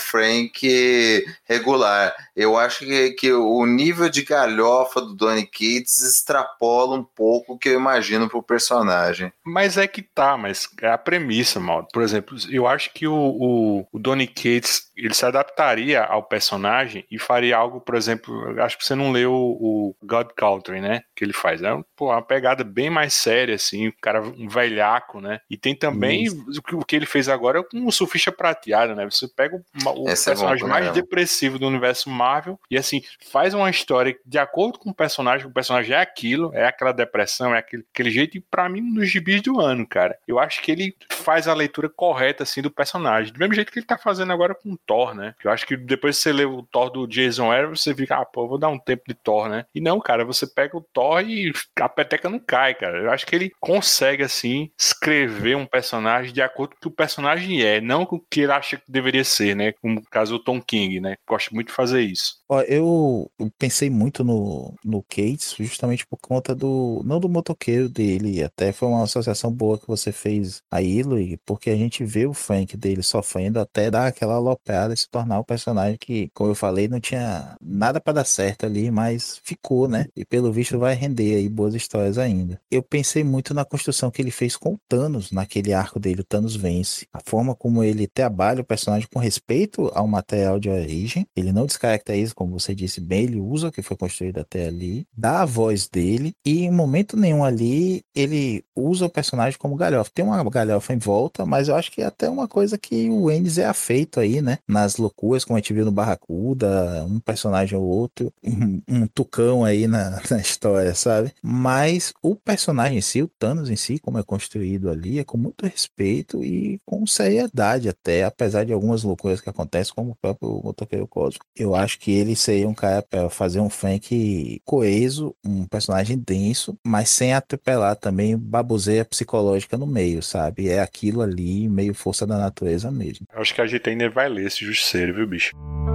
Frank regular. Eu acho que o nível de galhofa do Donny Cates extrapola um pouco o que eu imagino pro personagem. Mas é que tá, mas é a premissa, mal. Por exemplo, eu acho que o Donny Cates, ele se adaptaria ao personagem e faria algo, por exemplo, eu acho que você não leu o God Country, né? Que ele faz. É uma pegada bem mais séria, assim, o cara, um velhaco, né? E tem também o que ele fez agora com o Surfista Prateado, né? Você pega o personagem mais depressivo do universo Marvel e, assim, faz uma história de acordo com o personagem é aquilo, é aquela depressão, é aquele jeito, e pra mim, nos gibis do ano, cara, eu acho que ele faz a leitura correta, assim, do personagem, do mesmo jeito que ele tá fazendo agora com o Thor, né? Eu acho que depois que você lê o Thor do Jason Aaron, você fica, vou dar um tempo de Thor, né? E não, cara, você pega o Thor e a peteca não cai, cara. Eu acho que ele consegue, assim, escrever um personagem de acordo com o que o personagem é, não com o que ele acha que deveria ser, né? Como no caso do Tom King, né? Gosto muito de fazer isso. Ó, eu pensei muito no Cates justamente por conta não do motoqueiro dele, até foi uma associação boa que você fez aí, Luigi, porque a gente vê o Frank dele sofrendo até dar aquela alopeada e se tornar o personagem que, como eu falei, não tinha nada pra dar certo ali, mas ficou, né? E pelo visto vai render aí boas histórias ainda. Eu pensei muito na construção que ele fez com o Thanos, naquele arco dele, o Thanos Vence. A forma como ele trabalha o personagem com respeito ao material de origem, ele não descaracteriza, como você disse bem, ele usa o que foi construído até ali, dá a voz dele e em momento nenhum ali ele usa o personagem como galhofa. Tem uma galhofa em volta, mas eu acho que é até uma coisa que o Ennis é afeito aí, né? Nas loucuras, como a gente viu no Barracuda, um personagem ou outro, um tucão aí na história, sabe? Mas o personagem em si, o Thanos em si, como é construído ali, é com muito respeito e com seriedade até, apesar de algumas loucuras que acontecem, como o próprio Motoqueiro Cósmico. Eu acho que ele seria um cara para fazer um Frank coeso, um personagem denso, mas sem atropelar também baboseira psicológica no meio, sabe? É aquilo ali, meio força da natureza mesmo. Eu acho que a gente ainda vai ler esse Justiceiro, viu, bicho?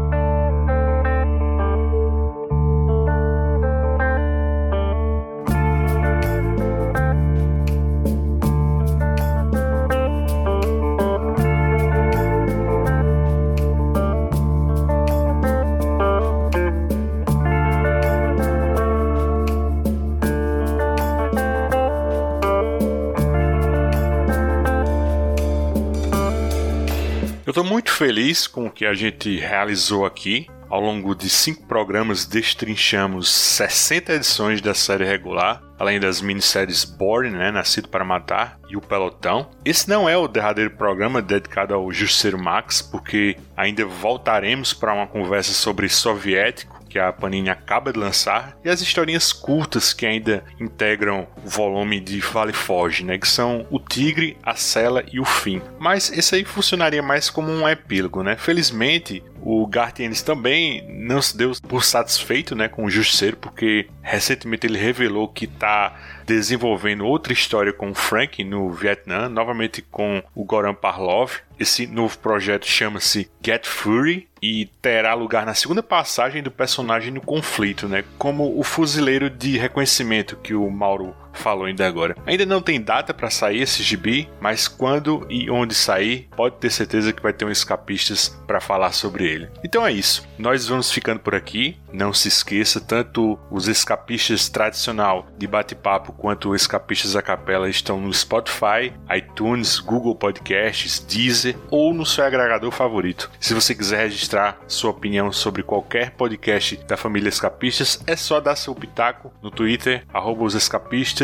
Eu estou muito feliz com o que a gente realizou aqui. Ao longo de 5 programas, destrinchamos 60 edições da série regular, além das minisséries Born, né, Nascido para Matar, e o Pelotão. Esse não é o derradeiro programa dedicado ao Justiceiro Max, porque ainda voltaremos para uma conversa sobre Soviético, que a Panini acaba de lançar, e as historinhas curtas que ainda integram o volume de Vale Forge, né, que são O Tigre, A Cela e O Fim. Mas esse aí funcionaria mais como um epílogo, né? Felizmente, o Garth Ennis também não se deu por satisfeito, né, com o Justiceiro, porque recentemente ele revelou que está desenvolvendo outra história com o Frank no Vietnã, novamente com o Goran Parlov. Esse novo projeto chama-se Get Fury e terá lugar na segunda passagem do personagem no conflito, né? Como o fuzileiro de reconhecimento que o Mauro falou ainda agora. Ainda não tem data para sair esse gibi, mas quando e onde sair, pode ter certeza que vai ter um Escapistas para falar sobre ele. Então é isso. Nós vamos ficando por aqui. Não se esqueça, tanto os Escapistas tradicional de bate-papo quanto os Escapistas a capela estão no Spotify, iTunes, Google Podcasts, Deezer ou no seu agregador favorito. Se você quiser registrar sua opinião sobre qualquer podcast da família Escapistas, é só dar seu pitaco no Twitter, @osescapistas,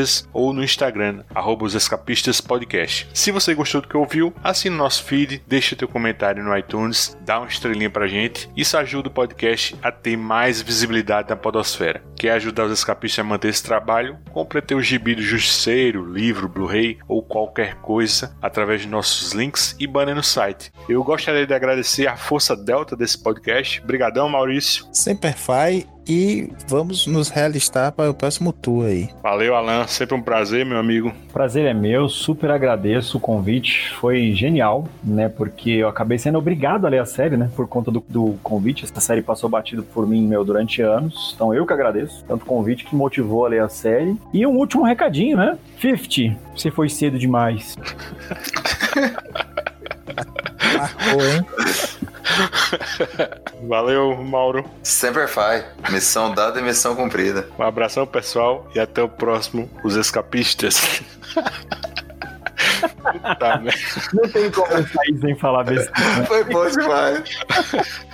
Escapistas ou no Instagram, @osescapistaspodcast. Se você gostou do que ouviu, assine o nosso feed, deixa teu comentário no iTunes, dá uma estrelinha pra gente. Isso ajuda o podcast a ter mais visibilidade na podosfera. Quer ajudar os escapistas a manter esse trabalho? Compre teu gibi do Justiceiro, livro, Blu-ray ou qualquer coisa através de nossos links e banner no site. Eu gostaria de agradecer a força delta desse podcast. Brigadão, Maurício. Semper Fi, e vamos nos realistar para o próximo tour aí. Valeu, Alan. Sempre um prazer, meu amigo. Prazer é meu, super agradeço o convite, foi genial, né, porque eu acabei sendo obrigado a ler a série, né, por conta do convite. Essa série passou batido por mim, durante anos, então eu que agradeço, tanto o convite que motivou a ler a série. E um último recadinho, né, 50, você foi cedo demais. Marcou, hein? Valeu, Mauro. Semper Fi. Missão dada e missão cumprida. Um abração, pessoal, e até o próximo, Os Escapistas. Puta merda. Não tem como sair sem falar besteira. Foi bom demais.